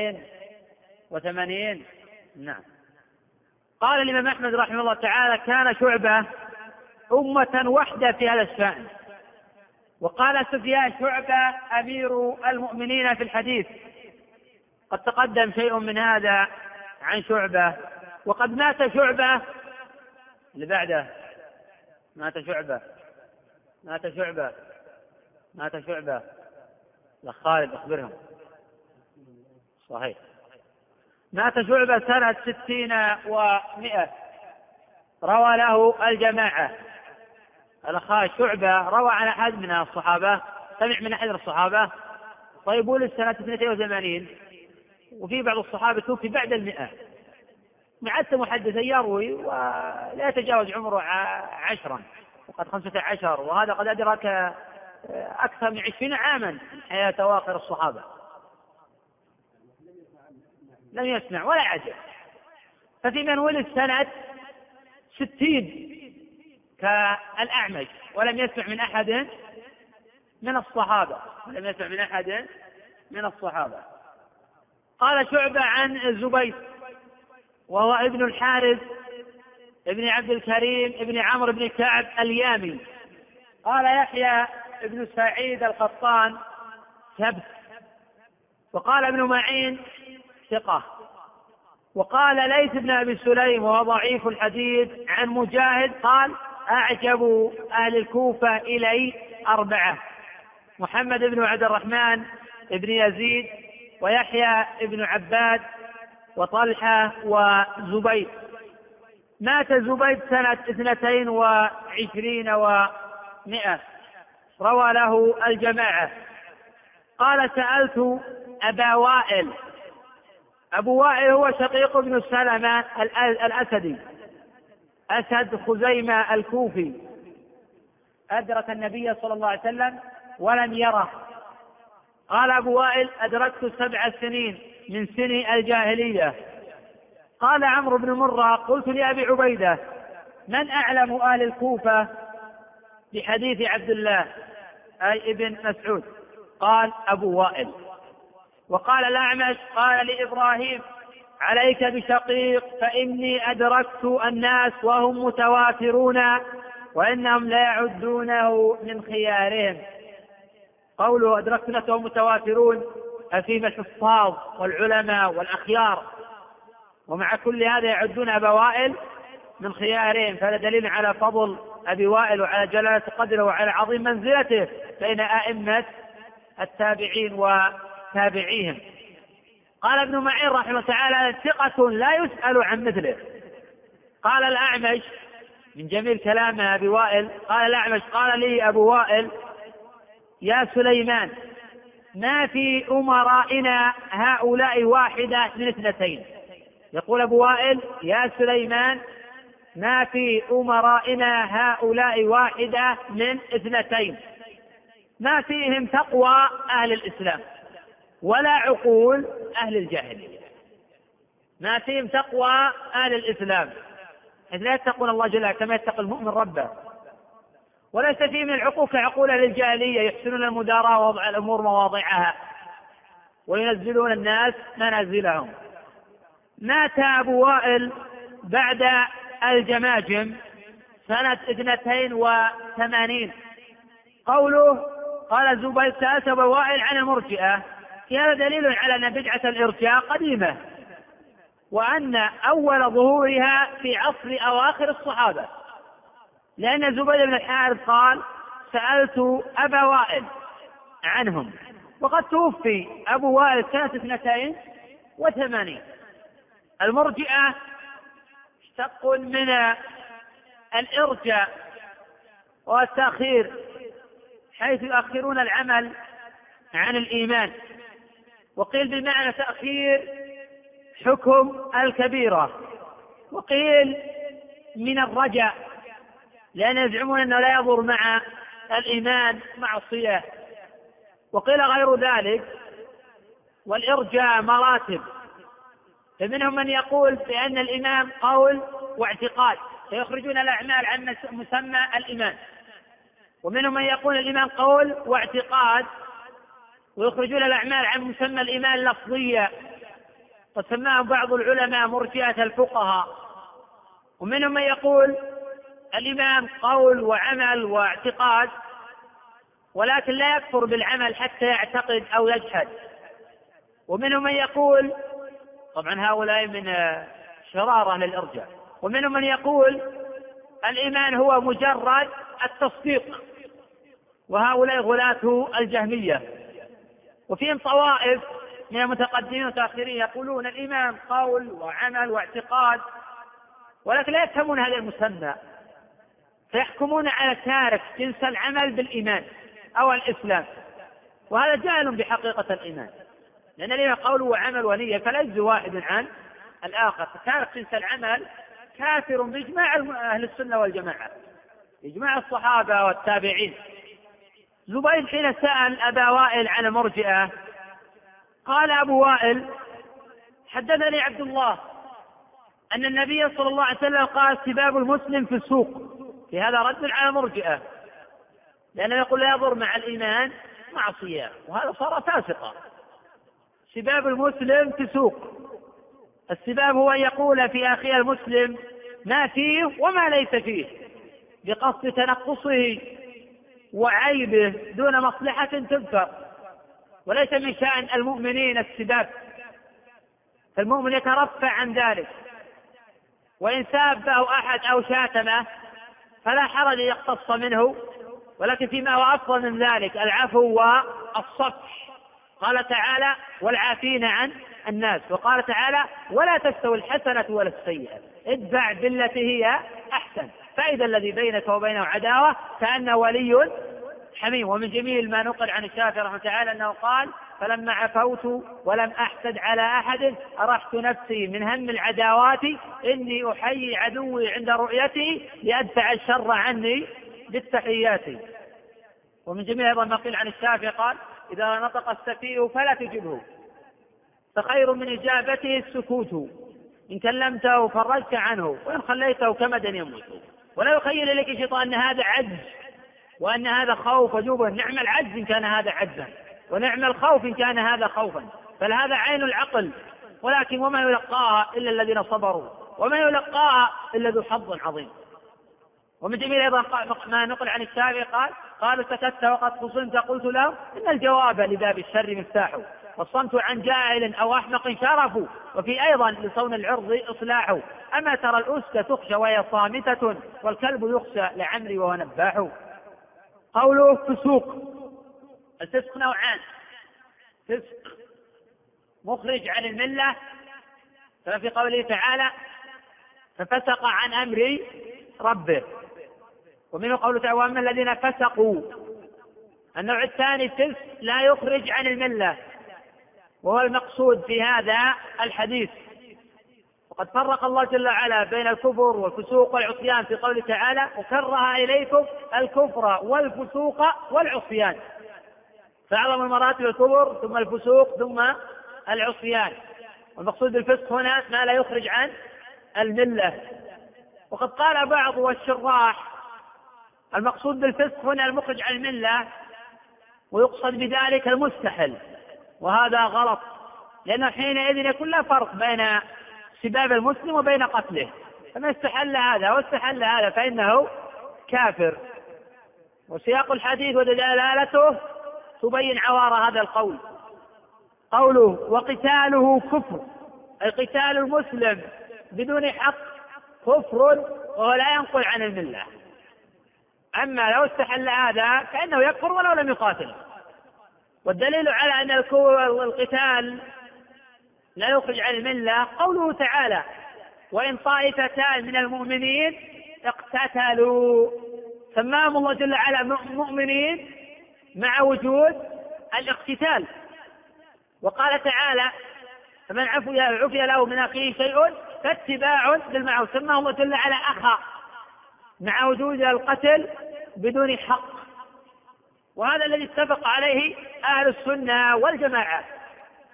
82. نعم. قال الإمام أحمد رحمه الله تعالى: كان شعبة أمة وحدة في هذا الشأن. وقال سفيان: شعبة أمير المؤمنين في الحديث. قد تقدم شيء من هذا عن شعبة. وقد مات شعبة، اللي بعده مات شعبة لا خالد أخبرهم. صحيح، مات شعبة سنة 60 و100. روى له الجماعة. الأخ شعبة روى عن أحد من الصحابة، سمع من أحد الصحابة. طيب ولد سنة 82، وفي بعض الصحابة توفي بعد 100. معدت محدثا يروي ولا يتجاوز عمره 10 وقد 15، وهذا قد أدرك أكثر من 20 عاما من حياة أواخر الصحابة. لم يسمع ولا عجب. ففي من ولد سنة 60 كالأعمش ولم يسمع من أحد من الصحابة. قال شعبة عن الزبير وهو ابن الحارث ابن عبد الكريم ابن عمرو بن كعب اليامي. قال يحيى ابن سعيد القطان: ثبت. وقال ابن معين: ثقة. وقال ليث بن أبي سليم وهو ضعيف الحديث عن مجاهد قال: أعجب أهل الكوفة إلي 4: محمد بن عبد الرحمن بن يزيد، ويحيى بن عباد، وطلحة، وزبيد. مات زبيد سنة 22 و100. روى له الجماعة. قال: سألت أبا وائل. أبو وائل هو شقيق بن سلمة الأسدي، أسد خزيمة الكوفي، أدرك النبي صلى الله عليه وسلم ولم يره. قال أبو وائل: أدركت 7 سنين من سني الجاهلية. قال عمرو بن مرة: قلت لأبي عبيدة: من أعلم أهل الكوفة بحديث عبد الله أي ابن مسعود؟ قال أبو وائل. وقال الأعمش: قال لإبراهيم: عليك بشقيق، فإني أدركت الناس وهم متواترون وإنهم لا يعدونه من خيارهم. قوله أدركت الناس وهم متواترون أفيهم الحفاظ والعلماء والأخيار، ومع كل هذا يعدون أبا وائل من خيارهم، فهذا دليل على فضل أبي وائل وعلى جلالة قدره وعلى عظيم منزلته بين أئمة التابعين وتابعيهم. قال ابن معين رحمه الله تعالى: ثقة لا يسأل عن مثله. قال الأعمش من جميل كلام أبي وائل، قال الأعمش: قال لي أبو وائل: يا سليمان، ما في أمرائنا هؤلاء واحدة من 2. يقول أبو وائل: يا سليمان، ما في أمرائنا هؤلاء واحدة من 2، ما فيهم تقوى أهل الإسلام ولا عقول أهل الجاهلية. ما فيهم تقوى أهل الإسلام، حيث لا يتقون الله جل كما يتقي المؤمن ربه، وليس فيه من العقول كعقول أهل الجاهلية يحسنون المداراة ووضع الأمور مواضعها وينزلون الناس منازلهم. مات أبو وائل بعد الجماجم سنة 82. قوله قال زبير: سألت أبو وائل عن المرجئة. في هذا دليل على أن بدعة الإرجاء قديمة، وأن أول ظهورها في عصر أواخر الصحابة، لأن زبير بن الحارث قال: سألت أبا وائل عنهم، وقد توفي أبو وائل سنة 82. المرجئة اشتق من الإرجاء والتأخير، حيث يؤخرون العمل عن الإيمان. وقيل بمعنى تأخير حكم الكبيرة، وقيل من الرجاء، لأن يزعمون أنه لا يضر مع الإيمان معصية. وقيل غير ذلك. والإرجاء مراتب، فمنهم من يقول بأن الإمام قول واعتقاد فيخرجون الأعمال عن مسمى الإيمان، ومنهم من يقول الإمام قول واعتقاد ويخرجون الأعمال عن مسمى الإيمان لفظية، وسماهم بعض العلماء مرجئة الفقهاء. ومنهم من يقول الإمام قول وعمل واعتقاد ولكن لا يكفر بالعمل حتى يعتقد أو يجحد. ومنهم من يقول، طبعا هؤلاء من شرار أهل الإرجاء، ومنهم من يقول الإيمان هو مجرد التصديق، وهؤلاء غلاة الجهمية. وفيهم طوائف من المتقدمين والمتأخرين يقولون الإيمان قول وعمل واعتقاد، ولكن لا يفهمون هذا المسمى، فيحكمون على تارك جنس العمل بالإيمان أو الإسلام، وهذا جاهل بحقيقة الإيمان، لأن الإيمان قول وعمل ونية فلا يجزي واحد عن الآخر. فتارك جنس العمل كافر بإجماع أهل السنة والجماعة، إجماع الصحابة والتابعين. زبيد حين سأل أبا وائل عن المرجئة قال أبو وائل: حدثني عبد الله أن النبي صلى الله عليه وسلم قال: سباب المسلم في السوق. في هذا رد على المرجئة، لأنه يقول لا يضر مع الإيمان معصية، وهذا صار فاسقا. سباب المسلم في سوق، السباب هو أن يقول في أخيه المسلم ما فيه وما ليس فيه بقصد تنقصه وعيبه دون مصلحة تذكر، وليس من شأن المؤمنين السباب، فالمؤمن يترفع عن ذلك، وإن سابه أحد أو شاتمه فلا حرج يقتص منه، ولكن فيما هو أفضل من ذلك العفو والصفح. قال تعالى: والعافين عن الناس، وقال تعالى: ولا تستوي الحسنة ولا السيئة ادفع بالتي هي أحسن، فإذا الذي بينك وبينه عداوة كأنه ولي حميم. ومن جميل ما نقل عن الشافعي رحمه تعالى أنه قال: فلما عفوت ولم أحسد على أحد أرحت نفسي من هم العداوات إني أحيي عدوي عند رؤيتي لأدفع الشر عني بالتحيات. ومن جميل أيضا ما قيل عن الشافعي قال: إذا نطق السفيه فلا تجبه، فخير من إجابته السكوت، إن كلمته فرجت عنه وإن خليته كمد يموت. ولا يخيل إليك شيطان أن هذا عجز وأن هذا خوف وجوبه، نعم العجز إن كان هذا عجزا، ونعم الخوف إن كان هذا خوفا، فهذا عين العقل. ولكن وما يلقاها إلا الذين صبروا وما يلقاها إلا ذو حظ عظيم. ومن جميل أيضا ما نقل عن الشافعي قال: قالوا سكت وقد خصمت قلت له إن الجواب لباب الشر مفتاح، والصمت عن جاهل أو أحمق شرف، وفي أيضا لصون العرض إصلاح. أما ترى الأسك تخشى وهي صامتة، والكلب يخشى لعمري وهو نباح. قوله فسوق، الفسق نوعان: فسق مخرج عن الملة كما في قوله تعالى: ففسق عن أمر ربه، ومنه قوله تعالى: وأما الذين فسقوا. النوع الثاني فسق لا يخرج عن الملة، وهو المقصود في هذا الحديث. وقد فرق الله جل وعلا بين الكفر والفسوق والعصيان في قوله تعالى: وكره إليكم الكفر والفسوق والعصيان، فأعظم المراتب الكفر ثم الفسوق ثم العصيان. والمقصود بالفسق هنا ما لا يخرج عن الملة. وقد قال بعض الشراح: المقصود بالفسق هنا المخرج عن الملة، ويقصد بذلك المستحل، وهذا غلط، لأنه حينئذ يكون لا فرق بين سباب المسلم وبين قتله، فما استحل هذا واستحل هذا فإنه كافر. وسياق الحديث ودلالته تبين عوار هذا القول. قوله وقتاله كفر، أي قتال المسلم بدون حق كفر، وهو لا ينقل عن الملة. أما لو استحل هذا فإنه يكفر ولو لم يقاتل. والدليل على أن القتال لا يخرج عن الملة قوله تعالى: وإن طائفتان من المؤمنين اقتتلوا، سماهم الله جل وعلا مؤمنين مع وجود الاقتتال. وقال تعالى: فمن عفي له من أخيه شيء فاتباع بالمعروف، سماه الله جل وعلا أخا مع وجود القتل بدون حق. وهذا الذي اتفق عليه أهل السنة والجماعة.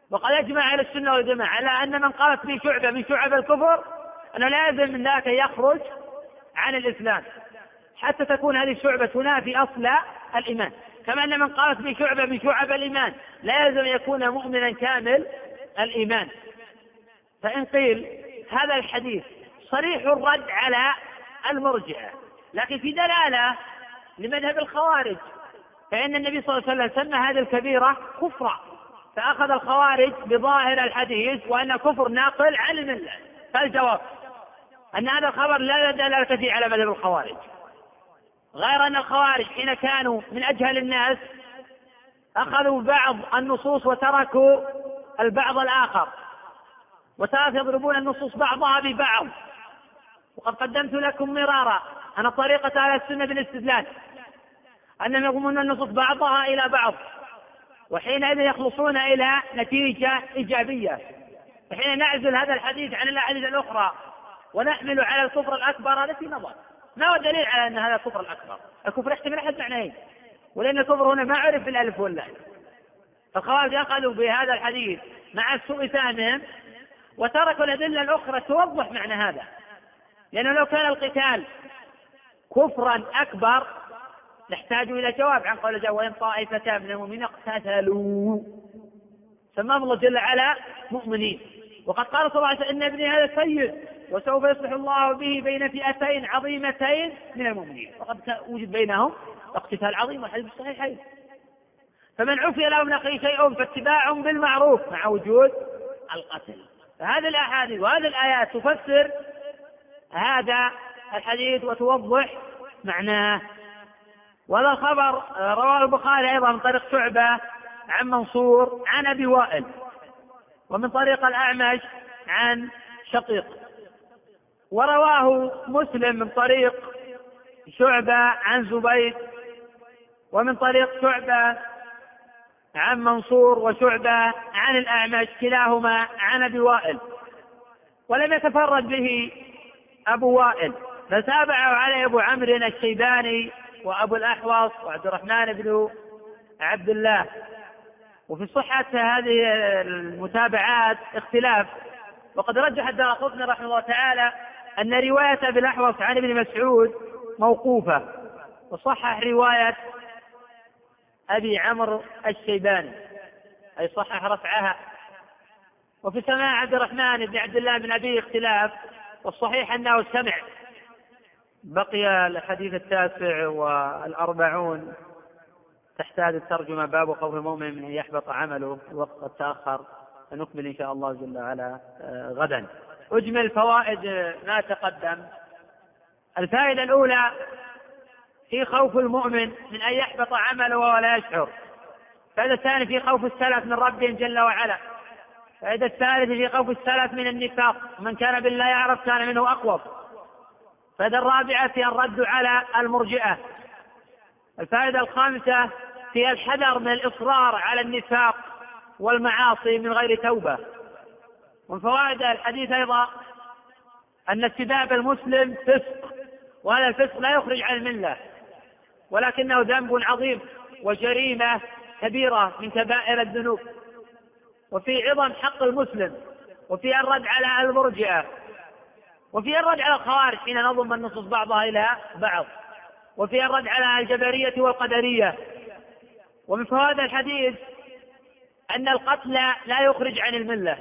وقد يجمع أهل السنة والجماعة على أن من قامت به شعبة من شعب الكفر أنه لازم من ذاك يخرج عن الإسلام حتى تكون هذه الشعبة تنافي أصل الإيمان، كما أن من قامت به شعبة من شعب الإيمان لازم يكون مؤمنا كامل الإيمان. فإن قيل هذا الحديث صريح الرد على المرجئة، لكن في دلالة لمذهب الخوارج، فإن النبي صلى الله عليه وسلم سمى هذه الكبيرة كفرا، فأخذ الخوارج بظاهر الحديث وأن كفر ناقل عن الملة. فالجواب أن هذا الخبر لا دلالة فيه على مذهب الخوارج، غير أن الخوارج حين كانوا من أجهل الناس أخذوا بعض النصوص وتركوا البعض الآخر، وتارة يضربون النصوص بعضها ببعض. وقد قدمت لكم مرارا أن طريقة أهل السنة بالاستدلال أنهم يضمون النصوص بعضها إلى بعض، وحينئذ يخلصون إلى نتيجة إيجابية. وحين نعزل هذا الحديث عن الأحاديث الأخرى ونحمل على الكفر الأكبر هذا في نظر. ما هو الدليل على أن هذا الكفر الأكبر؟ الكفر يحتمل أحد معنيين، ولأن الكفر هنا ما عرف بالألف واللام. فالخوارج أخذوا بهذا الحديث مع سوء فهمهم وتركوا الأدلة الأخرى توضح معنى هذا، لأنه لو كان القتال كفرا أكبر نحتاج إلى جواب عن قول جاء وإن طائفتان من المؤمنين اقتتلوا سماهم الله جل وعلا مؤمنين. وقد قال صلى الله عليه وسلم إن ابني هذا سيد وسوف يصلح الله به بين فئتين عظيمتين من المؤمنين، وقد وجد بينهم اقتتال عظيم والحديث الصحيحين. فمن عفي له من أخيه شيء فاتباع بالمعروف مع وجود القتل. فهذه الأحاديث وهذه الآيات تفسر هذا الحديث وتوضح معناه. وهذا الخبر رواه البخاري أيضا من طريق شعبة عن منصور عن أبي وائل، ومن طريق الأعمش عن شقيق، ورواه مسلم من طريق شعبة عن زبيد، ومن طريق شعبة عن منصور وشعبة عن الأعمش كلاهما عن أبي وائل. ولم يتفرد به أبو وائل، فتابعه عليه أبو عمرو الشيباني وأبو الأحوص وعبد الرحمن بن عبد الله. وفي صحة هذه المتابعات اختلاف، وقد رجح الدارقطني رحمه الله تعالى أن رواية أبي الأحوص عن ابن مسعود موقوفة، وصحح رواية أبي عمرو الشيباني أي صحح رفعها. وفي سماع عبد الرحمن بن عبد الله بن أبي اختلاف، والصحيح أنه سمع. بقي الحديث 49 تحتاج الترجمة باب خوف المؤمن من أن يحبط عمله، الوقت قد تأخر، فنكمل إن شاء الله جل وعلا غدا. أجمل فوائد ما تقدم. الفائدة الأولى في خوف المؤمن من أن يحبط عمله ولا يشعر. الفائدة الثانية في خوف السلف من ربهم جل وعلا. الفائدة الثالثة في خوف السلف من النفاق، من كان بالله يعرف كان منه أقوى. الفائدة الرابعة في الرد على المرجئة. الفائدة الخامسة في الحذر من الإصرار على النفاق والمعاصي من غير توبة. ومن فوائد الحديث أيضا أن اتباع المسلم فسق، وهذا الفسق لا يخرج عن الملة، ولكنه ذنب عظيم وجريمة كبيرة من كبائر الذنوب. وفي عظم حق المسلم، وفي الرد على المرجئة، وفي الرد على الخوارج حين نضم النصوص بعضها إلى بعض، وفي الرد على الجبرية والقدرية. ومن فوائد الحديث أن القتل لا يخرج عن الملة،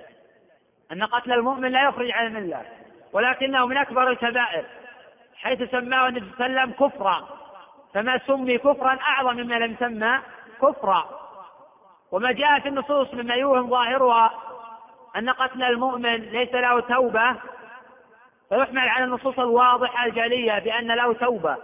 أن قتل المؤمن لا يخرج عن الملة، ولكنه من أكبر الكبائر، حيث سماه النبي صلى الله عليه وسلم كفرا، فما سمي كفرا أعظم مما لم يسمى كفرا. وما جاء في النصوص مما يوهم ظاهرها أن قتل المؤمن ليس له توبة، فيحمل على النصوص الواضحة الجلية بأن له توبة.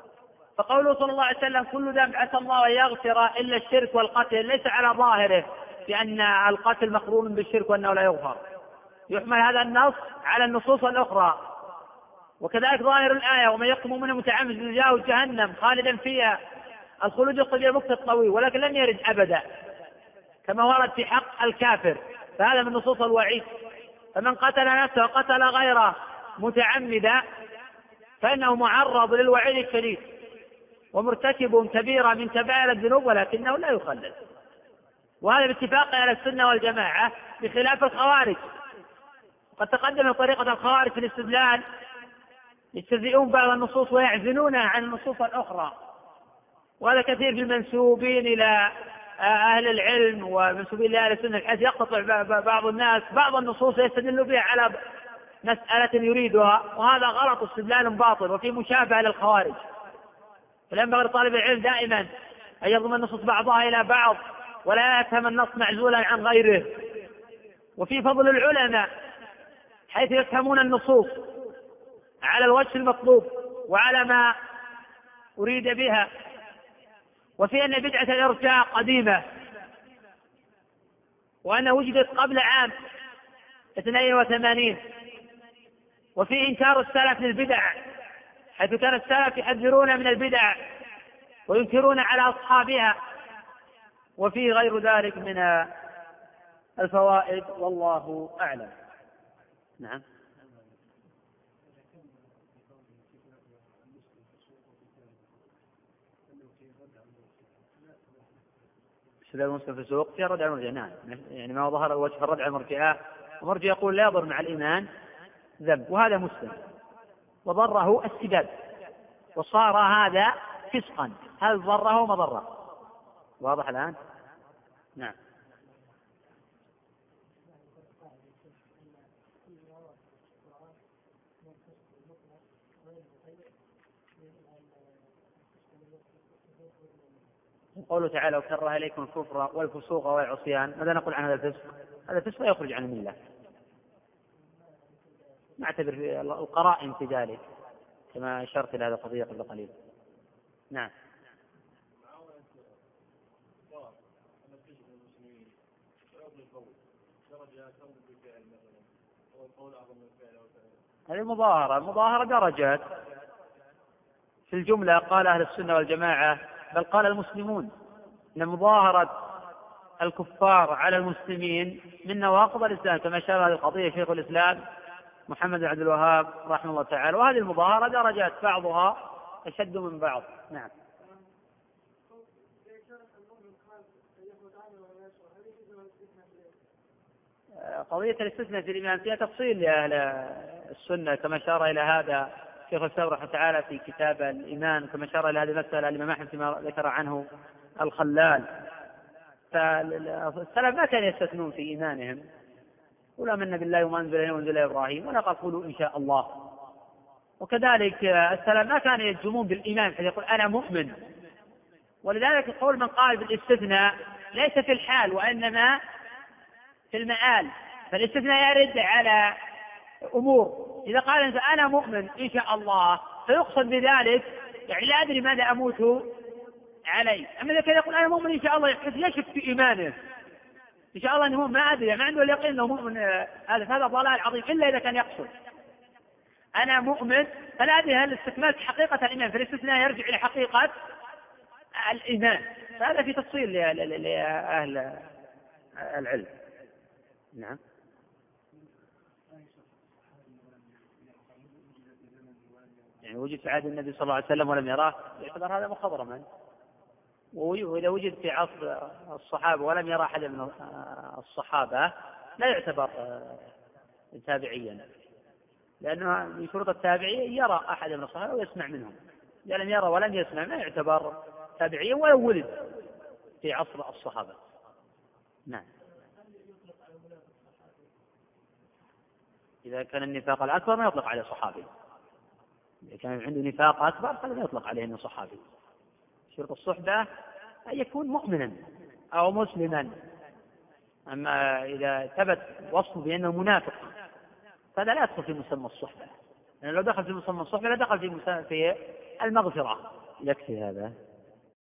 فقوله صلى الله عليه وسلم كل ذنب عسى الله أن يغفر إلا الشرك والقتل ليس على ظاهره بأن القتل مقرون بالشرك وأنه لا يغفر، يحمل هذا النص على النصوص الأخرى. وكذلك ظاهر الآية ومن يقتل مؤمنا متعمدا جزاؤه جهنم خالدا فيها، الخلود يقتضي المكت الطويل، ولكن لم يرد أبدا كما ورد في حق الكافر، فهذا من نصوص الوعيد. فمن قتل نفسه وقتل غيره متعمدا فإنه معرض للوعيد الشديد ومرتكب كبيرة من كبائر الذنوب، ولكنه لا يخلد. وهذا باتفاق على السنة والجماعة بخلاف الخوارج. قد تقدم طريقة الخوارج في الاستدلال، يستهزئون بعض النصوص ويعزلونها عن النصوص الأخرى، وهذا كثير في المنسوبين إلى أهل العلم ومنسوبين إلى أهل السنة، بحيث يقتطع بعض الناس بعض النصوص يستدل بها على مسألة يريدها، وهذا غلط استدلال باطل وفي مشابهة للخوارج. فينبغي لطالب العلم دائما أن يضم النصوص بعضها إلى بعض ولا يفهم النص معزولا عن غيره. وفي فضل العلماء حيث يفهمون النصوص على الوجه المطلوب وعلى ما أريد بها. وفي أن بدعة الإرجاء قديمة، وأنها وجدت قبل عام 82، وفي إنكار السلف للبدع، حيث كان السلف يحذرون من البدع وينكرون على أصحابها، وفي غير ذلك من الفوائد، والله أعلم. نعم. استدلال المسلم في السوق في الرد على المرجئة، نعم، يعني ما ظهر وجه الرد على المرجئة. المرجئة يقول لا يضر مع الإيمان ذنب، وهذا مسلم، وضره السباب، وصار هذا فسقا، هل ضره وما ضره؟ واضح الآن؟ نعم. قوله تعالى وكره إليكم الكفر والفسوق والعصيان، ماذا نقول عن هذا الفسق؟ هذا الفسق يخرج عن الملة، نعتبر القرائن في ذلك كما أشرت إلى هذا القضية قبل قليل. نعم. هذه المظاهرة درجات في الجملة. قال أهل السنة والجماعة، بل قال المسلمون، أن مظاهرة الكفار على المسلمين من نواقض الإسلام، كما أشار هذه القضية شيخ الإسلام محمد بن عبد الوهاب رحمه الله تعالى. وهذه المظاهرة درجات، بعضها أشد من بعض. نعم. قضية الاستثناء في الإيمان فيها تفصيل لأهل السنة، كما أشار إلى هذا شيخ الإسلام رحمه الله تعالى في كتاب الإيمان، كما أشار إلى هذه المسألة الإمام أحمد فيما ذكر عنه الخلال. فالسلف ما كانوا يستثنون في إيمانهم، ولا من بالله وما أنزل إليه وأنزل إلى إبراهيم، ولا قالوا إن شاء الله. وكذلك السلف ما كانوا يجزمون بالإيمان فيقول أنا مؤمن. ولذلك قول من قال بالاستثناء ليس في الحال وإنما في المآل. فالاستثناء يرد على أمور، إذا قال أنا مؤمن إن شاء الله فيقصد بذلك يعني لا أدري ماذا أموت عليه. أما إذا كان يقول أنا مؤمن إن شاء الله يشك في إيمانه، إن شاء الله أنه ما أدري، ما عنده اليقين أنه مؤمن، هذا ضلال عظيم. إلا إذا كان يقصد أنا مؤمن فلا أدري هل استكمال حقيقة الإيمان، فالاستثناء يرجع إلى حقيقة الإيمان. فهذا في تفصيل لأهل العلم. نعم. يعني وجد في عهد النبي صلى الله عليه وسلم ولم يراه، يعتبر هذا مخضرما. وإذا وجد في عصر الصحابة ولم يرى أحد من الصحابة لا يعتبر تابعيا، لأنه من شروط التابعية يرى أحد من الصحابة ويسمع منهم. إذا لم يرى ولم يسمع ما يعتبر تابعيا ولو ولد في عصر الصحابة. نعم. إذا كان النفاق الأكبر ما يطلق عليه صحابي، إذا كان عنده نفاق أكبر فلا يطلق عليه أنه صحابي. شرط الصحبة أن يكون مؤمنا أو مسلما. أما إذا ثبت وصفه بأنه منافق فهذا لا يدخل في مسمى الصحبة، لأنه لو دخل في مسمى الصحبة لا دخل في المغفرة. يكفي هذا.